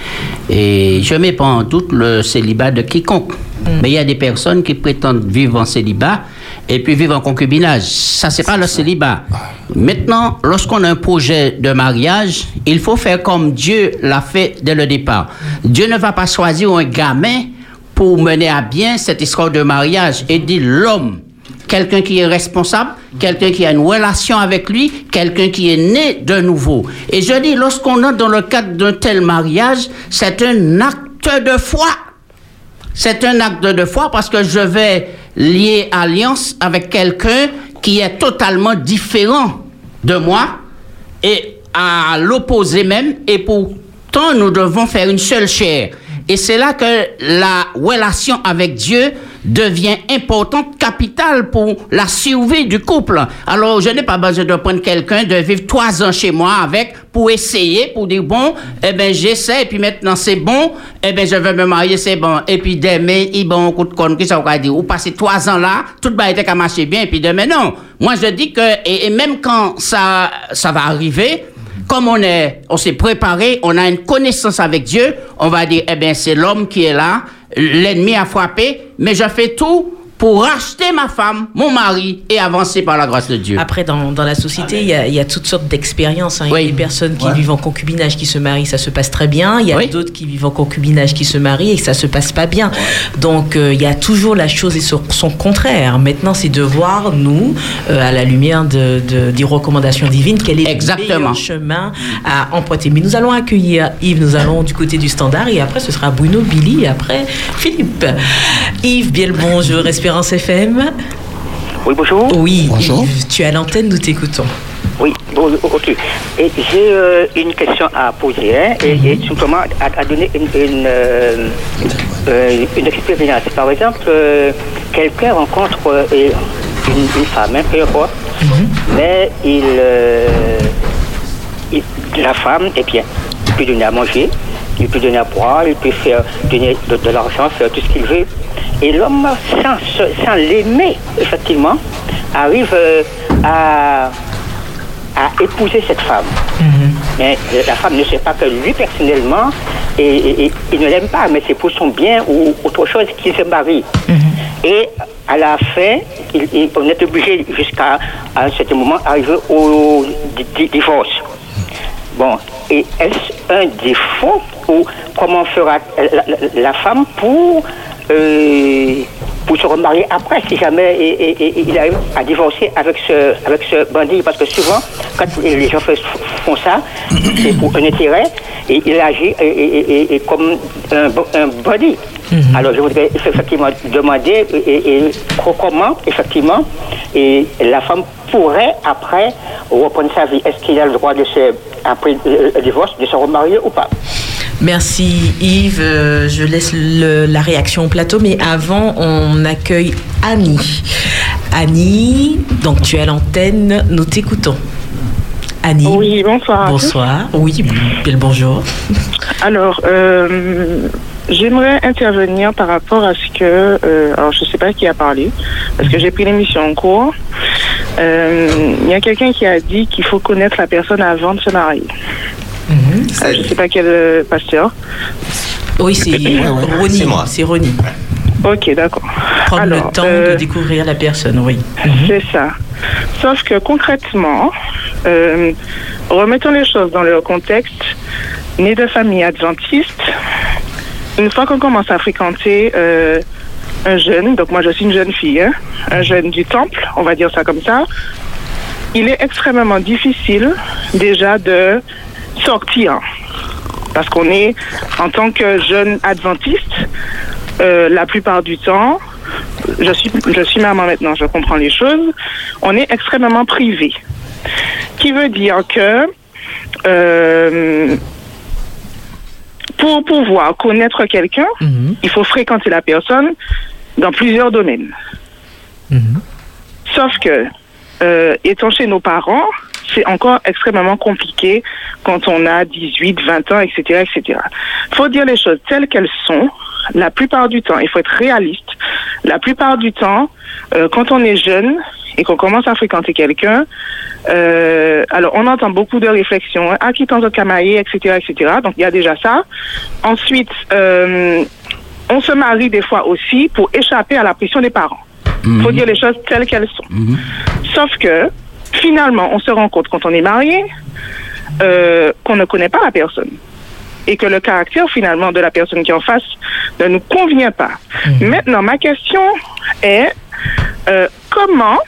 Et je ne mets pas en doute le célibat de quiconque. Mm. Mais il y a des personnes qui prétendent vivre en célibat et puis vivre en concubinage. Ça, c'est pas le célibat. Maintenant, lorsqu'on a un projet de mariage, il faut faire comme Dieu l'a fait dès le départ. Dieu ne va pas choisir un gamin pour mener à bien cette histoire de mariage et dire l'homme, quelqu'un qui est responsable, quelqu'un qui a une relation avec lui, quelqu'un qui est né de nouveau. Et je dis, lorsqu'on est dans le cadre d'un tel mariage, c'est un acte de foi. C'est un acte de foi parce que je vais lier alliance avec quelqu'un qui est totalement différent de moi et à l'opposé même, et pourtant nous devons faire une seule chair. Et c'est là que la relation avec Dieu devient importante, capitale pour la survie du couple. Alors, je n'ai pas besoin de prendre quelqu'un, de vivre trois ans chez moi avec, pour essayer, pour dire, bon, eh bien, j'essaie, et puis maintenant, c'est bon, eh bien, je veux me marier, c'est bon. Et puis, demain, il bon, coup de conne, qu'est-ce qu'on va dire? Ou passer trois ans là, tout va être qu'à marcher bien, et puis demain, non. Moi, je dis que, et, et même quand ça, ça va arriver, comme on est, on s'est préparé, on a une connaissance avec Dieu, on va dire, eh bien, c'est l'homme qui est là, l'ennemi a frappé, mais je fais tout pour racheter ma femme, mon mari, et avancer par la grâce de Dieu. Après, dans, dans la société, il y, a, il y a toutes sortes d'expériences. Hein. Il y a des personnes qui Ouais. vivent en concubinage qui se marient, ça se passe très bien. Il y a Oui. d'autres qui vivent en concubinage qui se marient et ça se passe pas bien. Donc, euh, il y a toujours la chose et son, son contraire. Maintenant, c'est de voir, nous, euh, à la lumière de, de- des recommandations divines, quel est Exactement. le meilleur chemin à emprunter. Mais nous allons accueillir Yves, nous allons du côté du standard et après, ce sera Bruno, Billy et après Philippe. Yves, bien le bonjour, Espérance F M. Oui, bonjour. Oui, Yves, tu es à l'antenne, nous t'écoutons. Oui, bon, ok. Et j'ai euh, une question à poser, hein, et, et simplement à, à donner une, une, euh, euh, une expérience. Par exemple, euh, quelqu'un rencontre euh, une, une femme, hein, peu importe, mais il, euh, il- la femme, eh bien, il peut donner à manger, il peut donner à boire, il peut faire donner de, de l'argent, faire tout ce qu'il veut. Et l'homme, sans, se- sans l'aimer, effectivement, arrive euh, à à épouser cette femme. Mais euh, la femme ne sait pas que lui, personnellement, et, et- et- il ne l'aime pas, mais c'est pour son bien ou autre chose qu'il se marie. Et à la fin, il- il- on est obligé jusqu'à à un certain moment arriver au di- di- divorce. Bon, et est-ce un défaut ou comment fera la, la- la femme pour, euh, pour se remarier après si jamais et- et- et il arrive à divorcer avec ce, avec ce bandit? Parce que souvent, quand les gens fais- font ça, c'est pour un intérêt et il agit et, et- et- et comme un, bo- un bandit. Alors je voudrais effectivement demander et, et- et comment effectivement et la femme pourrait après reprendre sa vie. Est-ce qu'il a le droit de se, après le divorce, de se remarier ou pas? Merci Yves, Euh, je laisse le- la réaction au plateau, mais avant on accueille Annie. Annie, donc tu es à l'antenne, nous t'écoutons. Annie. Oui, bonsoir. Bonsoir. Oui, bien le bonjour. Alors, euh, j'aimerais intervenir par rapport à ce que... euh, alors, je ne sais pas qui a parlé, parce que j'ai pris l'émission en cours. Euh, Il y a quelqu'un qui a dit qu'il faut connaître la personne avant de se marier. Euh, je ne sais pas quel euh, pasteur. Oui, c'est Ronnie. C'est moi. C'est Ronnie. Ok, d'accord. Prendre Alors, le temps euh, de découvrir la personne, oui. C'est ça. Sauf que concrètement, euh, remettons les choses dans leur contexte. Né de famille adventiste, une fois qu'on commence à fréquenter euh, un jeune, donc moi je suis une jeune fille, hein, un jeune du temple, on va dire ça comme ça, il est extrêmement difficile déjà de sortir. Parce qu'on est, en tant que jeune adventiste, euh, la plupart du temps, je suis, je suis maman maintenant, je comprends les choses, on est extrêmement privé. Qui veut dire que euh, pour pouvoir connaître quelqu'un, il faut fréquenter la personne dans plusieurs domaines. Sauf que, euh, étant chez nos parents, c'est encore extrêmement compliqué quand on a dix-huit, vingt ans, et cetera, et cetera. Il faut dire les choses telles qu'elles sont. La plupart du temps, il faut être réaliste. La plupart du temps, euh, quand on est jeune et qu'on commence à fréquenter quelqu'un, euh, alors on entend beaucoup de réflexions, hein, ah, qui t'en qu'à marier, et cetera, et cetera. Donc il y a déjà ça. Ensuite, euh, on se marie des fois aussi pour échapper à la pression des parents. Il faut dire les choses telles qu'elles sont. Sauf que, finalement, on se rend compte quand on est marié euh, qu'on ne connaît pas la personne et que le caractère, finalement, de la personne qui est en face ne nous convient pas. Maintenant, ma question est euh, comment,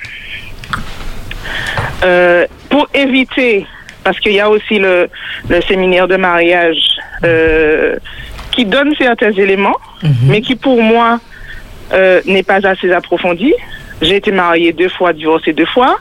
euh, pour éviter, parce qu'il y a aussi le, le séminaire de mariage euh, qui donne certains éléments, mais qui, pour moi, euh, n'est pas assez approfondi. J'ai été mariée deux fois, divorcée deux fois.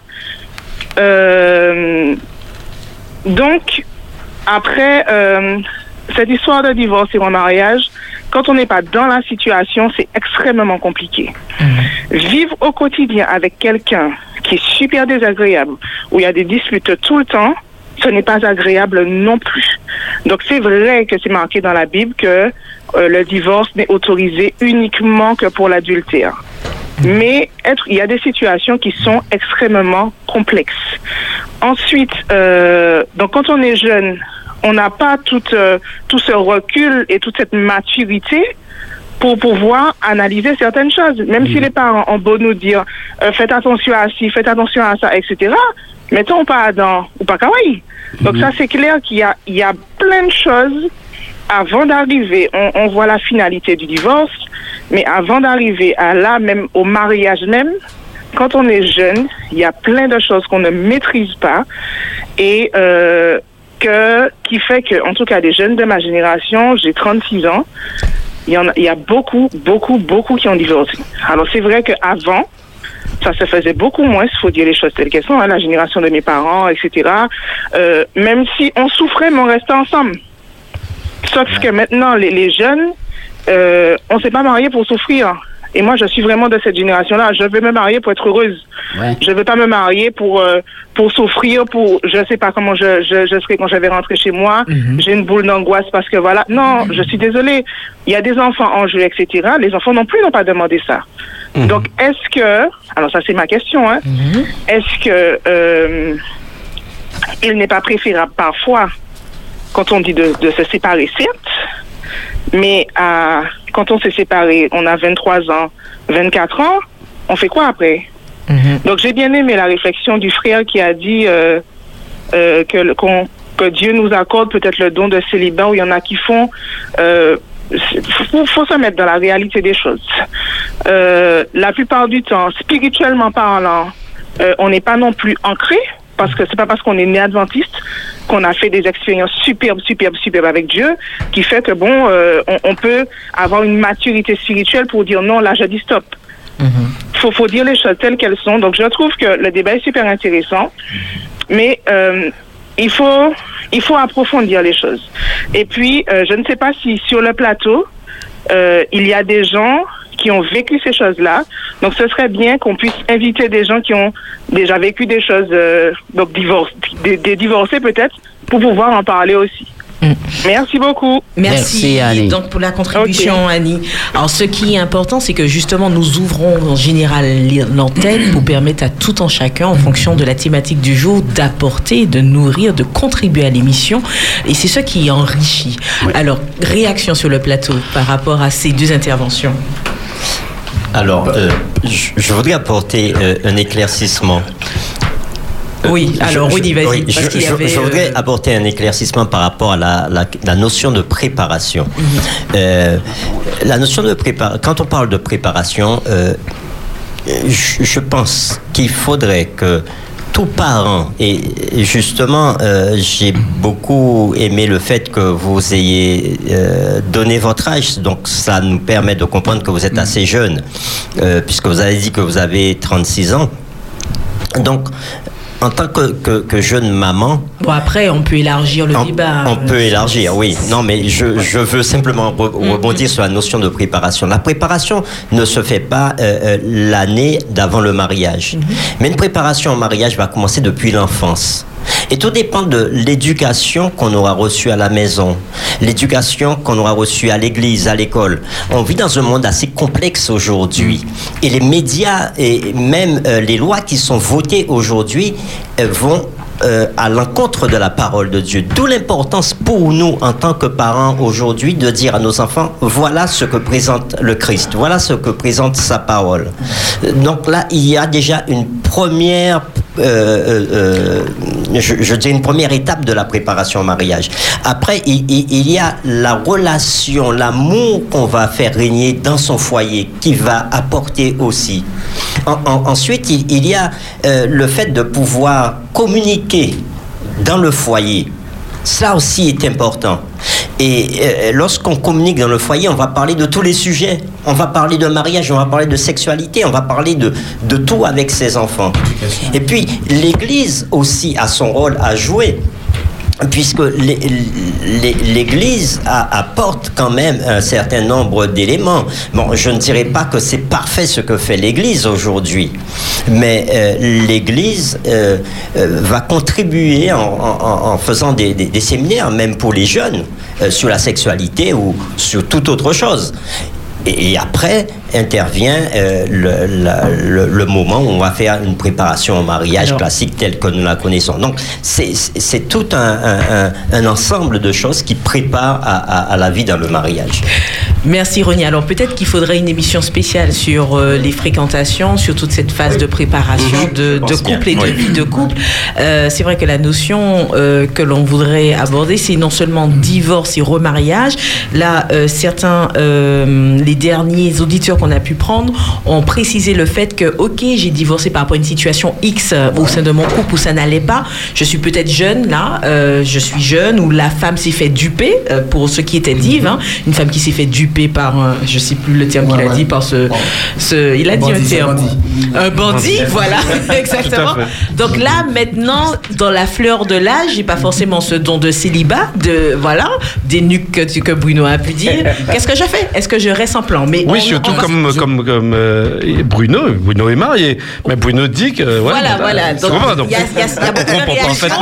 Euh, donc, après, euh, cette histoire de divorce et en mariage, quand on n'est pas dans la situation, c'est extrêmement compliqué. Vivre au quotidien avec quelqu'un qui est super désagréable, où il y a des disputes tout le temps, ce n'est pas agréable non plus. Donc, c'est vrai que c'est marqué dans la Bible que euh, le divorce n'est autorisé uniquement que pour l'adultère. Mais être, il y a des situations qui sont extrêmement complexes. Ensuite, euh, donc quand on est jeune, on n'a pas tout, euh, tout ce recul et toute cette maturité pour pouvoir analyser certaines choses. Même si les parents ont beau nous dire euh, faites attention à ci, faites attention à ça, et cetera. Mettons pas dans ou pas kawaii. Donc ça c'est clair qu'il y a il y a plein de choses avant d'arriver. On, on voit la finalité du divorce, mais avant d'arriver à là même au mariage même, quand on est jeune, il y a plein de choses qu'on ne maîtrise pas et euh, que qui fait que en tout cas des jeunes de ma génération, j'ai trente-six ans. Il y, en a, il y a beaucoup, beaucoup, beaucoup qui ont divorcé. Alors, c'est vrai qu'avant, ça se faisait beaucoup moins, il faut dire les choses telles qu'elles sont, hein, la génération de mes parents, et cetera. Euh, même si on souffrait, mais on restait ensemble. Sauf que maintenant, les, les jeunes, euh, on ne s'est pas marié pour souffrir. Et moi, je suis vraiment de cette génération-là. Je veux me marier pour être heureuse. Ouais. Je ne veux pas me marier pour euh, pour souffrir, pour je ne sais pas comment je, je, je serai quand je vais rentrer chez moi. Mm-hmm. J'ai une boule d'angoisse parce que voilà. Non, mm-hmm. je suis désolée. Il y a des enfants en jeu, et cetera. Les enfants non plus n'ont pas demandé ça. Mm-hmm. Donc, est-ce que... Alors, ça, c'est ma question. Hein. Mm-hmm. Est-ce que euh, il n'est pas préférable parfois, quand on dit de, de se séparer, certes, mais euh, quand on s'est séparés, on a vingt-trois ans, vingt-quatre ans, on fait quoi après? Mm-hmm. Donc j'ai bien aimé la réflexion du frère qui a dit euh, euh, que, qu'on, que Dieu nous accorde peut-être le don de célibat, où il y en a qui font... Euh, faut, faut se mettre dans la réalité des choses. Euh, la plupart du temps, spirituellement parlant, euh, on n'est pas non plus ancré, parce que c'est pas parce qu'on est né adventiste qu'on a fait des expériences superbes, superbes, superbes avec Dieu, qui fait que bon, euh, on, on peut avoir une maturité spirituelle pour dire non, là je dis stop. Mm-hmm. Faut, faut dire les choses telles qu'elles sont. Donc je trouve que le débat est super intéressant, mais euh, il faut, il faut approfondir les choses. Et puis, euh, je ne sais pas si sur le plateau, euh, il y a des gens qui ont vécu ces choses-là. Donc, ce serait bien qu'on puisse inviter des gens qui ont déjà vécu des choses, euh, donc divorce, des, des divorcés peut-être, pour pouvoir en parler aussi. Mm. Merci beaucoup. Merci, Merci Annie. Donc pour la contribution, okay. Annie. Alors ce qui est important, c'est que justement nous ouvrons en général l'antenne pour permettre à tout un chacun, en fonction de la thématique du jour, d'apporter, de nourrir, de contribuer à l'émission. Et c'est ça qui enrichit. Oui. Alors, réaction sur le plateau par rapport à ces deux interventions. Alors, euh, je, je voudrais apporter euh, un éclaircissement. Oui, alors je, oui, vas-y. Oui, parce je, qu'il y je, avait, je voudrais euh... apporter un éclaircissement par rapport à la, la, la notion de préparation. Mm-hmm. Euh, la notion de préparation, quand on parle de préparation, euh, je, je pense qu'il faudrait que tout parent, et justement, euh, j'ai beaucoup aimé le fait que vous ayez euh, donné votre âge, donc ça nous permet de comprendre que vous êtes assez jeune, euh, puisque vous avez dit que vous avez trente-six ans. Donc, en tant que, que, que jeune maman... Bon, après, on peut élargir le on, débat. On peut élargir, oui. Non, mais je, je veux simplement re- rebondir mm-hmm. sur la notion de préparation. La préparation ne se fait pas euh, l'année d'avant le mariage. Mm-hmm. Mais une préparation au mariage va commencer depuis l'enfance. Et tout dépend de l'éducation qu'on aura reçue à la maison, l'éducation qu'on aura reçue à l'église, à l'école. On vit dans un monde assez complexe aujourd'hui. Et les médias et même euh, les lois qui sont votées aujourd'hui euh, vont Euh, à l'encontre de la parole de Dieu. D'où l'importance pour nous, en tant que parents aujourd'hui, de dire à nos enfants, voilà ce que présente le Christ, voilà ce que présente sa parole. Donc là, il y a déjà une première, euh, euh, je, je dis une première étape de la préparation au mariage. Après, il, il, il y a la relation, l'amour qu'on va faire régner dans son foyer, qui va apporter aussi. En, en, ensuite, il, il y a euh, le fait de pouvoir communiquer dans le foyer. Ça aussi est important. Et euh, lorsqu'on communique dans le foyer, on va parler de tous les sujets. On va parler de mariage, on va parler de sexualité, on va parler de, de tout avec ses enfants. Et puis, l'Église aussi a son rôle à jouer, puisque les, les, l'Église a, apporte quand même un certain nombre d'éléments. Bon, je ne dirais pas que c'est parfait ce que fait l'Église aujourd'hui, mais euh, l'Église euh, euh, va contribuer en, en, en faisant des, des, des séminaires, même pour les jeunes, euh, sur la sexualité ou sur toute autre chose. Et, et après intervient euh, le, la, le, le moment où on va faire une préparation au mariage Alors, classique telle que nous la connaissons. Donc, c'est, c'est, c'est tout un, un, un, un ensemble de choses qui préparent à, à, à la vie dans le mariage. Merci Ronnie. Alors peut-être qu'il faudrait une émission spéciale sur euh, les fréquentations, sur toute cette phase de préparation de, de couple et de oui. vie de couple. Euh, c'est vrai que la notion euh, que l'on voudrait aborder, c'est non seulement divorce et remariage. Là, euh, certains, euh, les derniers auditeurs qu'on a pu prendre ont précisé le fait que, ok, j'ai divorcé par rapport à une situation X euh, au sein de mon couple où ça n'allait pas. Je suis peut-être jeune là, euh, je suis jeune, ou la femme s'est fait duper, euh, pour ceux qui étaient dives, hein, une femme qui s'est fait duper par un, je sais plus le terme ouais, qu'il a ouais. dit, par ce, ce il a dit bandit, un terme, bandit. un bandit, voilà, exactement. Donc là, maintenant, dans la fleur de l'âge, j'ai pas forcément ce don de célibat, de voilà, des nuques que, que Bruno a pu dire. Qu'est-ce que je fais? Est-ce que je reste en plan? Mais oui, on, surtout on comme, je... comme, comme euh, Bruno, Bruno est marié, mais Bruno dit que ouais, voilà, voilà. Donc, comment, donc, il y a, il y a, il y a beaucoup de réactions.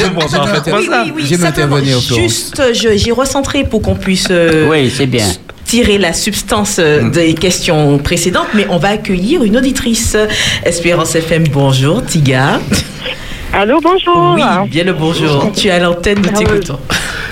Oui, oui, oui. J'ai m'intervenir au Juste, je, j'ai recentré pour qu'on puisse. Euh, oui, c'est bien. Tirer la substance des questions précédentes, mais on va accueillir une auditrice. Espérance F M, bonjour, Tiga. Allô, bonjour. Oui, bien le bonjour. Tu es à l'antenne, nous t'écoutons.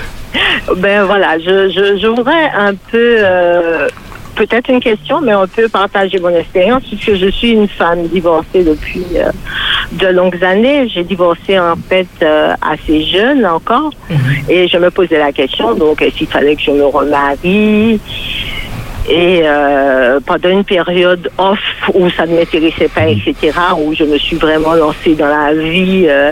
Ben voilà, je, je, je voudrais un peu, euh, peut-être une question, mais on peut partager mon expérience, puisque je suis une femme divorcée depuis euh, de longues années. J'ai divorcé en fait euh, assez jeune encore, mm-hmm. et je me posais la question, donc est-ce qu'il fallait que je me remarie? Et euh, pendant une période off où ça ne m'intéressait pas, et cetera, où je me suis vraiment lancée dans la vie, euh,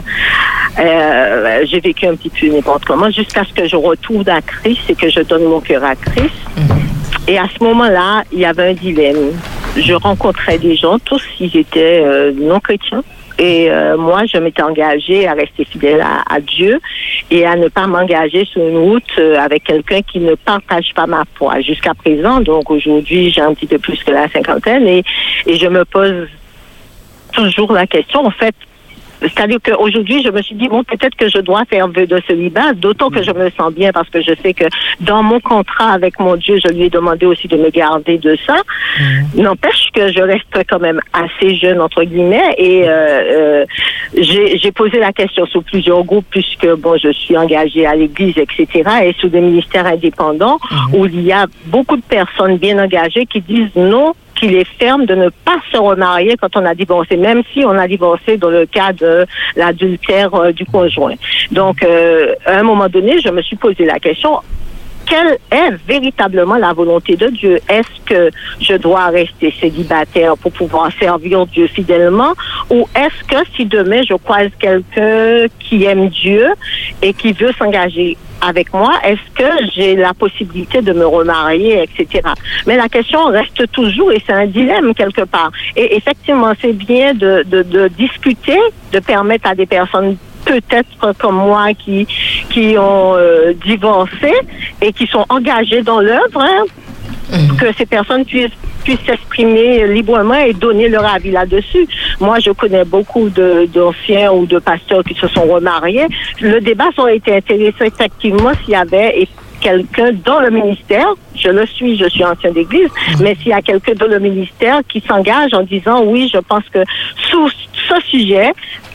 euh, j'ai vécu un petit peu n'importe comment, jusqu'à ce que je retrouve à Christ et que je donne mon cœur à Christ. Mm-hmm. Et à ce moment-là, il y avait un dilemme. Je rencontrais des gens, tous ils étaient euh, non chrétiens. Et euh, moi, je m'étais engagée à rester fidèle à, à Dieu et à ne pas m'engager sur une route euh, avec quelqu'un qui ne partage pas ma foi. Jusqu'à présent, donc aujourd'hui, j'ai un petit peu plus que la cinquantaine et, et je me pose toujours la question, en fait, c'est-à-dire qu'aujourd'hui, je me suis dit, bon, peut-être que je dois faire vœu de célibat, d'autant que je me sens bien parce que je sais que dans mon contrat avec mon Dieu, je lui ai demandé aussi de me garder de ça. Mmh. N'empêche que je reste quand même assez jeune, entre guillemets, et euh, euh, j'ai, j'ai posé la question sur plusieurs groupes puisque, bon, je suis engagée à l'église, et cetera, et sous des ministères indépendants mmh. où il y a beaucoup de personnes bien engagées qui disent non, qu'il est ferme de ne pas se remarier quand on a divorcé, même si on a divorcé dans le cas de l'adultère euh, du conjoint. Donc, euh, à un moment donné, je me suis posé la question, quelle est véritablement la volonté de Dieu? Est-ce que je dois rester célibataire pour pouvoir servir Dieu fidèlement? Ou est-ce que si demain je croise quelqu'un qui aime Dieu et qui veut s'engager avec moi, est-ce que j'ai la possibilité de me remarier, et cetera. Mais la question reste toujours, et c'est un dilemme quelque part. Et effectivement, c'est bien de, de, de discuter, de permettre à des personnes peut-être comme moi qui, qui ont euh, divorcé et qui sont engagées dans l'œuvre, hein, mmh. que ces personnes puissent puissent s'exprimer librement et donner leur avis là-dessus. Moi, je connais beaucoup de, d'anciens ou de pasteurs qui se sont remariés. Le débat aurait été intéressant, effectivement, s'il y avait quelqu'un dans le ministère, je le suis, je suis ancien d'église, mmh. mais s'il y a quelqu'un dans le ministère qui s'engage en disant, oui, je pense que sous ce sujet,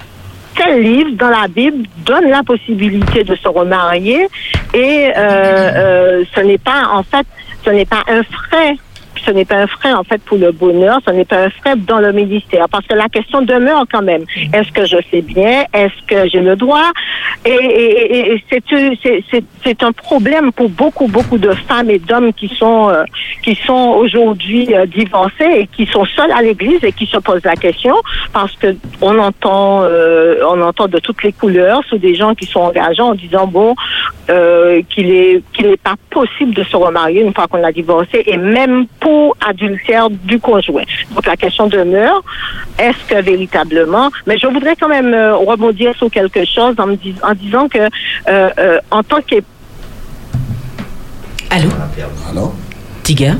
tel livre dans la Bible donne la possibilité de se remarier et euh, euh, ce n'est pas, en fait, ce n'est pas un frais. Ce n'est pas un frais, en fait, pour le bonheur. Ce n'est pas un frais dans le ministère. Parce que la question demeure quand même. Est-ce que je sais bien? Est-ce que j'ai le droit? Et, et, et c'est, c'est, c'est, c'est un problème pour beaucoup, beaucoup de femmes et d'hommes qui sont, euh, qui sont aujourd'hui euh, divorcés et qui sont seuls à l'église et qui se posent la question parce que on entend, euh, on entend de toutes les couleurs sous des gens qui sont engageants en disant, bon, euh, qu'il est, qu'il n'est pas possible de se remarier une fois qu'on a divorcé et même pour adultère du conjoint. Donc la question demeure, est-ce que véritablement, mais je voudrais quand même euh, rebondir sur quelque chose en, me dis, en disant que euh, euh, en tant que... Allô? Allô? Tiga?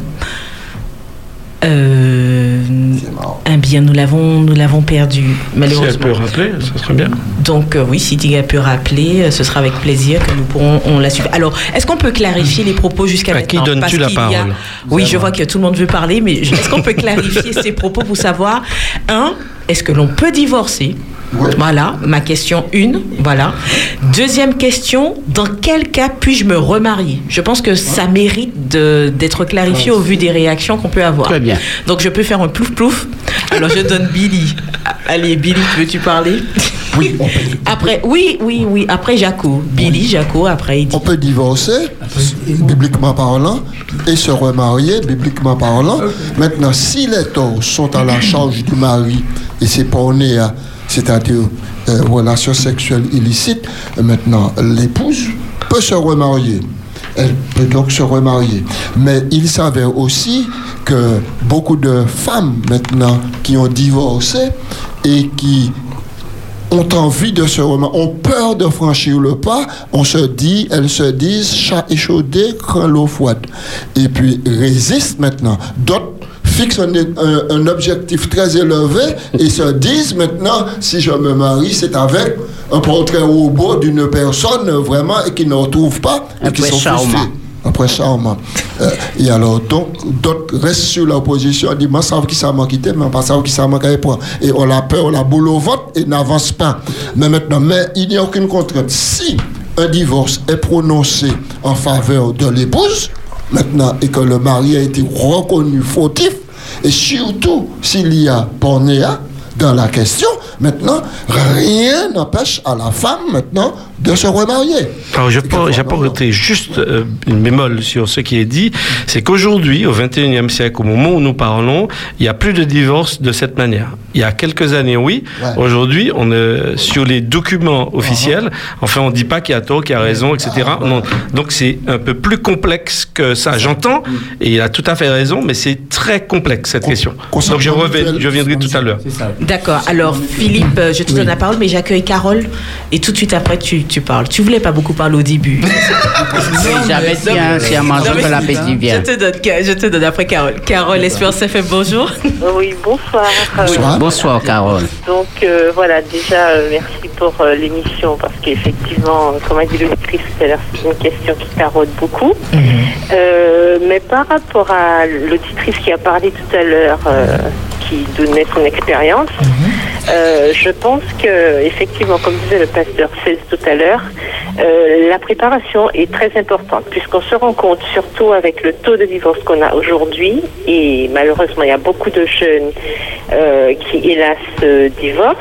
Euh, eh bien, nous l'avons, nous l'avons perdu, malheureusement. Si elle peut rappeler, ça serait bien. Donc, euh, oui, si Tiga peut rappeler, euh, ce sera avec plaisir que nous pourrons on la suivre. Alors, est-ce qu'on peut clarifier les propos jusqu'à à maintenant? À qui donnes-tu la parole? a... Oui, je vois que tout le monde veut parler, mais est-ce qu'on peut clarifier ces propos pour savoir, un, est-ce que l'on peut divorcer Voilà, ma question une. Voilà. Deuxième question, dans quel cas puis-je me remarier? Je pense que ça mérite de, d'être clarifié au vu des réactions qu'on peut avoir. Très bien. Donc je peux faire un plouf-plouf. Alors je donne Billy. Allez, Billy, veux-tu parler? Oui, on peut. Après, oui, oui, oui. Après Jaco. Billy, Jaco, après il dit. On peut divorcer, bibliquement parlant, et se remarier, bibliquement parlant. Maintenant, si les torts sont à la charge du mari, et c'est pas né à, c'est-à-dire euh, relation sexuelle illicite, maintenant, l'épouse peut se remarier. Elle peut donc se remarier. Mais il s'avère aussi que beaucoup de femmes, maintenant, qui ont divorcé et qui ont envie de se remarier, ont peur de franchir le pas, on se dit, elles se disent, chat échaudé, craint l'eau froide. Et puis résistent maintenant. D'autres fixent un, un, un objectif très élevé et se disent maintenant, si je me marie, c'est avec un portrait robot d'une personne vraiment et qui ne retrouve pas et qui sont frustrés. Après charmant. Euh, et alors, donc, d'autres restent sur la position, disent, moi, ça qui ça m'a quitté, mais pas ça qui ça m'a quitté. Et on a peur, on a boule au ventre et n'avance pas. Mais maintenant, mais il n'y a aucune contrainte. Si un divorce est prononcé en faveur de l'épouse, maintenant, et que le mari a été reconnu fautif, et surtout s'il y a pornéa dans la question, maintenant, rien n'empêche à la femme, maintenant, de se remarier. Alors, j'apporterai juste euh, une bémol sur ce qui est dit, c'est qu'aujourd'hui, au vingt et unième siècle, au moment où nous parlons, il n'y a plus de divorce de cette manière. Il y a quelques années, oui. Ouais. Aujourd'hui, on est sur les documents officiels. Uh-huh. Enfin, on ne dit pas qui a tort, qui a raison, et cetera. Ah, non. Donc, c'est un peu plus complexe que ça. J'entends, et il a tout à fait raison, mais c'est très complexe, cette Con- question. Donc, je, reviens, je reviendrai tout à l'heure. D'accord. Alors, Philippe, je te oui. donne la parole, mais j'accueille Carole, et tout de suite après, tu, tu parles. Tu voulais pas beaucoup parler au début. J'avais dit, hein, si à manger, que l'appétit vient. Je te donne, je te donne après Carole. Carole, Espérance F M, bonjour. Oui, bonsoir. Bonsoir, bonsoir Carole. Donc, euh, voilà, déjà, euh, merci pour euh, l'émission, parce qu'effectivement, comme a dit l'auditrice tout à l'heure, c'est une question qui taraude beaucoup. Mm-hmm. Euh, mais par rapport à l'auditrice qui a parlé tout à l'heure, euh, qui donnait son expérience, mm-hmm. euh, je pense que, effectivement, comme disait le pasteur Cels tout à l'heure, euh, la préparation est très importante, puisqu'on se rend compte, surtout avec le taux de divorce qu'on a aujourd'hui, et malheureusement, il y a beaucoup de jeunes euh, qui, hélas, euh, divorcent.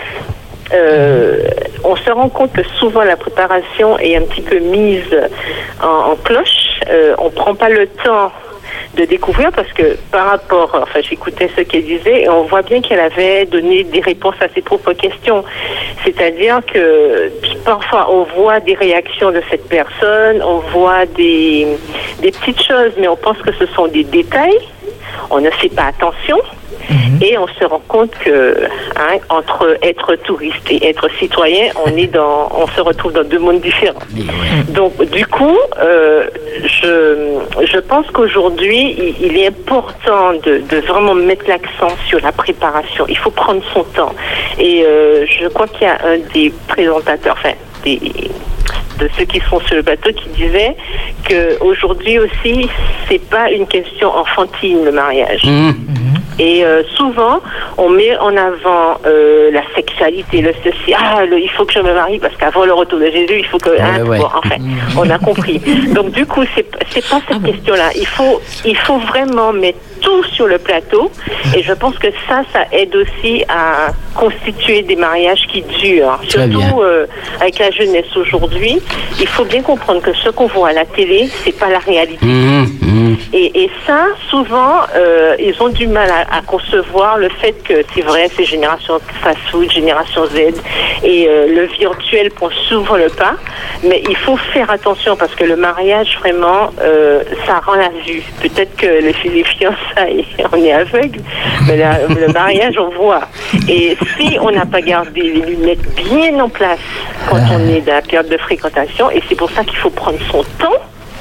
Euh, on se rend compte que souvent la préparation est un petit peu mise en, en cloche. Euh, on prend pas le temps de découvrir, parce que par rapport, enfin j'écoutais ce qu'elle disait et on voit bien qu'elle avait donné des réponses à ses propres questions. C'est-à-dire que parfois on voit des réactions de cette personne, on voit des, des petites choses, mais on pense que ce sont des détails, on ne fait pas attention. Mmh. Et on se rend compte que hein, entre être touriste et être citoyen, on est dans, on se retrouve dans deux mondes différents. Mmh. Donc du coup, euh, je, je pense qu'aujourd'hui, il, il est important de, de vraiment mettre l'accent sur la préparation. Il faut prendre son temps. Et euh, je crois qu'il y a un des présentateurs, enfin des de ceux qui sont sur le plateau qui disaient que aujourd'hui aussi, c'est pas une question enfantine le mariage. Mmh. Et euh, souvent, on met en avant euh, la sexualité, le ceci. Ah, le, il faut que je me marie parce qu'avant le retour de Jésus, il faut que. Hein, ouais, ouais. Bon, enfin, on a compris. Donc du coup, c'est c'est pas cette question-là. Il faut il faut vraiment mettre tout sur le plateau. Et je pense que ça, ça aide aussi à constituer des mariages qui durent. Surtout euh, avec la jeunesse aujourd'hui, il faut bien comprendre que ce qu'on voit à la télé, c'est pas la réalité. Mmh, mmh. Et, et ça, souvent, euh, ils ont du mal à, à concevoir le fait que c'est vrai, c'est génération fast-food, génération Z, et euh, le virtuel prend souvent le pas. Mais il faut faire attention parce que le mariage, vraiment, euh, ça rend la vue. Peut-être que les, les fiançailles, on est aveugle, mais la, le mariage, on voit. Et si on n'a pas gardé les lunettes bien en place quand on est dans la période de fréquentation, et c'est pour ça qu'il faut prendre son temps,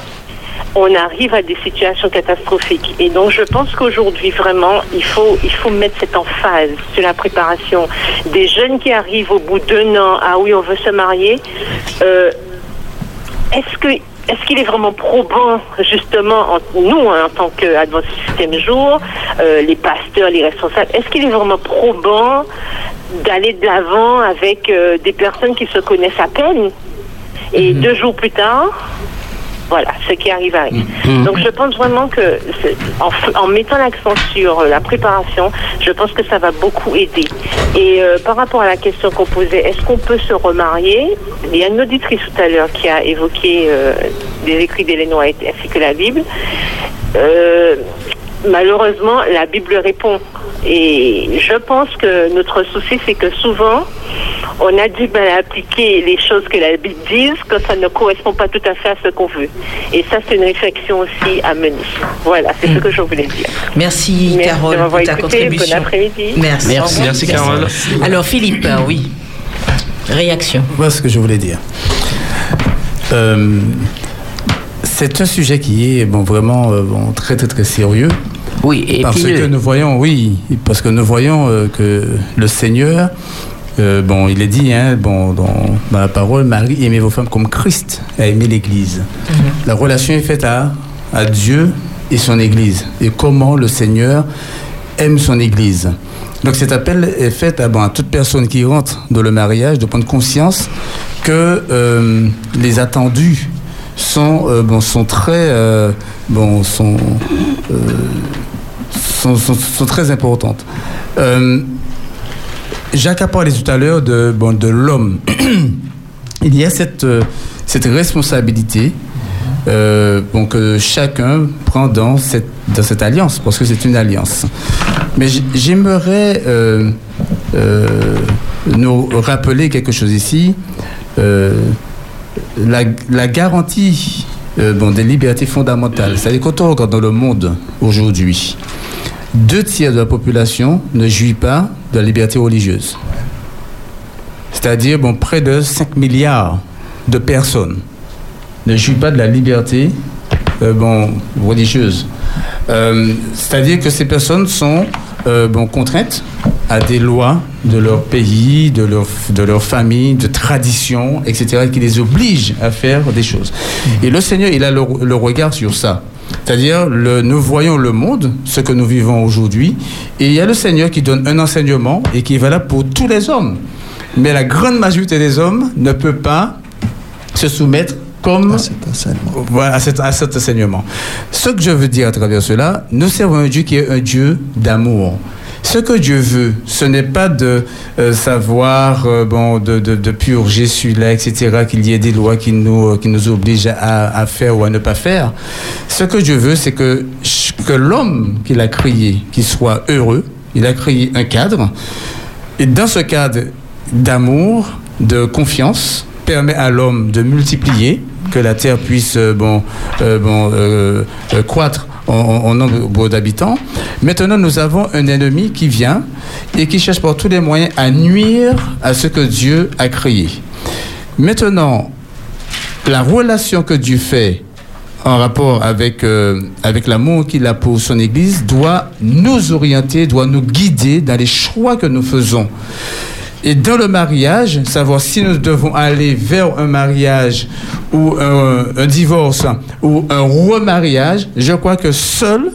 on arrive à des situations catastrophiques. Et donc, je pense qu'aujourd'hui, vraiment, il faut, il faut mettre cette emphase sur la préparation. Des jeunes qui arrivent au bout d'un an, ah oui, on veut se marier, euh, est-ce que est-ce qu'il est vraiment probant, justement, en, nous, hein, en tant qu'Adventiste Système Jour, euh, les pasteurs, les responsables, est-ce qu'il est vraiment probant d'aller de l'avant avec euh, des personnes qui se connaissent à peine et mmh. deux jours plus tard, voilà, ce qui arrive arrive. Mmh. Donc je pense vraiment que en, en mettant l'accent sur la préparation, je pense que ça va beaucoup aider. Et euh, par rapport à la question qu'on posait, est-ce qu'on peut se remarier? Il y a une auditrice tout à l'heure qui a évoqué euh, des écrits d'Ellen White ainsi que la Bible. Euh, malheureusement, la Bible répond. Et je pense que notre souci, c'est que souvent, on a du mal à appliquer les choses que la Bible dit quand ça ne correspond pas tout à fait à ce qu'on veut. Et ça, c'est une réflexion aussi à mener. Voilà, c'est mmh. ce que je voulais dire. Merci, Merci Carole, pour ta écouté. contribution. Bon après-midi. Merci. Merci, Merci Carole. Alors, Philippe, euh, oui. Réaction. Voilà ce que je voulais dire. Euh, c'est un sujet qui est bon, vraiment euh, bon, très, très, très sérieux. Oui, et parce puis, que nous voyons, oui, parce que nous voyons euh, que le Seigneur, euh, bon, il est dit, hein, bon, dans, dans la parole, Marie, aimez vos femmes comme Christ a aimé l'Église. Mm-hmm. La relation est faite à, à Dieu et son Église. Et comment le Seigneur aime son Église. Donc cet appel est fait à, bon, à toute personne qui rentre dans le mariage de prendre conscience que euh, les attendus sont, euh, bon, sont très, euh, bon, sont, euh, sont, sont, sont très importantes. Euh, Jacques a parlé tout à l'heure de, bon, de l'homme. Il y a cette, euh, cette responsabilité euh, bon, que chacun prend dans cette, dans cette alliance, parce que c'est une alliance. Mais j'aimerais euh, euh, nous rappeler quelque chose ici. Euh, La, la garantie euh, bon, des libertés fondamentales, c'est-à-dire quand on regarde dans le monde aujourd'hui, deux tiers de la population ne jouit pas de la liberté religieuse. C'est-à-dire bon, près de cinq milliards de personnes ne jouissent pas de la liberté euh, bon, religieuse. Euh, c'est-à-dire que ces personnes sont euh, bon, contraintes à des lois de leur pays, de leur, de leur famille, de traditions, et cetera, qui les obligent à faire des choses. Et le Seigneur, il a le, le regard sur ça. C'est-à-dire, le, nous voyons le monde, ce que nous vivons aujourd'hui, et il y a le Seigneur qui donne un enseignement et qui est valable pour tous les hommes. Mais la grande majorité des hommes ne peut pas se soumettre comme à cet enseignement. Voilà, à cet, à cet enseignement. Ce que je veux dire à travers cela, nous servons un Dieu qui est un Dieu d'amour. Ce que Dieu veut, ce n'est pas de euh, savoir, euh, bon, de, de, de purger celui-là, et cetera, qu'il y ait des lois qui nous, qui nous obligent à, à faire ou à ne pas faire. Ce que Dieu veut, c'est que, que l'homme qu'il a créé, qu'il soit heureux. Il a créé un cadre. Et dans ce cadre d'amour, de confiance, permet à l'homme de multiplier, que la terre puisse euh, bon, euh, bon, euh, euh, croître en nombre d'habitants. Maintenant, nous avons un ennemi qui vient et qui cherche par tous les moyens à nuire à ce que Dieu a créé. Maintenant, la relation que Dieu fait en rapport avec, euh, avec l'amour qu'il a pour son Église doit nous orienter, doit nous guider dans les choix que nous faisons. Et dans le mariage, savoir si nous devons aller vers un mariage ou un, un divorce ou un remariage, je crois que seule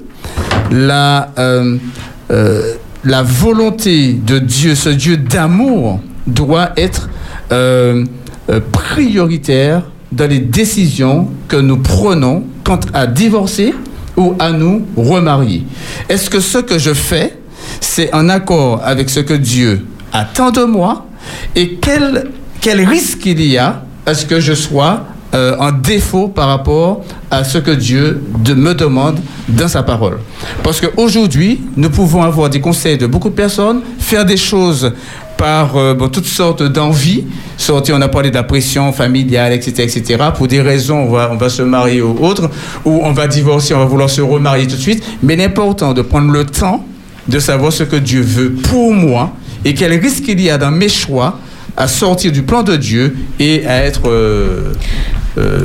la, euh, euh, la volonté de Dieu, ce Dieu d'amour, doit être euh, euh, prioritaire dans les décisions que nous prenons quant à divorcer ou à nous remarier. Est-ce que ce que je fais, c'est en accord avec ce que Dieu attend de moi, et quel, quel risque il y a à ce que je sois euh, en défaut par rapport à ce que Dieu de, me demande dans sa parole. Parce qu'aujourd'hui, nous pouvons avoir des conseils de beaucoup de personnes, faire des choses par euh, bon, toutes sortes d'envies, sortir, on a parlé de la pression familiale, et cetera, et cetera. Pour des raisons, on va, on va se marier ou autre, ou on va divorcer, on va vouloir se remarier tout de suite. Mais l'important de prendre le temps de savoir ce que Dieu veut pour moi, et quel risque il y a dans mes choix à sortir du plan de Dieu et à être, euh, euh,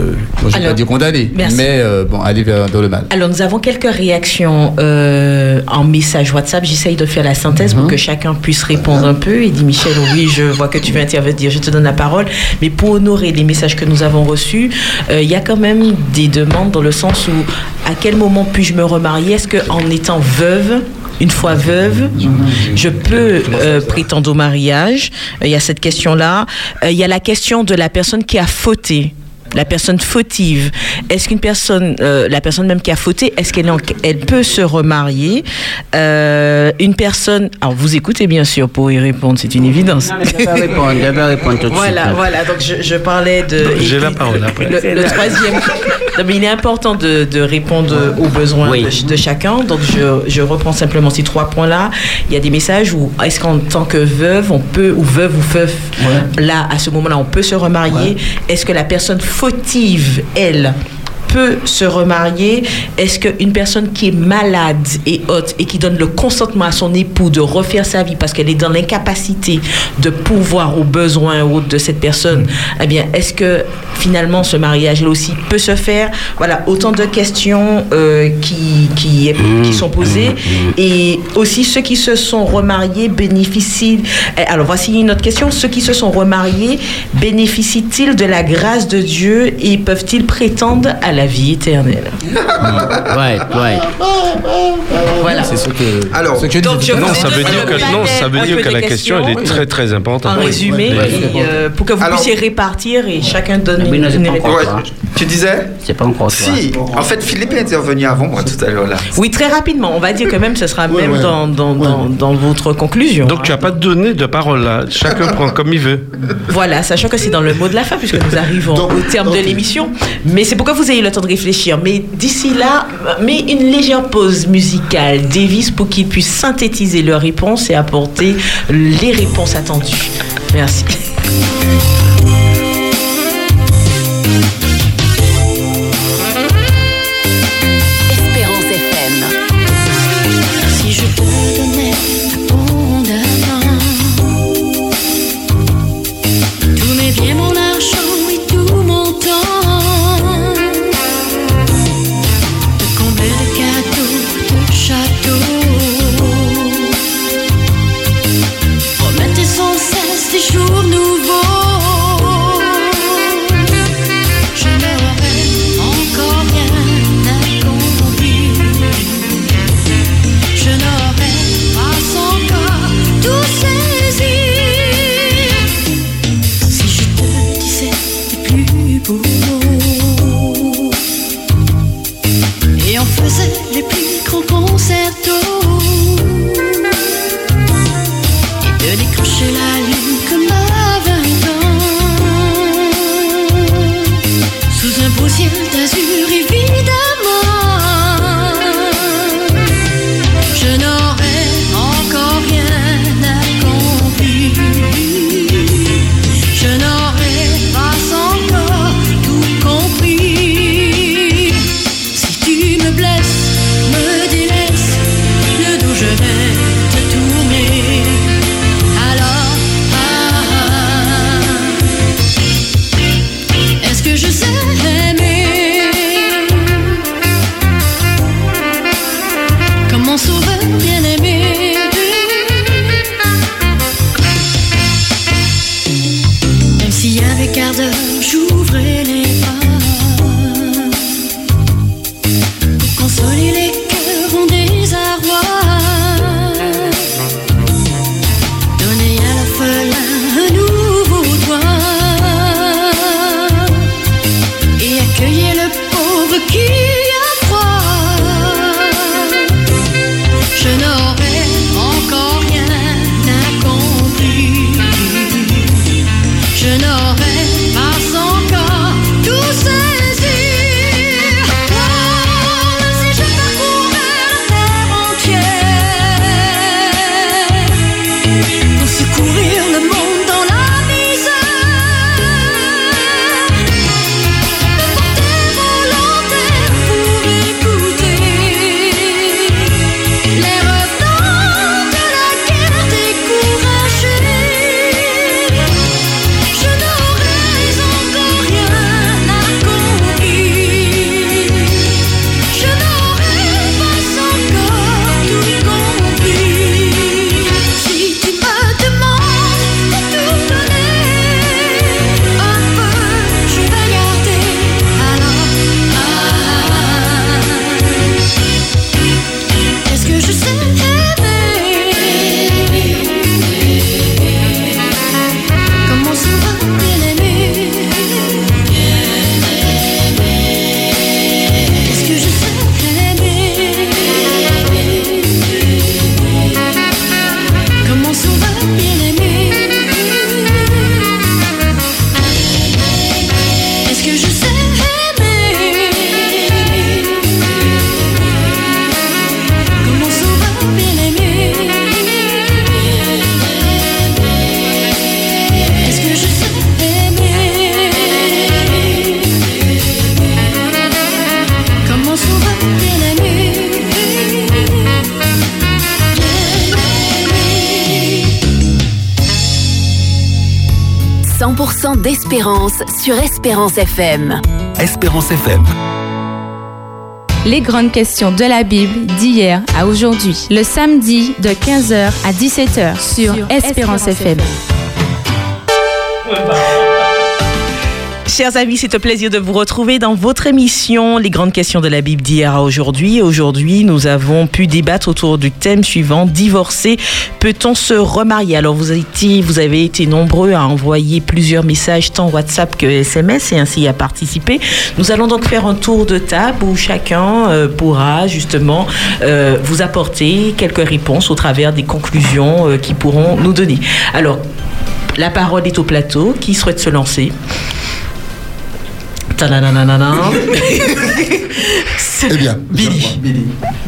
Bon, je ne vais Alors, pas dire condamner, merci. mais euh, bon, aller vers, dans le mal. Alors, nous avons quelques réactions euh, en message WhatsApp. J'essaye de faire la synthèse pour que chacun puisse répondre un peu. Il dit, Michel, oui, je vois que tu veux intervenir, je te donne la parole. Mais pour honorer les messages que nous avons reçus, euh, il y a quand même des demandes dans le sens où, à quel moment puis-je me remarier? Est-ce qu'en étant veuve, une fois veuve, je peux euh, prétendre au mariage? Euh, Il y a cette question-là. Euh, Il y a la question de la personne qui a fauté. La personne fautive, est-ce qu'une personne, euh, la personne même qui a fauté, est-ce qu'elle en- elle peut se remarier? Euh, Une personne, alors vous écoutez bien sûr pour y répondre, c'est une évidence. Non, mais je vais répondre, je vais répondre tout de Voilà, suite. voilà. Donc je, je parlais de. J'ai et la puis, parole après. Le, le troisième. Non, mais il est important de, de répondre aux besoins Oui. de, de chacun. Donc je, je reprends simplement ces trois points-là. Il y a des messages où est-ce qu'en tant que veuve, on peut, ou veuve ou veuf, là, à ce moment-là, on peut se remarier. Est-ce que la personne fautive, elle, peut se remarier? Est-ce qu'une personne qui est malade et haute et qui donne le consentement à son époux de refaire sa vie parce qu'elle est dans l'incapacité de pouvoir aux besoins ou autres de cette personne, eh bien, est-ce que finalement ce mariage, elle aussi, peut se faire? Voilà, autant de questions euh, qui, qui, qui sont posées. Et aussi, ceux qui se sont remariés bénéficient... Eh, Alors, voici une autre question. Ceux qui se sont remariés bénéficient-ils de la grâce de Dieu et peuvent-ils prétendre à la vie éternelle? Ouais, ouais. Voilà. C'est ce que. Alors, ce que je donc, disais je tout à Non, l'heure. ça veut dire que, non, ça veut Un dire peu que des la question, elle est questions. très très importante. En résumé, Oui. et, euh, pour que vous Alors- puissiez répartir et chacun donne Oui, une, non, c'est une pas réponse. encore Ouais, tu disais? C'est pas encore toi. Si, en fait, Philippe est intervenu avant moi tout à l'heure là. Oui, très rapidement. On va dire que même ce sera même ouais. dans, dans, dans, dans votre conclusion. Donc tu n'as pas donné de parole là. Chacun prend comme il veut. Voilà, sachant que c'est dans le mot de la fin, puisque nous arrivons Donc, au terme de ok. l'émission. Mais c'est pourquoi vous ayez le temps de réfléchir. Mais d'ici là, mais une légère pause musicale, Davis, pour qu'ils puissent synthétiser leurs réponses et apporter les réponses attendues. Merci. Espérance F M. Si je te donnais abondamment tous mes biens, mon argent et tout mon temps, de combler de cadeaux, de châteaux, promettre sans cesse des jours nouveaux, je n'aurais encore rien accompli. Je n'aurais pas encore tout saisi. Si je te disais les plus beaux mots et on faisait les plus grands concertos et de décrocher la lune comme à vingt ans sous un beau ciel d'azur évidemment. Je n'aurais encore rien accompli. Je n'aurais pas encore tout compris. Si tu me blesses, me délaisses, le dos je vais te tourner. Alors, ah, ah, est-ce que je sais aimer comme mon sauveur bien-aimé? Même s'il y avait quart d'heure, j'ouvrais les bras pour consoler les cœurs en désarroi, donner à l'orphelin un nouveau toit et accueillir le pauvre qui a froid. Je n'aurais encore rien accompli. Je n'aurais pas encore tout saisi. Oh, même si je parcourais la terre entière pour secourir le monde dans la misère, me porter volontaire temps d'espérance sur Espérance F M. Espérance F M. Les grandes questions de la Bible d'hier à aujourd'hui. Le samedi de quinze heures à dix-sept heures sur, sur Espérance, Espérance F M. Chers amis, c'est un plaisir de vous retrouver dans votre émission Les grandes questions de la Bible d'hier à aujourd'hui. Aujourd'hui, nous avons pu débattre autour du thème suivant, divorcer, peut-on se remarier? Alors, vous avez été, vous avez été nombreux à envoyer plusieurs messages, tant WhatsApp que S M S, et ainsi à participer. Nous allons donc faire un tour de table où chacun euh, pourra justement euh, vous apporter quelques réponses au travers des conclusions euh, qu'ils pourront nous donner. Alors, la parole est au plateau. Qui souhaite se lancer? Eh bien, Billy. Billy.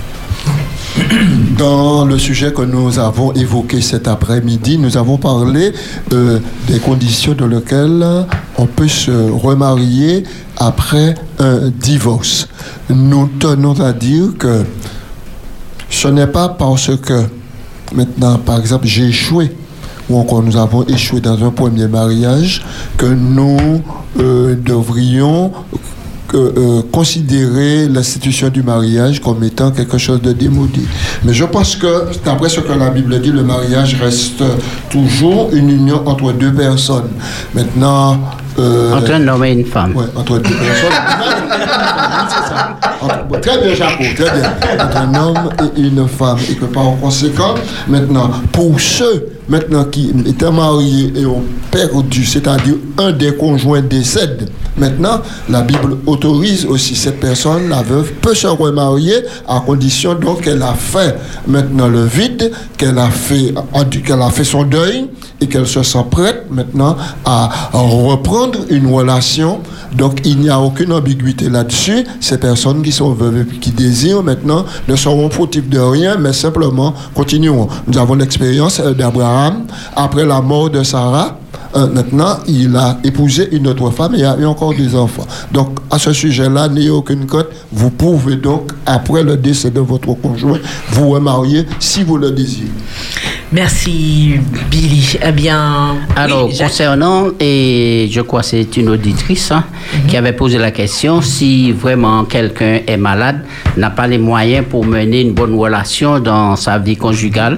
Dans le sujet que nous avons évoqué cet après-midi, nous avons parlé euh, des conditions dans lesquelles on peut se remarier après un divorce. Nous tenons à dire que ce n'est pas parce que maintenant, par exemple, j'ai échoué ou encore nous avons échoué dans un premier mariage que nous euh, devrions euh, euh, considérer l'institution du mariage comme étant quelque chose de démodé. Mais je pense que, d'après ce que la Bible dit, le mariage reste toujours une union entre deux personnes. Maintenant... Euh, entre un homme et une femme. Oui, entre deux personnes. C'est ça. Entre, très bien, Jaco, très bien. Entre un homme et une femme. Et que par conséquent, maintenant, pour ceux maintenant qui étaient mariés et ont perdu, c'est-à-dire un des conjoints décède, maintenant, la Bible autorise aussi cette personne, la veuve, peut se remarier à condition donc qu'elle a fait maintenant le vide, qu'elle a fait, qu'elle a fait son deuil et qu'elle se sent prête maintenant à reprendre une relation. Donc, il n'y a aucune ambiguïté là-dessus. Ces personnes qui sont veuves et qui désirent maintenant ne seront fautifs de rien, mais simplement continueront. Nous avons l'expérience d'Abraham après la mort de Sarah. Euh, maintenant, il a épousé une autre femme et il a eu encore des enfants. Donc, à ce sujet-là, n'ayez aucune crainte. Vous pouvez donc, après le décès de votre conjoint, vous remarier si vous le désirez. Merci, Billy. Eh bien... Alors, oui, concernant, et je crois que c'est une auditrice hein, mm-hmm. qui avait posé la question, si vraiment quelqu'un est malade, n'a pas les moyens pour mener une bonne relation dans sa vie conjugale,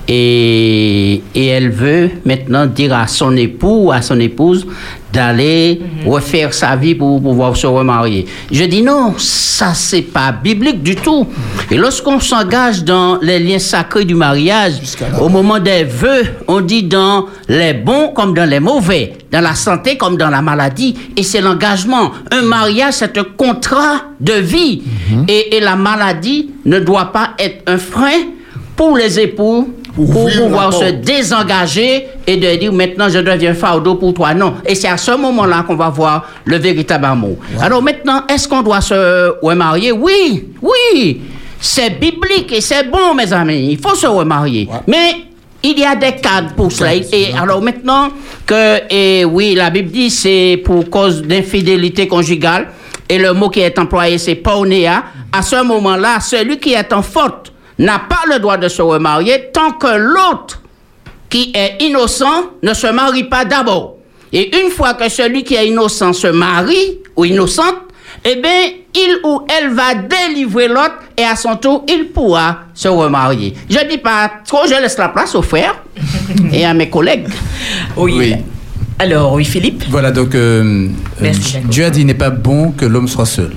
et, et elle veut maintenant dire à son époux ou à son épouse d'aller mm-hmm. refaire sa vie pour pouvoir se remarier. Je dis non, ça c'est pas biblique du tout. Et lorsqu'on s'engage dans les liens sacrés du mariage, au moment des vœux, on dit dans les bons comme dans les mauvais, dans la santé comme dans la maladie, et c'est l'engagement. Un mariage, c'est un contrat de vie, mm-hmm. et, et la maladie ne doit pas être un frein pour les époux pour, pour pouvoir se désengager et de dire maintenant je deviens fardeau pour toi. Non. Et c'est à ce moment-là qu'on va voir le véritable amour. Ouais. Alors maintenant, est-ce qu'on doit se remarier? Oui, oui. C'est biblique et c'est bon, mes amis. Il faut se remarier. Ouais. Mais il y a des cadres pour cela. Et, et alors maintenant que, et oui, la Bible dit c'est pour cause d'infidélité conjugale. Et le mot qui est employé, c'est pornéa. À ce moment-là, celui qui est en faute n'a pas le droit de se remarier tant que l'autre qui est innocent ne se marie pas d'abord. Et une fois que celui qui est innocent se marie, ou innocente, eh bien, il ou elle va délivrer l'autre et à son tour, il pourra se remarier. Je ne dis pas trop, je laisse la place aux frères et à mes collègues. Oui. oui. Alors, oui, Philippe? Voilà, donc, euh, Merci, euh, Dieu a dit, il n'est pas bon que l'homme soit seul.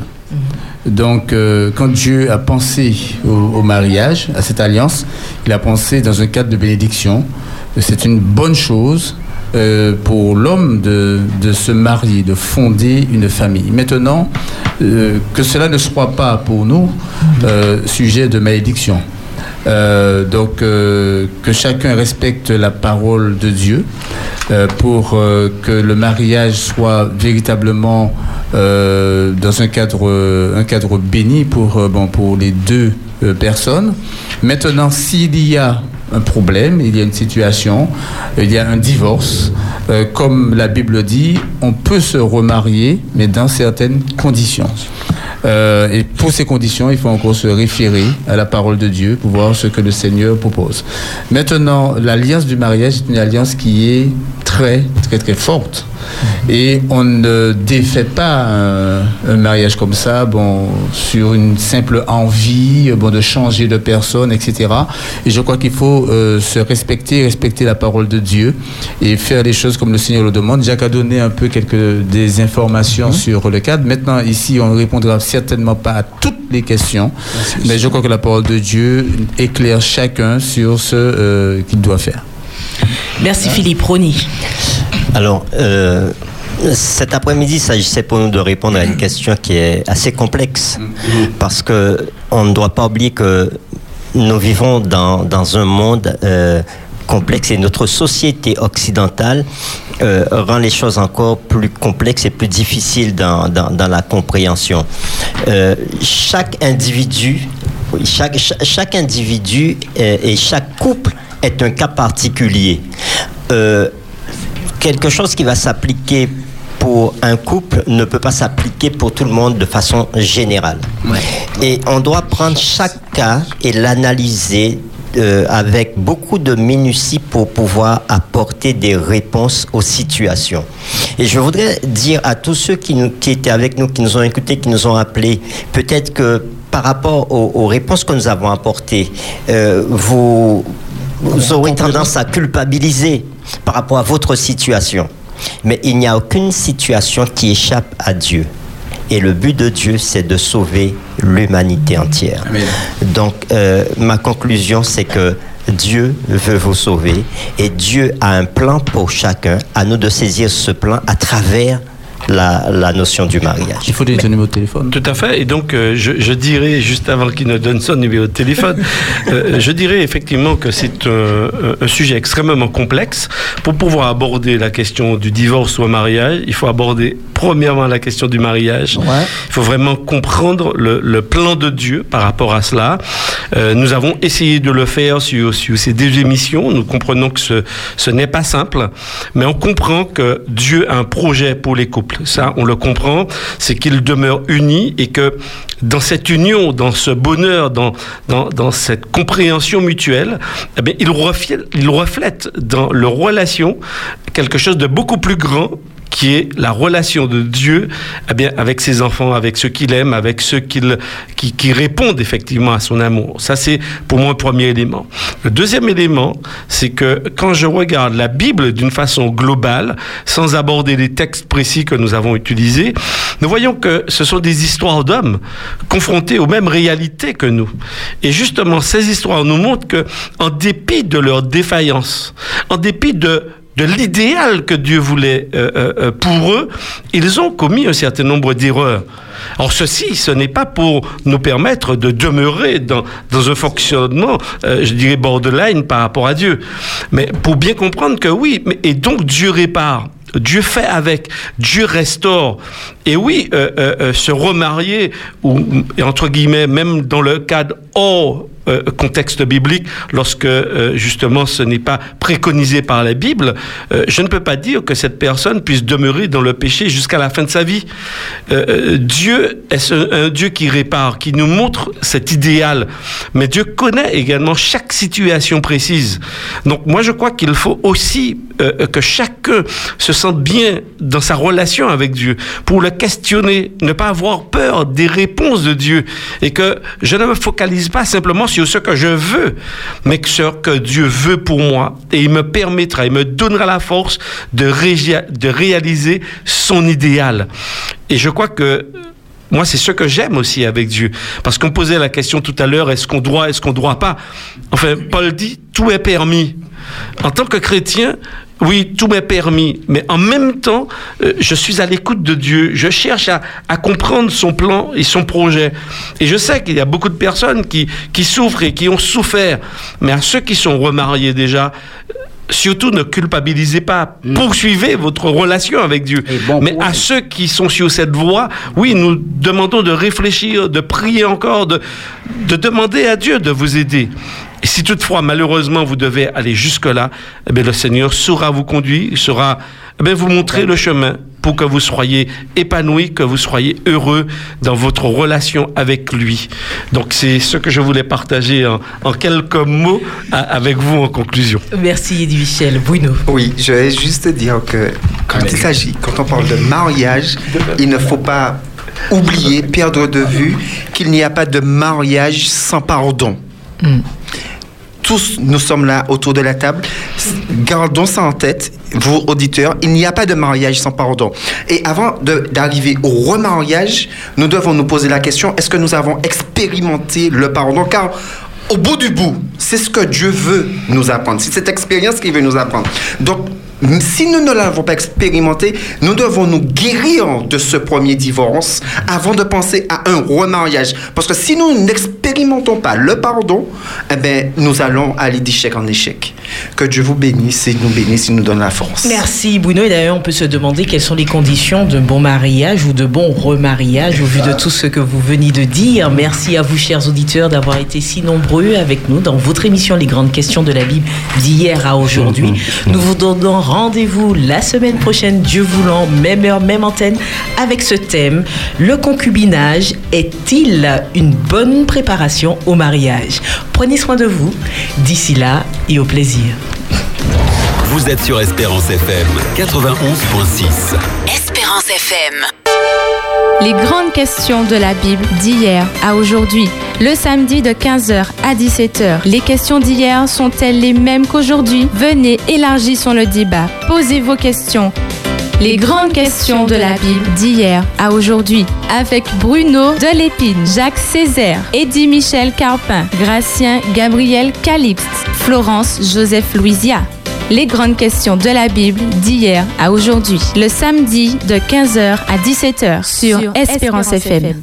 Donc, euh, quand Dieu a pensé au, au mariage, à cette alliance, il a pensé dans un cadre de bénédiction. C'est une bonne chose euh, pour l'homme de, de se marier, de fonder une famille. Maintenant, euh, que cela ne soit pas pour nous euh, sujet de malédiction. Euh, donc euh, que chacun respecte la parole de Dieu euh, pour euh, que le mariage soit véritablement euh, dans un cadre, un cadre béni pour, euh, bon, pour les deux euh, personnes. Maintenant, s'il y a un problème, il y a une situation, il y a un divorce, euh, comme la Bible dit, on peut se remarier, mais dans certaines conditions. Euh, et pour ces conditions, il faut encore se référer à la parole de Dieu pour voir ce que le Seigneur propose. Maintenant, l'alliance du mariage est une alliance qui est très, très, très forte. Et on ne défait pas un, un mariage comme ça, bon, sur une simple envie, bon, de changer de personne, et cetera. Et je crois qu'il faut euh, se respecter, respecter la parole de Dieu et faire les choses comme le Seigneur le demande. Jacques a donné un peu quelques des informations mmh. sur le cadre. Maintenant, ici, on ne répondra certainement pas à toutes les questions, merci, mais je crois que la parole de Dieu éclaire chacun sur ce euh, qu'il doit faire. Merci Philippe. Rony. Alors, euh, cet après-midi, il s'agissait pour nous de répondre à une question qui est assez complexe, parce qu'on ne doit pas oublier que nous vivons dans, dans un monde euh, complexe et notre société occidentale euh, rend les choses encore plus complexes et plus difficiles dans, dans, dans la compréhension. Euh, chaque individu, chaque, chaque, chaque individu euh, et chaque couple est un cas particulier. Euh, quelque chose qui va s'appliquer pour un couple ne peut pas s'appliquer pour tout le monde de façon générale. Ouais. Et on doit prendre chaque cas et l'analyser euh, avec beaucoup de minutie pour pouvoir apporter des réponses aux situations. Et je voudrais dire à tous ceux qui, nous, qui étaient avec nous, qui nous ont écoutés, qui nous ont appelés, peut-être que par rapport aux, aux réponses que nous avons apportées, euh, vous... vous aurez tendance à culpabiliser par rapport à votre situation. Mais il n'y a aucune situation qui échappe à Dieu. Et le but de Dieu, c'est de sauver l'humanité entière. Amen. Donc, euh, ma conclusion, c'est que Dieu veut vous sauver et Dieu a un plan pour chacun. À nous de saisir ce plan à travers La, la notion du mariage. Il faut donner ton numéro de téléphone. Tout à fait. Et donc, euh, je, je dirais, juste avant qu'il ne donne son numéro de téléphone, euh, je dirais effectivement que c'est un, un sujet extrêmement complexe. Pour pouvoir aborder la question du divorce ou un mariage, il faut aborder premièrement la question du mariage. Ouais. Il faut vraiment comprendre le, le plan de Dieu par rapport à cela. Euh, nous avons essayé de le faire sur, sur ces deux émissions. Nous comprenons que ce, ce n'est pas simple, mais on comprend que Dieu a un projet pour les couples. Ça, on le comprend, c'est qu'ils demeurent unis et que dans cette union, dans ce bonheur, dans, dans, dans cette compréhension mutuelle, eh bien, ils reflètent, ils reflètent dans leur relation quelque chose de beaucoup plus grand, qui est la relation de Dieu eh bien, avec ses enfants, avec ceux qu'il aime, avec ceux qu'il, qui, qui répondent effectivement à son amour. Ça, c'est pour moi le premier élément. Le deuxième élément, c'est que quand je regarde la Bible d'une façon globale, sans aborder les textes précis que nous avons utilisés, nous voyons que ce sont des histoires d'hommes confrontés aux mêmes réalités que nous. Et justement, ces histoires nous montrent que, en dépit de leur défaillance, en dépit de de l'idéal que Dieu voulait euh, euh, pour eux, ils ont commis un certain nombre d'erreurs. Alors ceci, ce n'est pas pour nous permettre de demeurer dans, dans un fonctionnement, euh, je dirais borderline par rapport à Dieu, mais pour bien comprendre que oui, mais, et donc Dieu répare. Dieu fait avec, Dieu restaure. Et oui, euh, euh, se remarier, ou entre guillemets, même dans le cadre hors euh, contexte biblique, lorsque euh, justement ce n'est pas préconisé par la Bible, euh, je ne peux pas dire que cette personne puisse demeurer dans le péché jusqu'à la fin de sa vie. Euh, Dieu est un, un Dieu qui répare, qui nous montre cet idéal. Mais Dieu connaît également chaque situation précise. Donc moi je crois qu'il faut aussi euh, que chacun se sente bien dans sa relation avec Dieu, pour le questionner, ne pas avoir peur des réponses de Dieu, et que je ne me focalise pas simplement sur ce que je veux, mais que ce que Dieu veut pour moi, et il me permettra, il me donnera la force de, ré- de réaliser son idéal. Et je crois que moi, c'est ce que j'aime aussi avec Dieu. Parce qu'on posait la question tout à l'heure, est-ce qu'on doit, est-ce qu'on doit pas? Enfin, Paul dit, tout est permis. En tant que chrétien, oui, tout m'est permis, mais en même temps, euh, je suis à l'écoute de Dieu. Je cherche à, à comprendre son plan et son projet. Et je sais qu'il y a beaucoup de personnes qui, qui souffrent et qui ont souffert. Mais à ceux qui sont remariés déjà, surtout ne culpabilisez pas. Mmh. Poursuivez votre relation avec Dieu. Bon mais à ceux qui sont sur cette voie, oui, nous demandons de réfléchir, de prier encore, de, de demander à Dieu de vous aider. Et si toutefois, malheureusement, vous devez aller jusque-là, eh bien, le Seigneur saura vous conduire, il saura eh bien, vous montrer le chemin. pour que vous soyez épanouis, que vous soyez heureux dans votre relation avec lui. Donc c'est ce que je voulais partager en, en quelques mots à, avec vous en conclusion. Merci Eddie Michel. Bruno. Oui, je vais juste dire que quand il s'agit, quand on parle de mariage, il ne faut pas oublier, perdre de vue qu'il n'y a pas de mariage sans pardon. Mm. Tous, nous sommes là autour de la table. Gardons ça en tête, vous auditeurs, il n'y a pas de mariage sans pardon. Et avant de, d'arriver au remariage, nous devons nous poser la question, est-ce que nous avons expérimenté le pardon? Car au bout du bout, c'est ce que Dieu veut nous apprendre. C'est cette expérience qu'il veut nous apprendre. Donc, si nous ne l'avons pas expérimenté, nous devons nous guérir de ce premier divorce avant de penser à un remariage. Parce que si nous n'expérimentons pas le pardon, eh ben, nous allons aller d'échec en échec. Que Dieu vous bénisse et nous bénisse et nous donne la force. Merci Bruno. Et d'ailleurs, on peut se demander quelles sont les conditions d'un bon mariage ou de bon remariage au vu de tout ce que vous venez de dire. Merci à vous, chers auditeurs, d'avoir été si nombreux avec nous dans votre émission Les Grandes Questions de la Bible d'hier à aujourd'hui. Nous vous donnons rendez-vous la semaine prochaine, Dieu voulant, même heure, même antenne, avec ce thème. Le concubinage est-il une bonne préparation au mariage? Prenez soin de vous. D'ici là et au plaisir. Vous êtes sur Espérance F M quatre-vingt-onze point six. Espérance F M. Les grandes questions de la Bible d'hier à aujourd'hui. Le samedi de quinze heures à dix-sept heures. Les questions d'hier sont-elles les mêmes qu'aujourd'hui? Venez, élargissons le débat. Posez vos questions. Les grandes questions de la Bible d'hier à aujourd'hui. Avec Bruno Delépine, Jacques Césaire, Eddie Michel Carpin, Gracien Gabriel Calixte, Florence Joseph Louisia. Les grandes questions de la Bible d'hier à aujourd'hui. Le samedi de quinze heures à dix-sept heures sur Espérance F M.